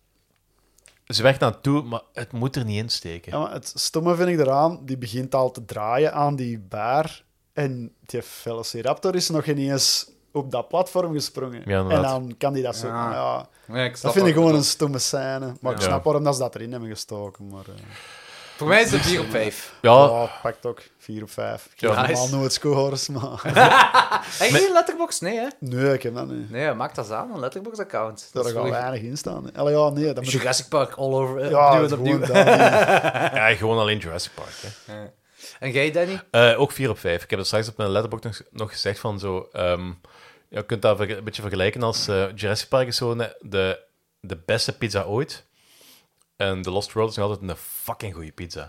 Ze werken daar naartoe, maar het moet er niet in steken. Ja, maar het stomme vind ik eraan, die begint al te draaien aan die bar. En die Velociraptor is nog ineens op dat platform gesprongen. Ja, en inderdaad. dan kan die dat zo... Ja. Ja, Ja, ik dat snap vind ik wat- gewoon een stomme scène. Maar ik Ja. snap waarom dat ze dat erin hebben gestoken. Maar, uh, Voor mij is het vier op vijf. Ja, ja, pakt ook vier op vijf. Ik heb Ja. normaal Nice. nooit scores, maar... Heb je geen Letterboxd? Nee, hè? nee, ik heb dat niet. Nee, maak dat aan, een Letterboxd-account. Daar Dat is gaat voor weinig in staan. Allee, ja, nee, dat moet ik... Jurassic Park all over. eh, Ja, opnieuw en gewoon opnieuw. dat niet. ja, gewoon alleen Jurassic Park. Hè. Ja. En jij, Danny? Uh, ook vier op vijf. Ik heb het straks op mijn letterbox nog, nog gezegd van zo... Um, je kunt dat ver- een beetje vergelijken als uh, Jurassic Park is zo ne- de, de beste pizza ooit. En The Lost World is nog altijd een fucking goede pizza.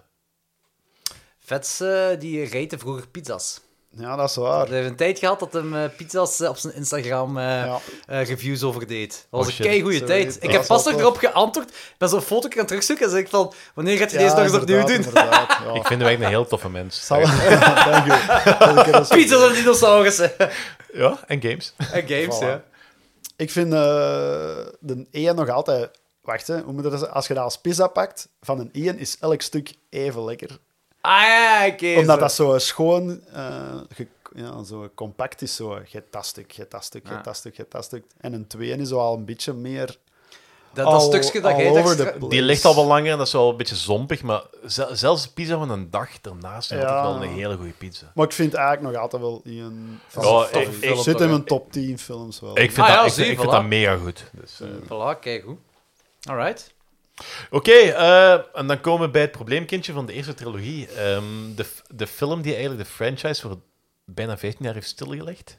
Vets, uh, die reed vroeger pizza's. Ja, dat is waar. Hij heeft een tijd gehad dat hem uh, pizza's uh, op zijn Instagram uh, Ja. uh, reviews over deed. Dat was Oh, een shit. keigoede Zo tijd. weet- Ik dat heb is pas wel nog tof. erop geantwoord. Ik ben zo'n foto gaan terugzoeken en zeg ik van, wanneer gaat je Ja, deze nog eens opnieuw inderdaad, doen? inderdaad, ja. Ik vind hem eigenlijk een heel toffe mens. Zal... Dank u. Dat ik er eens- Pizza's en dinosaurussen. Ja, en games. En games, Voilà. ja. Ik vind uh, de één nog altijd... Wacht, hè. Hoe moet je dat zeggen? Als je dat als pizza pakt, van een één is elk stuk even lekker. Ah ja, oké. Omdat zo. dat zo schoon, uh, ge, ja, zo compact is. Zo. Get dat stuk, get dat stuk, Ja. get dat stuk, get dat stuk. En een twee is zo al een beetje meer... Dat, dat all- stukje dat all jij over daar the stra- place. Die ligt al wel langer en dat is wel een beetje zompig, maar zel- zelfs de pizza van een dag ernaast is Ja. altijd wel een hele goede pizza. Maar ik vind eigenlijk nog altijd wel een... Ja, van- ik- ik ik- zit in mijn top tien films wel. Ik vind, Ah, ja, dat, ik, zie, vind- ik vind voilà. dat mega goed. Dus, uh, Voilà, kijk hoe. Alright. Oké, eh, en dan komen we bij het probleemkindje van de eerste trilogie. Ehm, de, f- de film die eigenlijk de franchise voor bijna vijftien jaar heeft stilgelegd.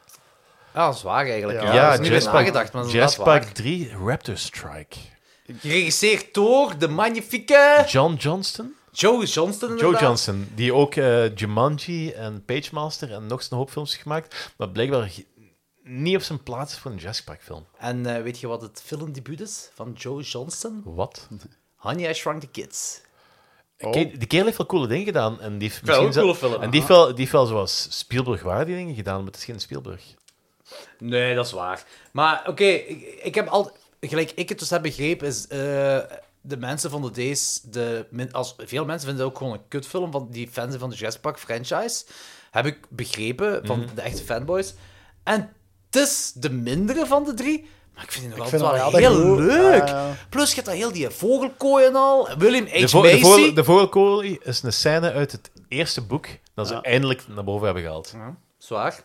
Ja, dat is waar eigenlijk. Ja, Ja, Ja, dat is niet Jurassic bij Park, nagedacht, maar dat is Jurassic inderdaad Park drie, Raptor Strike. waar. Geregisseerd door de magnifieke John Johnston? Joe Johnston, Joe inderdaad. Johnston, die ook eh, Jumanji en Pagemaster en nog eens een hoop films heeft gemaakt, maar blijkbaar g- niet op zijn plaats is voor een Jurassic Park film. En eh, weet je wat het filmdebuut is van Joe Johnston? Wat? Honey, I Shrunk the Kids. Oh. Kijk, die kerel heeft wel coole dingen gedaan. En die heeft wel misschien een zelf- coole film. En die heeft, wel, die heeft wel zoals Spielberg-waardige dingen gedaan, maar het is geen Spielberg. Nee, dat is waar. Maar oké, ik, ik heb al... Gelijk ik het dus heb begrepen, is... eh, de mensen vonden deze... De, min- als, veel mensen vinden het ook gewoon een kutfilm, van die fans zijn van de Jurassic Park franchise. Heb ik begrepen, van Mhm. de echte fanboys. En het is de mindere van de drie, maar ik vind het nog Ik altijd vind wel hem heel altijd goed. leuk. Ja, ja. Plus, je hebt daar heel die vogelkooi en al. William H. De, vo- Macy. de, vogel, de vogelkooi is een scène uit het eerste boek dat ze Ja. eindelijk naar boven hebben gehaald. Ja, zwaar.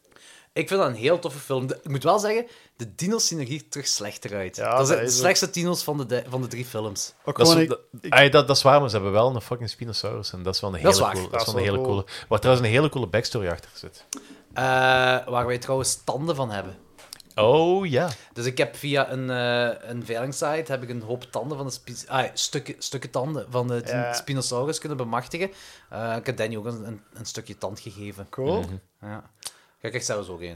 Ik vind dat een heel toffe film. De- ik moet wel zeggen, de dino's zien er hier terug slechter uit. Ja, dat dat zijn de is ook- slechtste dino's van de, de- van de drie films. Ook Dat is, gewoon, ik- dat, ik- ah, dat, dat is waar, maar ze hebben wel een fucking Spinosaurus. En dat is wel een Dat hele is waar. coole, Dat dat is is wel een wel hele cool. coole. Waar trouwens een hele coole backstory achter zit. Eh, waar wij trouwens tanden van hebben. Oh ja. Dus ik heb via een, eh een veilingssite heb ik een hoop tanden van de spi- ah, stukken, stukken tanden van de Ja. Spinosaurus kunnen bemachtigen. Eh, ik heb Danny ook een, een, een stukje tand gegeven. Cool. Ja. Kijk, ik zelfs ook een.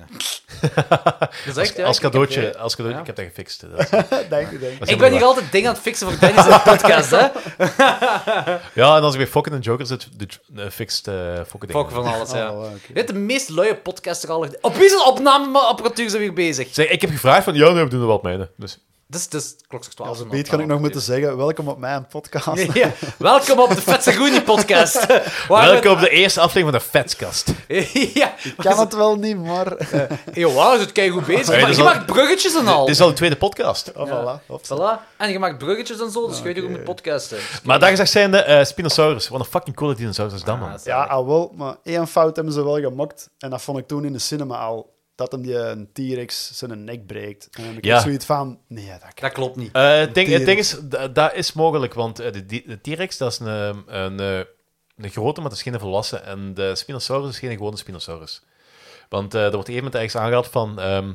Dat is echt, ja, als ik- ik cadeautje, heb- als cadeautje Ja. ik heb dat gefixt. Dat is- Dank u, dank u. dat is Ik ben hier waar. altijd dingen aan het fixen voor Danny's in de podcast, hè? Ja, en als ik bij Fokken en Joker zit, de uh, fixed uh, Fokken dingen. Fuck van alles, ja. Oh, oké. Je bent de meest luie podcaster al. Op wie zijn opnameapparatuur zijn we weer bezig? Zeg, ik heb gevraagd van, ja, nee, we doen er wel op mijne. Dus. Dus, dus klok zegt twaalf. Als een beet kan ik nog moeten zeggen, welkom op mijn podcast. Ja, welkom op de Vetse Groenie podcast. Waar we- Welkom op de eerste aflevering van de Vetskast. ja, Ik kan het wel niet, maar... Hey, wauw, is het keigoed bezig. Hey, Maar dus je al- maakt bruggetjes en al. Dit is al de tweede podcast. Oh, voilà. Op. Voilà. En je maakt bruggetjes en zo, dus je weet hoe je oké. moet podcasten. Maar daar gezegd zijnde, uh, Spinosaurus. Wat een fucking coole dinosaurus is dat, man. Ah, Ja, al wel, maar één fout hebben ze wel gemokt. En dat vond ik toen in de cinema al dat hem die een T-Rex zijn nek breekt. En dan heb ik Ja. zoiets van, nee, dat kan. Dat klopt niet. Uh, het, ding, het T-Rex. ding is, d- dat is mogelijk, want uh, de, de T-Rex, dat is een, een, een, een grote, maar dat is geen volwassen. En de Spinosaurus is geen gewone Spinosaurus. Want uh, er wordt even met ergens aangehaald van... Um,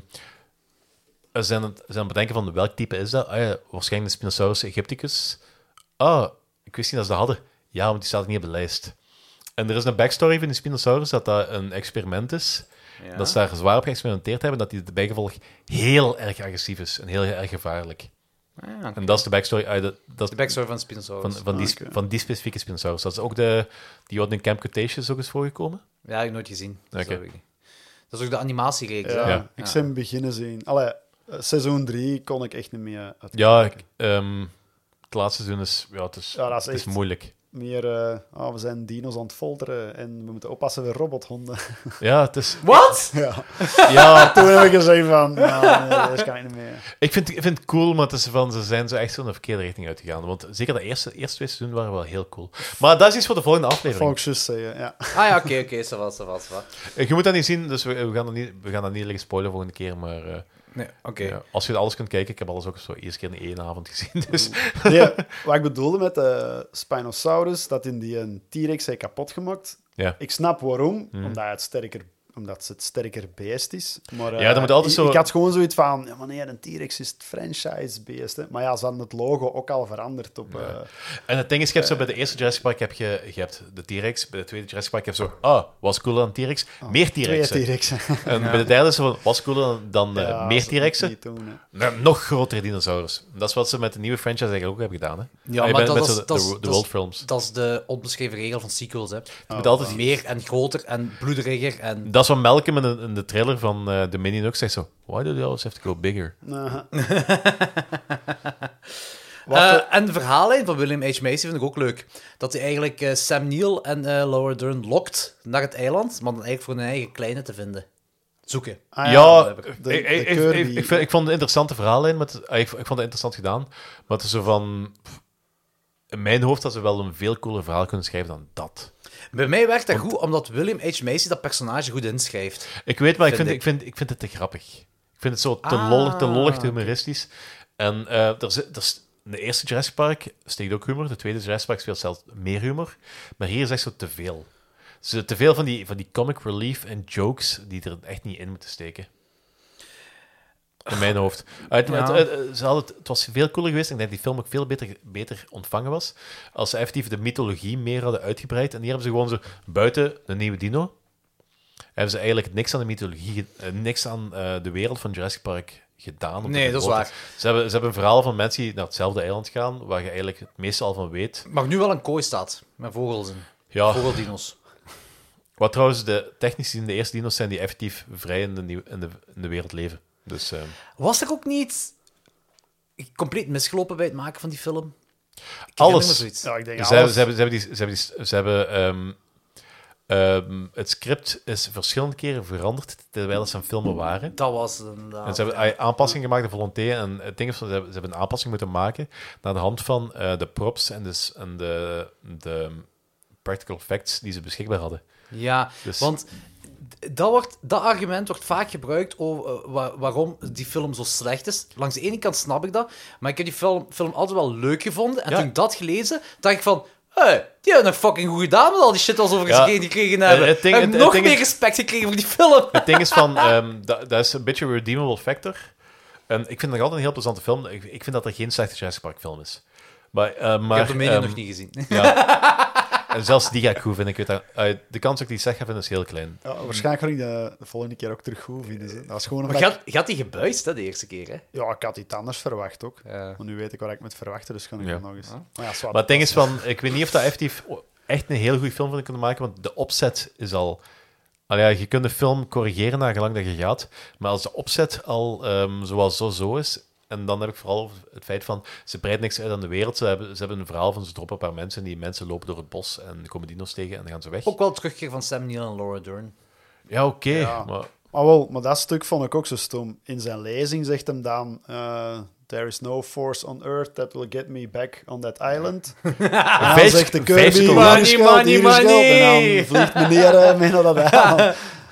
ze zijn het, zijn het bedenken van welk type is dat? Ah, ja, waarschijnlijk de Spinosaurus aegypticus. Ah, ik wist niet dat ze dat hadden. Ja, want die staat niet op de lijst. En er is een backstory van die Spinosaurus dat dat een experiment is. Ja. Dat ze daar zwaar op geëxperimenteerd hebben, dat die de bijgevolg heel erg agressief is en heel erg gevaarlijk. Ah, ja. En dat is de backstory, uh, de, dat is De backstory van Spinosaurus. van, van, die, Oké. van die specifieke Spinosaurus. Dat is ook de die wat in Camp Cretaceous ook is voorgekomen. Ja, heb ik nooit gezien. Dus Oké. dat weet ik niet. Dat is ook de animatiereeks. Ja, hè? Ja. ik ben beginnen zien. Allee, uh, seizoen drie kon ik echt niet meer uit. Ja, ik, ehm, het laatste seizoen is, ja, het is, Ja, dat is het is echt- moeilijk. Meer, uh, oh, we zijn dino's aan het folteren en we moeten oppassen voor robothonden. Ja, het is... Wat? ja. Ja, Toen heb ik gezegd van, nou, nee, dat kan ik niet meer. ik vind, ik vind het cool, maar het is van, ze zijn zo echt zo in de verkeerde richting uitgegaan. Want zeker de eerste, eerste twee seizoenen waren wel heel cool. Maar dat is iets voor de volgende aflevering. Volksjes zeggen, ja. Ah ja, oké, oké. Ça va, ça va, ça va. Je moet dat niet zien, dus we, we gaan dat niet, we gaan dat niet liggen spoilen volgende keer. Maar uh, Nee, oké. ja, als je alles kunt kijken, ik heb alles ook zo eerst keer in één avond gezien. Dus. Nee, wat ik bedoelde met de Spinosaurus, dat in die een T-Rex heeft kapot gemaakt. Ja. Ik snap waarom, Mhm. omdat het sterker, omdat het sterker beest is. Maar Ja, eh, dat moet altijd ik, zo- ik had gewoon zoiets van, ja, maar nee, een T-Rex is het franchise-beest. Hè. Maar ja, ze hadden het logo ook al veranderd op... Ja. eh, En het ding is, je hebt zo bij de eerste Jurassic Park heb je, je hebt de T-Rex, bij de tweede Jurassic Park heb je zo, ah, was cooler dan T-Rex, meer T-Rex. Twee T-Rexen. En bij de derde is zo van, was cooler dan, dan uh, Ja, meer dat is T-Rexen. niet doen, hè. Nou, nog grotere dinosaurus. Dat is wat ze met de nieuwe franchise eigenlijk ook hebben gedaan. Hè? Ja, Ah, je maar bent dat met is- zo de, dat is- de, dat de is- World Films. Dat is de onbeschreven regel van sequels, hè. Je Oh, moet altijd... Meer en groter en bloederiger en... Dat is wat Malcolm in de, in de trailer van uh, The Minion ook zegt zo, why do they always have to go bigger? Aha. Eh, Wat, en de verhaallijn van William H. Macy vind ik ook leuk. Dat hij eigenlijk eh, Sam Neill en eh, Laura Dern lokt naar het eiland, maar dan eigenlijk voor een eigen kleine te vinden. Zoeken. ah, ja, de- ik, de ik, ik, Kirby. ik, ik, vind- ik vond het een interessante verhaallijn. Met, ah, ik, ik vond het interessant gedaan. Maar het is zo van... pff, in mijn hoofd had ze wel een veel cooler verhaal kunnen schrijven dan dat. Bij mij werkt dat goed, omdat William H. Macy dat personage goed inschrijft. Ik weet, maar ik Vind vind, ik. ik, vind, ik vind het te grappig. Ik vind het zo te Ah, lollig, te lollig, te oké. humoristisch. En eh, er zit, er is, in de eerste Jurassic Park steekt ook humor. De tweede Jurassic Park speelt zelfs meer humor. Maar hier is echt zo te veel. Zo te veel van die, van die comic relief en jokes die er echt niet in moeten steken. In mijn hoofd. Het, Ja. het, het, ze hadden het, het was veel cooler geweest. Ik denk dat die film ook veel beter, beter ontvangen was. Als ze effectief de mythologie meer hadden uitgebreid. En hier hebben ze gewoon zo buiten de nieuwe dino. Hebben ze eigenlijk niks aan de mythologie, eh, niks aan eh, de wereld van Jurassic Park gedaan. om te Nee, dat is vergroten. waar. Ze hebben, ze hebben een verhaal van mensen die naar hetzelfde eiland gaan, waar je eigenlijk het meeste al van weet. Maar nu wel een kooi staat, met vogels in. Ja, Vogeldino's. wat trouwens de technici in de eerste dino's zijn die effectief vrij in de, nieuw- in de, in de wereld leven. Dus, eh, Was er ook niet compleet misgelopen bij het maken van die film? Ik Alles. herinner me zoiets. Ja, ik denk ze, hebben, alles. ze, hebben, ze hebben die... Ze hebben, die, ze hebben ehm, ehm, het script is verschillende keren veranderd terwijl ze aan filmen waren. Dat was inderdaad... En ze hebben ah, aanpassingen gemaakt, de volonté. En het ding is, ze hebben, ze hebben een aanpassing moeten maken naar de hand van eh, de props en, de, s- en de, de practical effects die ze beschikbaar hadden. Ja, Dus- want dat, wordt, dat argument wordt vaak gebruikt over eh, wa- waarom die film zo slecht is. Langs de ene kant snap ik dat, maar ik heb die film, film altijd wel leuk gevonden. En Ja. toen ik dat gelezen, dacht ik van... Hey, die hebben nog fucking goed gedaan met al die shit als over Ja. zich gekregen hebben. Het- het ding- ik heb het- nog het ding meer is- respect gekregen voor die film. Het ding is van, ehm, dat, dat is een beetje een redeemable factor. En ik vind het nog altijd een heel plezante film. Ik, ik vind dat er geen slechte Jurassic Park film is. Maar, eh, maar, ik heb de Minion ehm, nog niet gezien. Ja. En zelfs die ga ik goed vinden. Ik weet dat, eh, de kans dat ik die zeg ga vinden is heel klein. Ja, waarschijnlijk ga ik de, de volgende keer ook terug goed vinden. Hè. Dat was gewoon Maar omdat je had, je had die gebuist, hè, de eerste keer, hè? ik, ja, ik had iets anders verwacht ook. Ja. Maar nu weet ik waar ik moet verwachten, dus kan ik Ja. dat nog eens. Maar, ja, zwart. Maar het ding is van, ik weet niet of dat effectief echt een heel goede film van kunnen maken, want de opzet is al... Al ja, je kunt de film corrigeren naar gelang dat je gaat, maar als de opzet al ehm, zoals zo zo is, en dan heb ik vooral over het feit van, ze breiden niks uit aan de wereld, ze hebben, ze hebben een verhaal van, ze droppen een paar mensen, en die mensen lopen door het bos en komen dino's tegen en dan gaan ze weg. Ook wel terugkeer van Sam Neill en Laura Dern. Ja, oké, Ja. maar... Maar wel, maar dat stuk vond ik ook zo stom. In zijn lezing zegt hem dan... eh, There is no force on earth that will get me back on that island. En dan Vijf- zegt de vijf Kirby, seconden. hier is Money, geld, hier is money, geld. En money. dan vliegt meneer uh, mee naar dat eiland.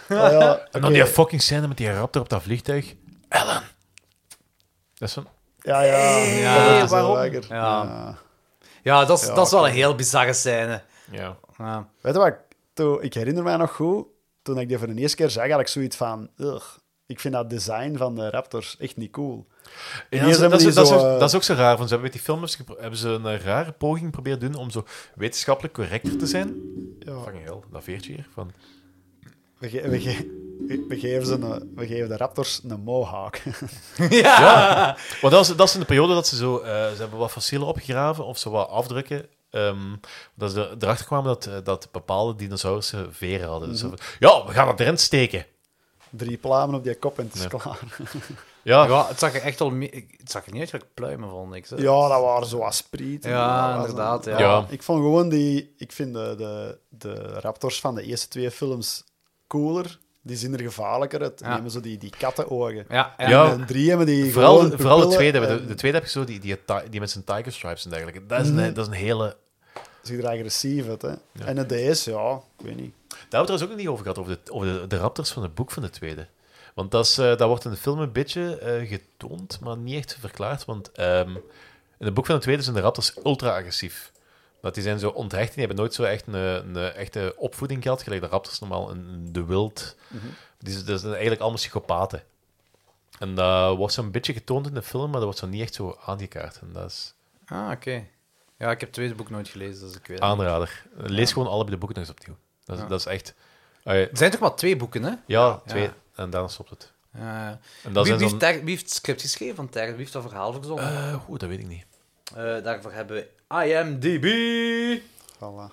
Oh, ja, En dan oké. die fucking scène met die raptor op dat vliegtuig. Ellen! Dat is van... Ja, ja. Ja, dat is wel waarom? lekker. Ja. Ja. Ja, dat is, Ja, dat is wel oké. een heel bizarre scène. Ja. Ja. Weet je wat? ik- Toen, ik herinner mij nog goed, toen ik die voor de eerste keer zag, had ik zoiets van... Ugh, ik vind dat design van de raptors echt niet cool. Ja, Hier dat, is, hebben dat, is, die dat, is, zo, ook- eh, dat is ook zo raar. Van, ze hebben met die films gepro- hebben ze een rare poging proberen doen om zo wetenschappelijk correcter te zijn. Ja, Fucking hell, dat veertje hier. Van... we, ge- we, ge- we, geven ze een, we geven de raptors een mohawk. Ja. Ja, maar dat is, dat is in de periode dat ze zo... eh, ze hebben wat fossielen opgegraven, of zo wat afdrukken. ehm, dat ze er- erachter kwamen dat, eh, dat bepaalde dinosaurussen veren hadden. Dus ze van, ja, we gaan het erin steken. Drie plamen op die kop en het is Ja. klaar. Ja, Ja, het zag er echt wel... me- Het zag er niet uit gelijk pluimen, vond ik. Zo. Ja, dat waren zo wat sprieten. Ja, Dat was inderdaad, een- ja. Ja. Ik vond gewoon die... Ik vind de, de, de raptors van de eerste twee films cooler. Die zien er gevaarlijker uit. Die Ja. hebben zo die, die kattenogen. Ja, ja. Ja. En de drie hebben die vooral, gewoon vooral de pupillen tweede. De, en de tweede episode, die, die, ti- die met zijn tiger stripes en dergelijke. Dat is een, Mhm. dat is een hele... ziet er agressief uit, hè. En de deze, ja, ik weet niet. Daar hebben we het trouwens ook nog niet over gehad, over de, over de, de raptors van het boek van de tweede. Want dat, is, eh, dat wordt in de film een beetje eh, getoond, maar niet echt verklaard. Want ehm, in het boek van de tweede zijn de raptors ultra-agressief. Dat die zijn zo onthecht, die hebben nooit zo echt een, een echte opvoeding gehad, gelijk de raptors normaal in de wild. Die, dat zijn eigenlijk allemaal psychopaten. En dat wordt zo'n beetje getoond in de film, maar dat wordt zo niet echt zo aangekaart. En dat is Ah, oké. Ja, ik heb het tweede boek nooit gelezen, dus ik weet het niet. aanrader. Lees gewoon allebei de boeken nog eens opnieuw. Dat is, Ja. dat is echt... ah, ja, Er zijn toch maar twee boeken, hè? ja, twee. Ja. En daarna stopt het. Ja. En dat Wie, zijn wie, zo'n... heeft daar- wie heeft het script geschreven van Terra? Wie heeft dat verhaal verzonnen? Eh, Oeh, dat weet ik niet. Eh, daarvoor hebben we I M D B. Voilà.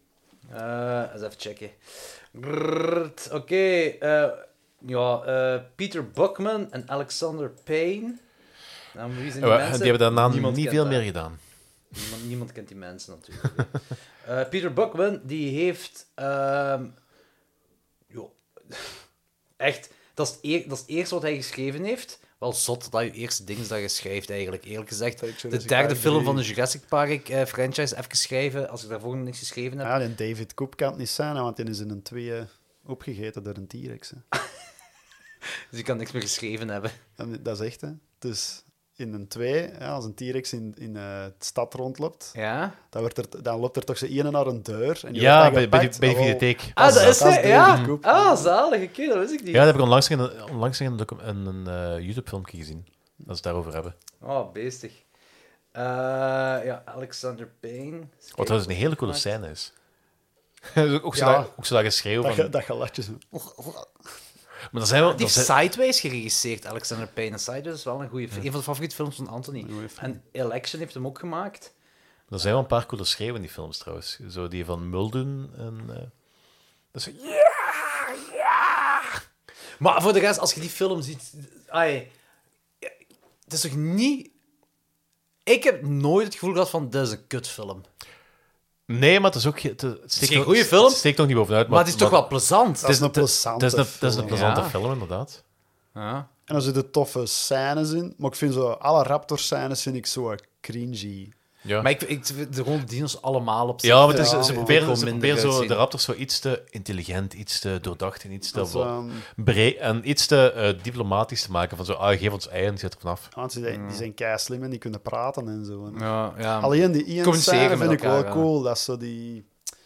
Eh, eens even checken. Brrrt, Oké. eh, ja, eh, Peter Buckman en Alexander Payne. Nou, wie zijn die Ja, mensen? die hebben daarna Niemand niet kent veel dat. meer gedaan. Niemand, niemand kent die mensen natuurlijk. Eh, Peter Buckman, die heeft... ehm jo, echt, dat is, het eer- dat is het eerste wat hij geschreven heeft. Wel zot dat je eerste ding is dat je schrijft, eigenlijk. Eerlijk gezegd, Dat ik de Jurassic derde Park film drie- van de Jurassic Park eh, franchise even schrijven, als ik daarvoor nog niks geschreven heb. Ja, en David Koop kan het niet zijn, hè, want die is in een twee opgegeten door een T-Rex. hè. Dus ik kan niks meer geschreven hebben. En dat is echt, hè. Dus in een twee, ja, als een T-Rex in, in eh, de stad rondloopt, Ja? dan, wordt er, dan loopt er toch zo ene naar een deur. En die Ja, wordt bij, dan bij, die, gepakt. bij die Ah, wel. videotheek. Ah, dat, dat is is hij? David Ja. Koop. Ah, zalig. Oké, dat wist ik niet. Ja, dat heb ik onlangs in een, onlangs in een, docu- in een eh, YouTube-filmpje gezien. Dat ze het daarover hebben. Oh, beestig. Eh, ja, Alexander Payne. Wat trouwens een hele coole scène is. ook, zo Ja. dat, ook zo dat geschreeuw Dat, van... ge- dat gelatje zo. Maar dan zijn we... Die dan heeft zijn- Sideways geregisseerd, Alexander Payne. En Sideways is wel een goede film. Een van de favoriete films van Anthony. Goeie film. En Election heeft hem ook gemaakt. Er zijn wel een paar coole schreeuwen in die films trouwens. Zo die van Muldoon en... eh, dat is zo... Ja, ja! Maar voor de rest, als je die film ziet... Ai, het is toch niet... Ik heb nooit het gevoel gehad van, dit is een kutfilm. Nee, maar het is ook... ge- Het, het steekt geen nog- goede film. Het steekt nog niet bovenuit. Maar, het is toch wel plezant? Dat is een het- plezante Het is een, het is een film. plezante Ja. film, inderdaad. Ja. En er zitten toffe scènes in, maar ik vind zo, alle Raptor-scènes vind ik zo cringy. Ja. Maar ik, ik vind de gewoon dino's allemaal op zich... Ja, maar het is, Ja, ze man. proberen, Gewoon ze minder proberen zo uitzien. de raptors zo iets te intelligent, iets te doordacht en iets te Dat is, ehm, breed en iets te eh, diplomatisch te maken. Van zo, ah, geef ons ei en zet er vanaf. want die, die zijn kei slim en die kunnen praten en zo. hè. Ja, ja. Alleen die Ian Communiceren scène met vind ik elkaar, wel ja. cool. Dat is zo die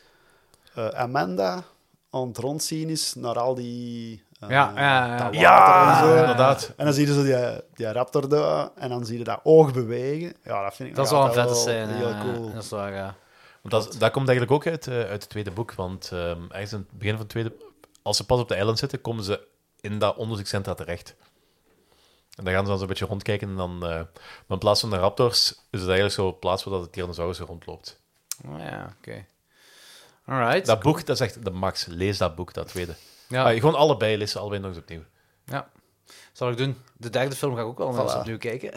eh, Amanda aan het rondzien is naar al die... eh, Ja, ja, ja. dat water Ja, en zo. inderdaad. En dan zie je zo die, die raptor daar en dan zie je dat oog bewegen. Ja, dat vind ik Dat is nog wel een altijd vette scène. heel ja. cool. Dat is waar, ja. Want dat, dat komt eigenlijk ook uit, eh, uit het tweede boek. Want ehm, ergens in het begin van het tweede... Als ze pas op de eiland zitten, komen ze in dat onderzoekscentra terecht. En dan gaan ze dan zo'n beetje rondkijken. En dan, eh, maar in plaats van de raptors, is het eigenlijk zo een plaats waar dat de Tyrannosaurus rondloopt. Oh, ja, oké. Alright. Dat boek, dat is echt de max. Lees dat boek, dat tweede. Ja. Ah, gewoon allebei, lees ze allebei nog eens opnieuw. Ja. Zal ik doen. De derde film ga ik ook wel nog eens Voilà. opnieuw kijken.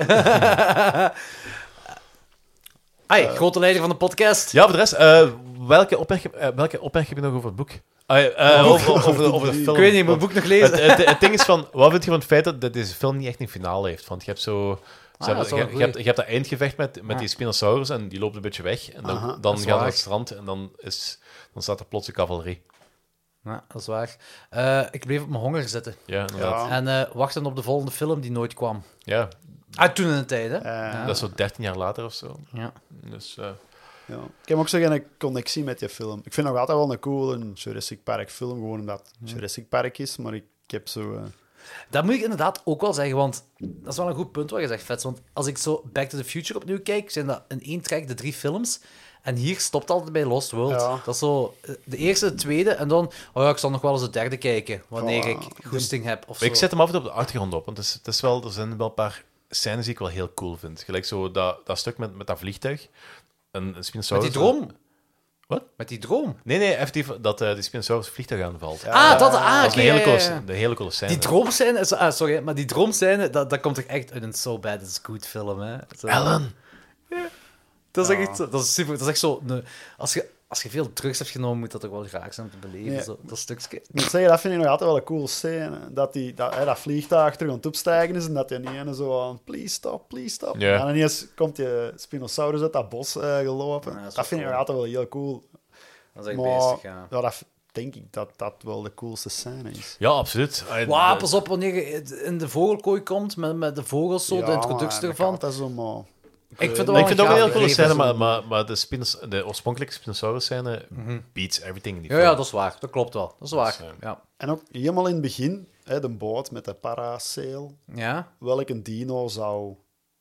Ai, grote leider van de podcast. Ja, voor de rest, eh, welke, opmerking, eh, welke opmerking heb je nog over het boek? Ah, eh, over, over, de, over de film. Ik weet niet, mijn boek nog lezen. Het, het, het ding is van, wat vind je van het feit dat, dat deze film niet echt een finale heeft? Want je hebt zo... Ze Ah, hebben- dat is wel je, een je, hebt, goeie. je hebt dat eindgevecht met, met Ja. die Spinosaurus en die loopt een beetje weg. En dan, Aha, dan dat gaan is ze naar waar. het strand en dan, is, dan staat er plots de cavalerie. Ja, dat is waar. Uh, ik bleef op mijn honger zitten. Ja, inderdaad. Ja. En uh, wachten op de volgende film die nooit kwam. Ja. Ah, toen in de tijd, hè? Uh, ja. Dat is zo dertien jaar later of zo. Ja. Dus, uh... ja. Ik heb ook zo geen connectie met die film. Ik vind nog altijd wel een coole Jurassic Park film, gewoon omdat het Jurassic Park is, maar ik, ik heb zo... Uh... Dat moet ik inderdaad ook wel zeggen, want dat is wel een goed punt wat je zegt, Vets. Want als ik zo Back to the Future opnieuw kijk, zijn dat in één track de drie films. En hier stopt het altijd bij Lost World. Ja. Dat is zo de eerste, de tweede, en dan... Oh ja, ik zal nog wel eens de derde kijken, wanneer Ja. ik goesting heb. Of zo. Ik zet hem af en toe op de achtergrond op, want het is, het is wel, er zijn wel een paar scènes die ik wel heel cool vind. Gelijk zo dat, dat stuk met, met dat vliegtuig. Een, een Spinosaurus... Met die droom. Wat? Met die droom. Nee, nee, effectief dat uh, die Spinosaurus vliegtuig aanvalt. Ja. Ah, dat... Ah, Dat is een oké, hele ja, coole, ja, ja. een hele coole scène. Die droomscène... is- Ah, sorry, maar die droomscène, dat, dat komt toch echt uit een So Bad It's Good film, hè? Zo. Ellen! Dat is Ja. echt zo... Dat is super... Dat is echt zo... Nee, als, je, als je veel drugs hebt genomen, moet dat toch wel graag zijn om te beleven, Ja. zo, dat stukje. Ik moet zeggen, dat vind ik nog altijd wel een cool scène. Dat, die, dat, hè, dat vliegtuig terug aan het opstijgen is en dat die ene zo aan please stop, please stop. Ja. En ineens komt die Spinosaurus uit dat bos uh, gelopen. Ja, dat dat is wel vind ik nog cool. altijd wel heel cool. Dat is echt Maar bezig, ja. ja, dat denk ik dat dat wel de coolste scène is. Ja, absoluut. Ah, Wauw, de- pas op wanneer je in de vogelkooi komt met, met de vogels, zo, Ja, de introductie maar ervan. Dat is zo, maar... Ik vind het Nee, wel ik vind het ook een gaaf heel coole gegeven, scène, zo. maar, maar, maar de, Spinos, de oorspronkelijke Spinosaurus-scène beats everything in die Ja, film. ja, dat is waar. Dat klopt wel. Dat is waar. Dus, eh, Ja. En ook helemaal in het begin, hè, de boot met de parasail. Ja. Welke dino zou,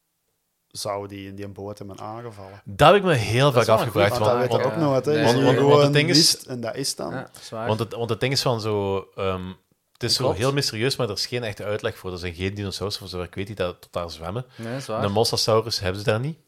zou die in die boot hebben aangevallen? Dat heb ik me heel vaak is wel een afgevraagd. goeie- Want Want, dat weet want, je ook nog wat, hè. nee, Je want- ziet want- gewoon want het ding is- mist en dat is dan. Ja, dat is waar. want, het, want het ding is van zo... ehm, het is zo Klopt. heel mysterieus, maar er is geen echte uitleg voor. Er zijn geen dinosaurus, voor zover ik weet, die dat, tot daar zwemmen. Nee, dat is De waar. Mosasaurus hebben ze daar niet.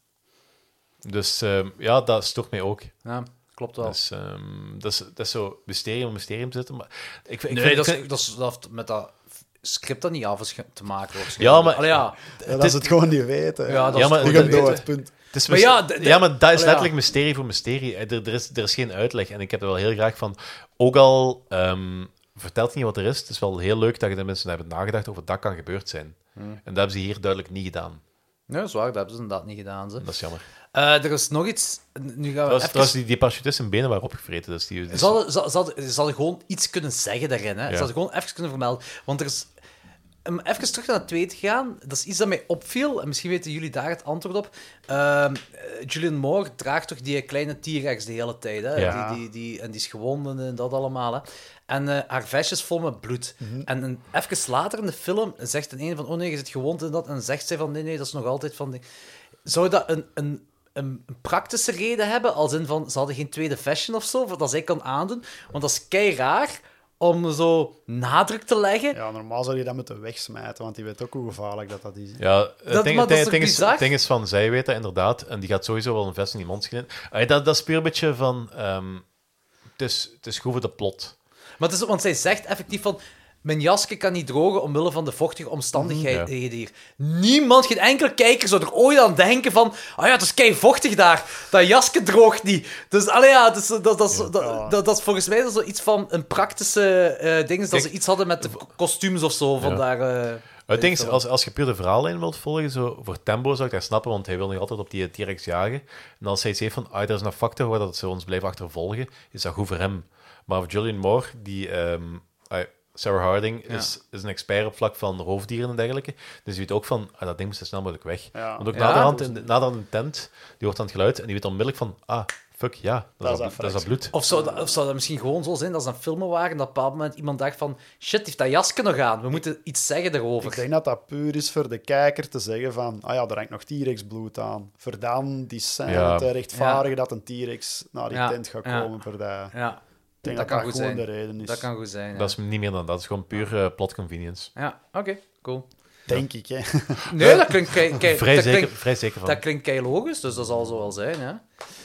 Dus ehm, ja, dat stoort mij ook. Ja, klopt wel. Dus, ehm, dat, is, dat is zo mysterium, mysterium zitten. Maar ik, vind- ik nee, vind, dat, ik is, vind- dat, is, dat heeft met dat script dat niet af is ge- te maken. Ja, maar- Allee, ja. Ja, dat is het gewoon niet weten. Ja, dat Ja, is maar- het Die goed gaat te door, weten. het punt. Het is Maar myst- ja, de- de- ja, maar dat is Allee, letterlijk ja. mysterie voor mysterie. Er, er, is, er is geen uitleg. En ik heb er wel heel graag van... Ook al ehm, vertelt hij niet wat er is, het is wel heel leuk dat je de mensen hebben nagedacht over dat kan gebeurd zijn. Hmm. En dat hebben ze hier duidelijk niet gedaan. Nee, dat is waar. Dat hebben ze inderdaad niet gedaan. Ze. Dat is jammer. Uh, er is nog iets... Nu gaan we Trouwens, even... trouwens die, die parachutist zijn benen waren opgevreten. Dus die, die- Ze hadden, ze, ze, hadden, ze hadden gewoon iets kunnen zeggen daarin. Hè. Ja. Ze hadden gewoon even kunnen vermelden. Want er is... Om even terug naar het tweede te gaan, dat is iets dat mij opviel, en misschien weten jullie daar het antwoord op. Ehm, Julianne Moore draagt toch die kleine T-Rex de hele tijd, hè? Ja. Die, die, die, en die is gewonden en dat allemaal. Hè? En eh, haar vestje is vol met bloed. En een, even later in de film zegt een een van, oh nee, je zit gewond en dat, en zegt zij van, nee, nee, dat is nog altijd van... Die... Zou dat een... een een een praktische reden hebben, als in van, ze hadden geen tweede fashion of zo, dat zij kan aandoen, want dat is kei raar om zo nadruk te leggen. Ja, normaal zou je dat moeten wegsmijten, want die weet ook hoe gevaarlijk dat, dat is. Ja, het Dat- ding, maar dat is het toch ding is, bizar? het ding is van, zij weet dat inderdaad, en die gaat sowieso wel een vest in die mond schieten. Allee, Dat, dat is puur een beetje van... ehm, het, is, het is goed voor de plot. Maar het is, want zij zegt effectief van, mijn jasje kan niet drogen omwille van de vochtige omstandigheden hier. Niemand, geen enkele kijker zou er ooit aan denken van, ah ja, het is kei vochtig daar, dat jasje droogt niet. Dus, allee ja, dus, dat, dat, is- dat, dat, dat is volgens mij zoiets van een praktische eh ding, dat Kijk, ze iets hadden met de kostuums of zo, van Ja. daar... eh, Het ding is, film. als, als je puur de verhaallijn wilt volgen, zo, voor Tembo zou ik dat snappen, want hij wil nog altijd op die T-Rex jagen. En als hij iets heeft van, ah, er is een factor waar dat ze ons blijven achtervolgen, is dat goed voor hem. Maar voor Julianne Moore, die... ehm, ah, Sarah Harding is, is een expert op vlak van roofdieren en dergelijke. Dus die weet ook van, ah, dat ding moet zo snel mogelijk weg. Ja. Want ook Ja, naderhand, dat in, naderhand in de tent, die hoort aan het geluid en die weet onmiddellijk van, ah, fuck, ja, dat, is, dat, dat dat is dat bloed. Of zou, dat, of zou dat misschien gewoon zo zijn dat ze aan het filmen waren en dat op een bepaald moment iemand dacht van, shit, heeft dat jasje nog aan? We moeten iets zeggen daarover. Ik denk dat dat puur is voor de kijker te zeggen van, ah ja, er hangt nog T-Rex bloed aan. Voor dan die scène Ja. te rechtvaardigen dat een T-Rex naar die Ja. tent gaat Ja. komen. Voor dat. Ja, Ik denk dat dat kan dat, goed gewoon zijn. de reden is. dat kan goed zijn. Ja, Dat is niet meer dan dat, dat is gewoon puur eh, plot convenience. ja oké, cool. Denk ik, hè. Nee, dat klinkt kei, kei- Vrij dat zeker, klinkt, vrij zeker van. dat klinkt kei logisch, dus dat zal zo wel zijn. Ja.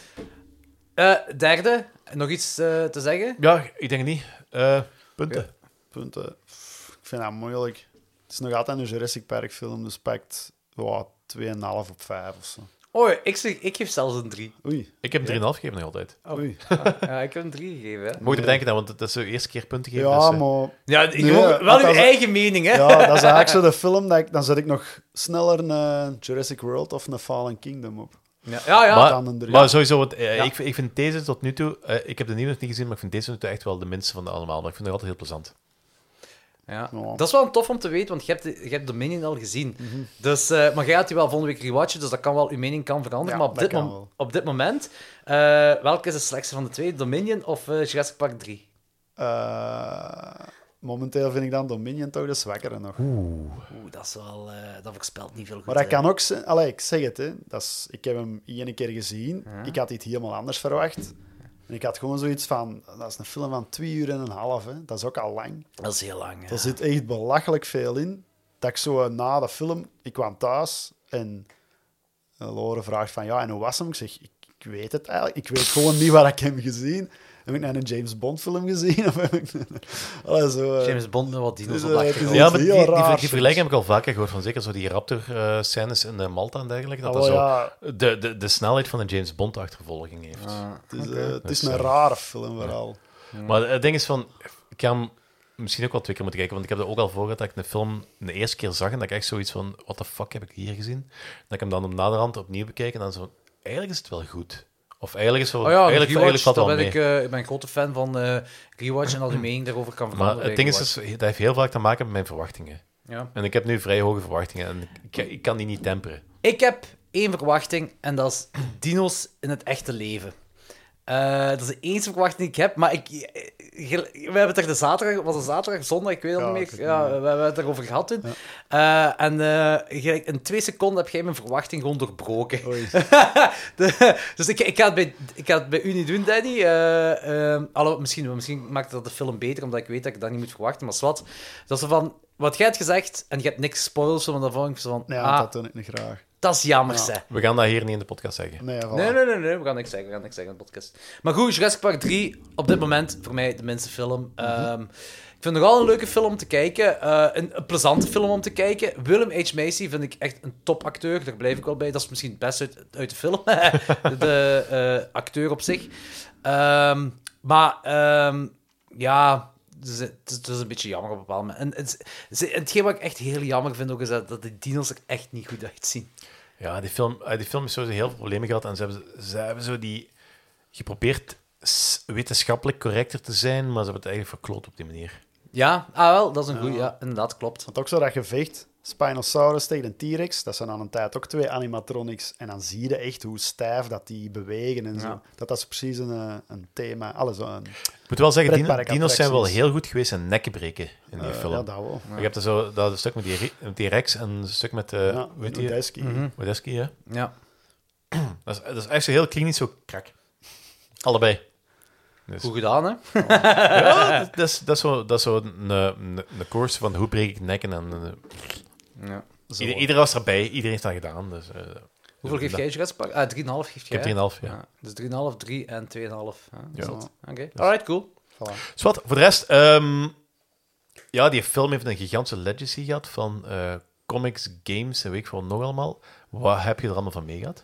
Eh, derde, nog iets eh, te zeggen? Ja, ik denk het niet. Eh, punten. Punten. Pff, Ik vind dat moeilijk. Het is nog altijd een Jurassic Park film, dus pakt oh, twee komma vijf op vijf of zo. Oh, ik, zeg, ik geef zelfs een drie. Oei, Ik heb hem drie komma vijf gegeven nog altijd. oei. Ja, ik heb een drie gegeven. Hè. Mocht je bedenken dan, want het is de eerste keer punten geven. Ja, dus, eh, maar... Ja, je Nee, moet wel dat je is- eigen mening, hè? Ja, dat is eigenlijk zo de film, dat ik, dan zet ik nog sneller een Jurassic World of een Fallen Kingdom op. Ja, ja. ja. Maar, Dan een drie. maar sowieso, want, uh, Ja. ik, ik vind deze tot nu toe... Uh, ik heb de nieuwe nog niet gezien, maar ik vind deze tot nu toe echt wel de minste van de allemaal. Maar ik vind het altijd heel plezant. Ja. Ja. Dat is wel tof om te weten, want je hebt, de, je hebt Dominion al gezien. Mhm. Dus, uh, maar jij gaat die wel volgende week rewatchen, dus dat kan wel, uw mening kan veranderen. Ja, maar op dat dit, kan mom- wel. op dit moment, uh, welke is de slechtste van de twee? Dominion of uh, Jurassic Park drie? Uh, momenteel vind ik dan Dominion toch de zwakkere nog. Oeh. Oeh, dat is wel... Uh, dat voorspelt niet veel goed. Maar dat hè. kan ook zijn... Allee, ik zeg het, hè. Dat is, ik heb hem één keer gezien. Ja. Ik had iets helemaal anders verwacht. En ik had gewoon zoiets van... Dat is een film van twee uur en een half, hè. Dat is ook al lang. Dat is heel lang, ja. Er zit echt belachelijk veel in. Dat ik zo na de film... Ik kwam thuis en... Lore vraagt van... Ja, en hoe was hem? Ik zeg... Ik, ik weet het eigenlijk. Ik weet gewoon niet waar ik hem gezien. Heb ik nou een James Bond film gezien? Of heb ik... Allee, zo, uh... James Bond met wat dino's Dus, op de uh, het is achtergrond. Ja, iets maar die, heel die, die, raars, vergelijking heb ik al vaker gehoord. Van zeker zo die raptor-scènes in uh, Malta en dergelijke. Dat Ah, dat zo wel, ja, de, de, de snelheid van een James Bond-achtervolging heeft. Ah, het is, oké. uh, het is Dus, een uh, rare film vooral. Maar het ding is van... Ik ga hem misschien ook wel twee keer moeten kijken. Want ik heb er ook al voor gehad dat ik een film de eerste keer zag. En dat ik echt zoiets van... What the fuck heb ik hier gezien? Dat ik hem dan op naderhand opnieuw bekijk. En dan zo... Eigenlijk is het wel goed. Of eigenlijk is het wel... Oh ja, eigenlijk, rewatch, eigenlijk valt het daar wel ben mee. ik, uh, ik ben een grote fan van uh, rewatch en al die mening daarover kan veranderen. Maar het bij ding is, rewatch. dus, dat heeft heel vaak te maken met mijn verwachtingen. Ja. En ik heb nu vrij hoge verwachtingen. En ik, ik kan die niet temperen. Ik heb één verwachting en dat is dino's in het echte leven. Uh, dat is de enige verwachting die ik heb, maar ik... We hebben het er de zaterdag, was het zaterdag, zondag, ik weet het Ja, niet ik meer. weet Ja, niet. we, we hebben het erover gehad toen. Ja. Uh, en uh, gelijk in twee seconden heb jij mijn verwachting gewoon doorbroken. de, dus ik, ik, ga het bij, ik ga het bij u niet doen, Danny. Uh, uh, alle, misschien, misschien maakt dat de film beter, omdat ik weet dat ik dat niet moet verwachten, maar zwart. Dat is van, wat jij hebt gezegd, en je hebt niks spoilers, want dan vond ik zo van... Nee, ah, dat doe ik niet graag. dat is jammer, Ja. hè. We gaan dat hier niet in de podcast zeggen. Nee, voilà. Nee, nee, nee, nee, we gaan niks zeggen, we gaan niks zeggen in de podcast. Maar goed, Jurassic Park drie, op dit moment voor mij de minste film. Mm-hmm. Um, ik vind het nogal een leuke film om te kijken, uh, een, een plezante film om te kijken. Willem H. Macy vind ik echt een topacteur, daar blijf ik wel bij. Dat is misschien het beste uit, uit de film, de uh, acteur op zich. Um, maar um, ja... Het is, het is een beetje jammer op een bepaald moment. En het, het, hetgeen wat ik echt heel jammer vind ook, is dat, dat de dino's er echt niet goed uitzien. Ja, die film, die film heeft sowieso heel veel problemen gehad. En ze hebben, ze hebben zo die geprobeerd wetenschappelijk correcter te zijn, maar ze hebben het eigenlijk verkloot op die manier. Ja, ah wel, dat is een Ja. goeie. Ja, inderdaad, klopt. Want ook zo dat gevecht, Spinosaurus tegen een T-Rex, dat zijn aan een tijd ook twee animatronics. En dan zie je echt hoe stijf dat die bewegen en zo. Ja. Dat dat is precies een, een thema. Alles een, Ik moet wel zeggen, dino, Pretpark dino's zijn wel attracties. heel goed geweest in nekken breken in die uh, film. ja, dat wel. Je hebt er zo, dat stuk met die, ri- met die Rex en een stuk met de... Ja, weet je? Udesky. Mm-hmm. Wedeski, hè? Ja. Dat is, dat is echt zo heel klinisch zo krak. Allebei. Dus. Goed gedaan, hè? Ja, dat, dat is, dat is zo, dat is zo een, een, een course van hoe breek ik nekken. En, uh, Ja. Zo. ieder, iedereen was erbij, iedereen heeft dat gedaan. Dus, uh, Hoeveel geef jij Jurassic Park? Ah, drie komma vijf geef Ik jij. heb drie komma vijf, ja. Ja. Dus drie komma vijf, drie en twee komma vijf. Ja, Ja. zot. Oké. Alright, cool. Voilà. Dus wat, voor de rest... Um, ja, die film heeft een gigantische legacy gehad van uh, comics, games en weet ik veel nog allemaal. Wat heb je er allemaal van meegehad?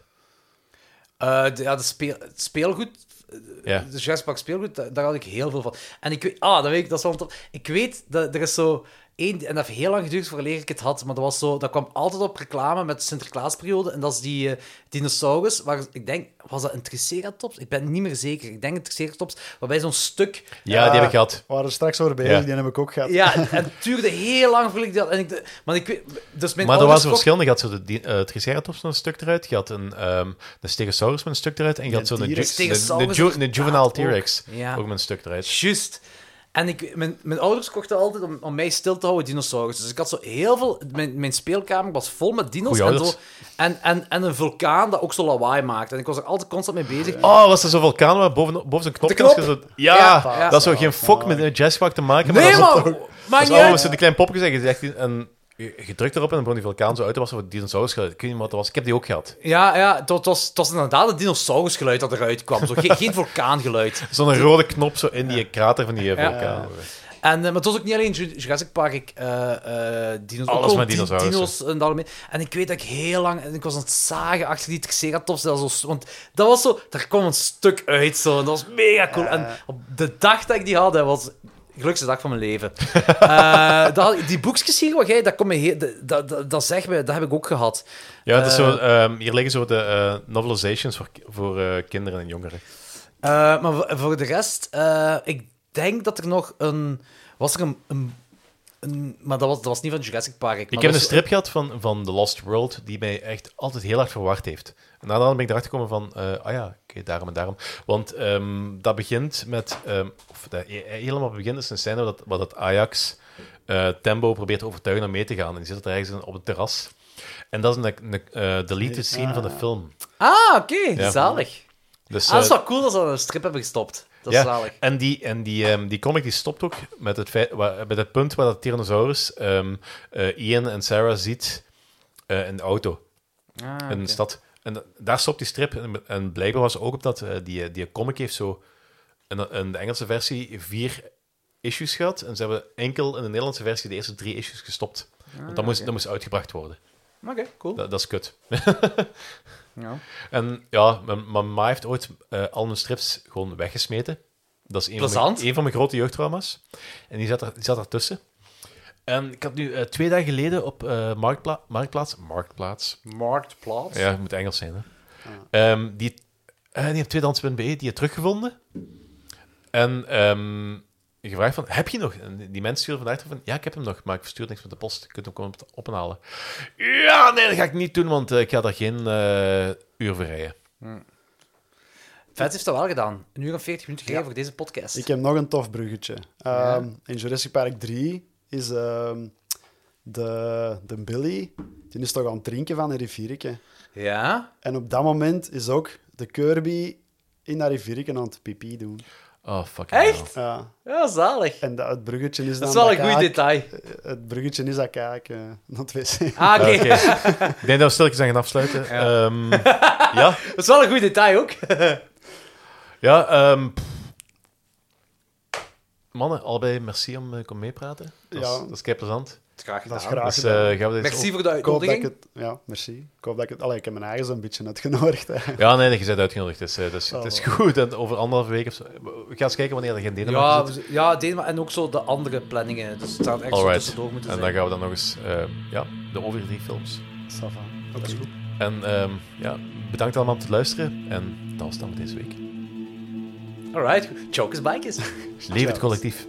Uh, de, ja, de speel, het speelgoed... Ja. De Jurassic Park speelgoed, daar, daar had ik heel veel van. En ik weet... Ah, dat weet ik, dat is wel tof. Ik weet, dat er is zo... Eén, en dat heeft heel lang geduurd voordat ik het had, maar dat was zo... Dat kwam altijd op reclame met de Sinterklaasperiode. En dat is die uh, dinosaurus, waar ik denk... Was dat een Triceratops? Ik ben niet meer zeker. Ik denk een Triceratops, waarbij zo'n stuk... Ja, die heb ik gehad. We waren er straks over bezig, Ja. die heb ik ook gehad. Ja, en het duurde heel lang voordat ik dat... En ik, maar ik weet... Dus mijn Maar er ouders was een kochten- verschil. Je had zo de di- uh, Triceratops met een stuk eruit, je had een, um, een Stegosaurus met een stuk eruit, en je had Een zo'n ju- T-Rex. een, een, Stegosaurus ju- een inderdaad juvenile ook. T-Rex, Ja. ook met een stuk eruit. Juist. En ik, mijn, mijn ouders kochten altijd om, om mij stil te houden dinosaurus. Dus ik had zo heel veel... Mijn, mijn speelkamer was vol met dino's. Goeie En, ouders. zo, en, en, en een vulkaan dat ook zo lawaai maakte. En ik was er altijd constant mee bezig. Oh, was er zo'n vulkaan waar boven, boven zijn knop... De knop? als je zo- ja, Ja, ja. dat is zo geen fok met een jazzvak te maken. Maar Nee, dat is man! Dat Maakt is niet allemaal uit. met zo'n klein popje zeggen. Je, zegt, en je, je drukt erop en dan begon die vulkaan zo uit te wassen voor dinosaurus geluid. Ik weet niet wat dat was. Ik heb die ook gehad. Ja, ja het, was, het was inderdaad een dinosaurusgeluid dat eruit kwam. Zo, geen, geen vulkaangeluid. Zo'n rode knop zo in die krater van die eh, Ja. vulkaan. En, uh, maar het was ook niet alleen Ju- Jurassic Park. Ik, uh, uh, dino's, Alles ook wel met di- dinosaurussen. dino's in het algemeen. En ik weet dat ik heel lang... En ik was aan het zagen achter die Triceratops. Dat zo, want dat was zo... Daar kwam een stuk uit, zo. En dat was mega cool. Ja. En op de dag dat ik die had, dat was gelukkigste dag van mijn leven. uh, dat, die boekjes hier, wat jij, dat, komt me heel, dat, dat, dat zeg me, dat heb ik ook gehad. Ja, dat is zo, Uh, um, hier liggen zo de uh, novelizations voor, voor uh, kinderen en jongeren. Uh, maar voor, voor de rest, uh, ik denk dat er nog een... Was er een... een, een maar dat was, dat was niet van Jurassic Park. Ik heb een strip gehad van, van The Lost World die mij echt altijd heel hard verward heeft. En daarna ben ik erachter gekomen van... Uh, ah ja, oké, okay, daarom en daarom. Want um, dat begint met... Um, of dat helemaal begint is een scène waar dat, waar dat Ajax uh, Tembo probeert te overtuigen om mee te gaan. En die zit er ergens op het terras. En dat is een, een uh, deleted scene ah. van de film. Ah, oké. Okay. Ja. Zalig. Dus, ah, dat is wel cool dat ze een strip hebben gestopt. Dat is ja, zalig. En, die, en die, um, die comic die stopt ook met het, feit, waar, met het punt waar dat Tyrannosaurus um, uh, Ian en Sarah ziet uh, in de auto. Ah, in okay. de stad. En daar stopt die strip. En, en blijkbaar was ook op dat uh, die, die comic heeft zo in, in de Engelse versie vier issues gehad. En ze hebben enkel in de Nederlandse versie de eerste drie issues gestopt. Ah, Want dat, okay. moest, dat moest uitgebracht worden. Oké, okay, cool. Dat, dat is kut. Ja. En ja, mijn, mijn ma heeft ooit uh, al mijn strips gewoon weggesmeten. Dat is een van, mijn, een van mijn grote jeugdtrauma's. En die zat, er, die zat ertussen. En ik had nu uh, twee dagen geleden op uh, Marktpla- Marktplaats... Marktplaats? Marktplaats? Ja, het moet Engels zijn, hè. Ah. Um, die, uh, die op tweedehands punt be die teruggevonden. En um, gevraagd van, heb je nog? En die mensen sturen vandaag van, ja, ik heb hem nog, maar ik verstuur niks met de post. Je kunt hem gewoon op- ophalen. Ja, nee, dat ga ik niet doen, want uh, ik ga daar geen uh, uur voor rijden. Hmm. Vet heeft dat wel gedaan. Een uur en veertig minuten gegeven ja. voor deze podcast. Ik heb nog een tof bruggetje. Um, ja. In Jurassic Park drie is um, de, de Billy, die is toch aan het drinken van een riviertje. Ja? En op dat moment is ook de Kirby in dat riviertje aan het pipi doen. Oh, fuck. Echt? Ja. Ja, zalig. En dat, het bruggetje is dat dan... Dat is wel een goed detail. Het bruggetje is dat kijk uh, naar het wc. Ah, oké. Okay. Okay. Ik denk dat we stilletjes aan gaan afsluiten. Ja. Um, ja. Dat is wel een goed detail ook. Ja, um, mannen, allebei merci om uh, komen meepraten. Dat, ja. is, dat is kei plezant. Graag gedaan. Dat is graag dus, gedaan. uh, gaan we merci op... voor de uitnodiging. Ik het, ja, merci. Ik hoop dat ik het... Allee, ik heb mijn eigen zo'n beetje uitgenodigd. Hè. Ja, nee, je bent uitgenodigd. Het is, uh, dus, oh, het is goed. En over anderhalve week of zo... We gaan eens kijken wanneer er geen ja, Denemarken zit. ja, Denemarken en ook zo de andere planningen. Dus het staat echt zo tussendoor moeten zijn. En dan gaan we dan nog eens... Uh, ja, de overige drie films. Ça va. Dat is goed. En um, ja, bedankt allemaal om te luisteren. En dat was het dan voor deze week. Alright, Jokers Bikers. Leef het collectief.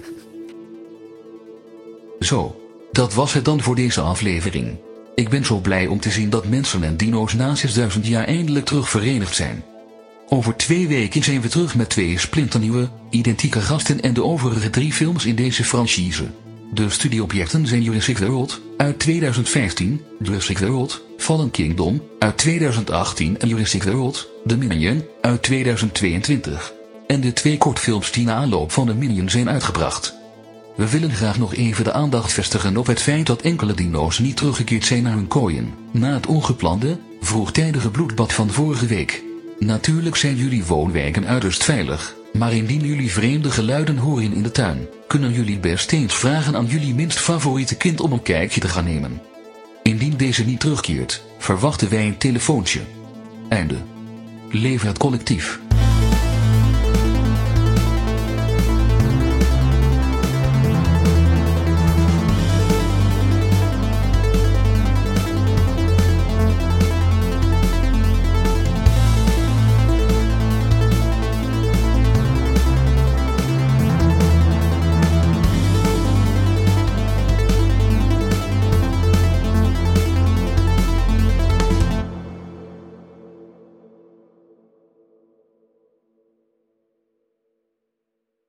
Zo, dat was het dan voor deze aflevering. Ik ben zo blij om te zien dat mensen en dino's na zesduizend jaar eindelijk terug verenigd zijn. Over twee weken zijn we terug met twee splinternieuwe, identieke gasten en de overige drie films in deze franchise. De studieobjecten zijn Jurassic World uit tweeduizend vijftien, Jurassic World, Fallen Kingdom uit tweeduizend achttien en Jurassic World, Dominion uit tweeduizend tweeëntwintig. En de twee kortfilms die na aanloop van Dominion zijn uitgebracht. We willen graag nog even de aandacht vestigen op het feit dat enkele dino's niet teruggekeerd zijn naar hun kooien, na het ongeplande, vroegtijdige bloedbad van vorige week. Natuurlijk zijn jullie woonwijken uiterst veilig, maar indien jullie vreemde geluiden horen in de tuin, kunnen jullie best eens vragen aan jullie minst favoriete kind om een kijkje te gaan nemen. Indien deze niet terugkeert, verwachten wij een telefoontje. Einde. Leef het collectief.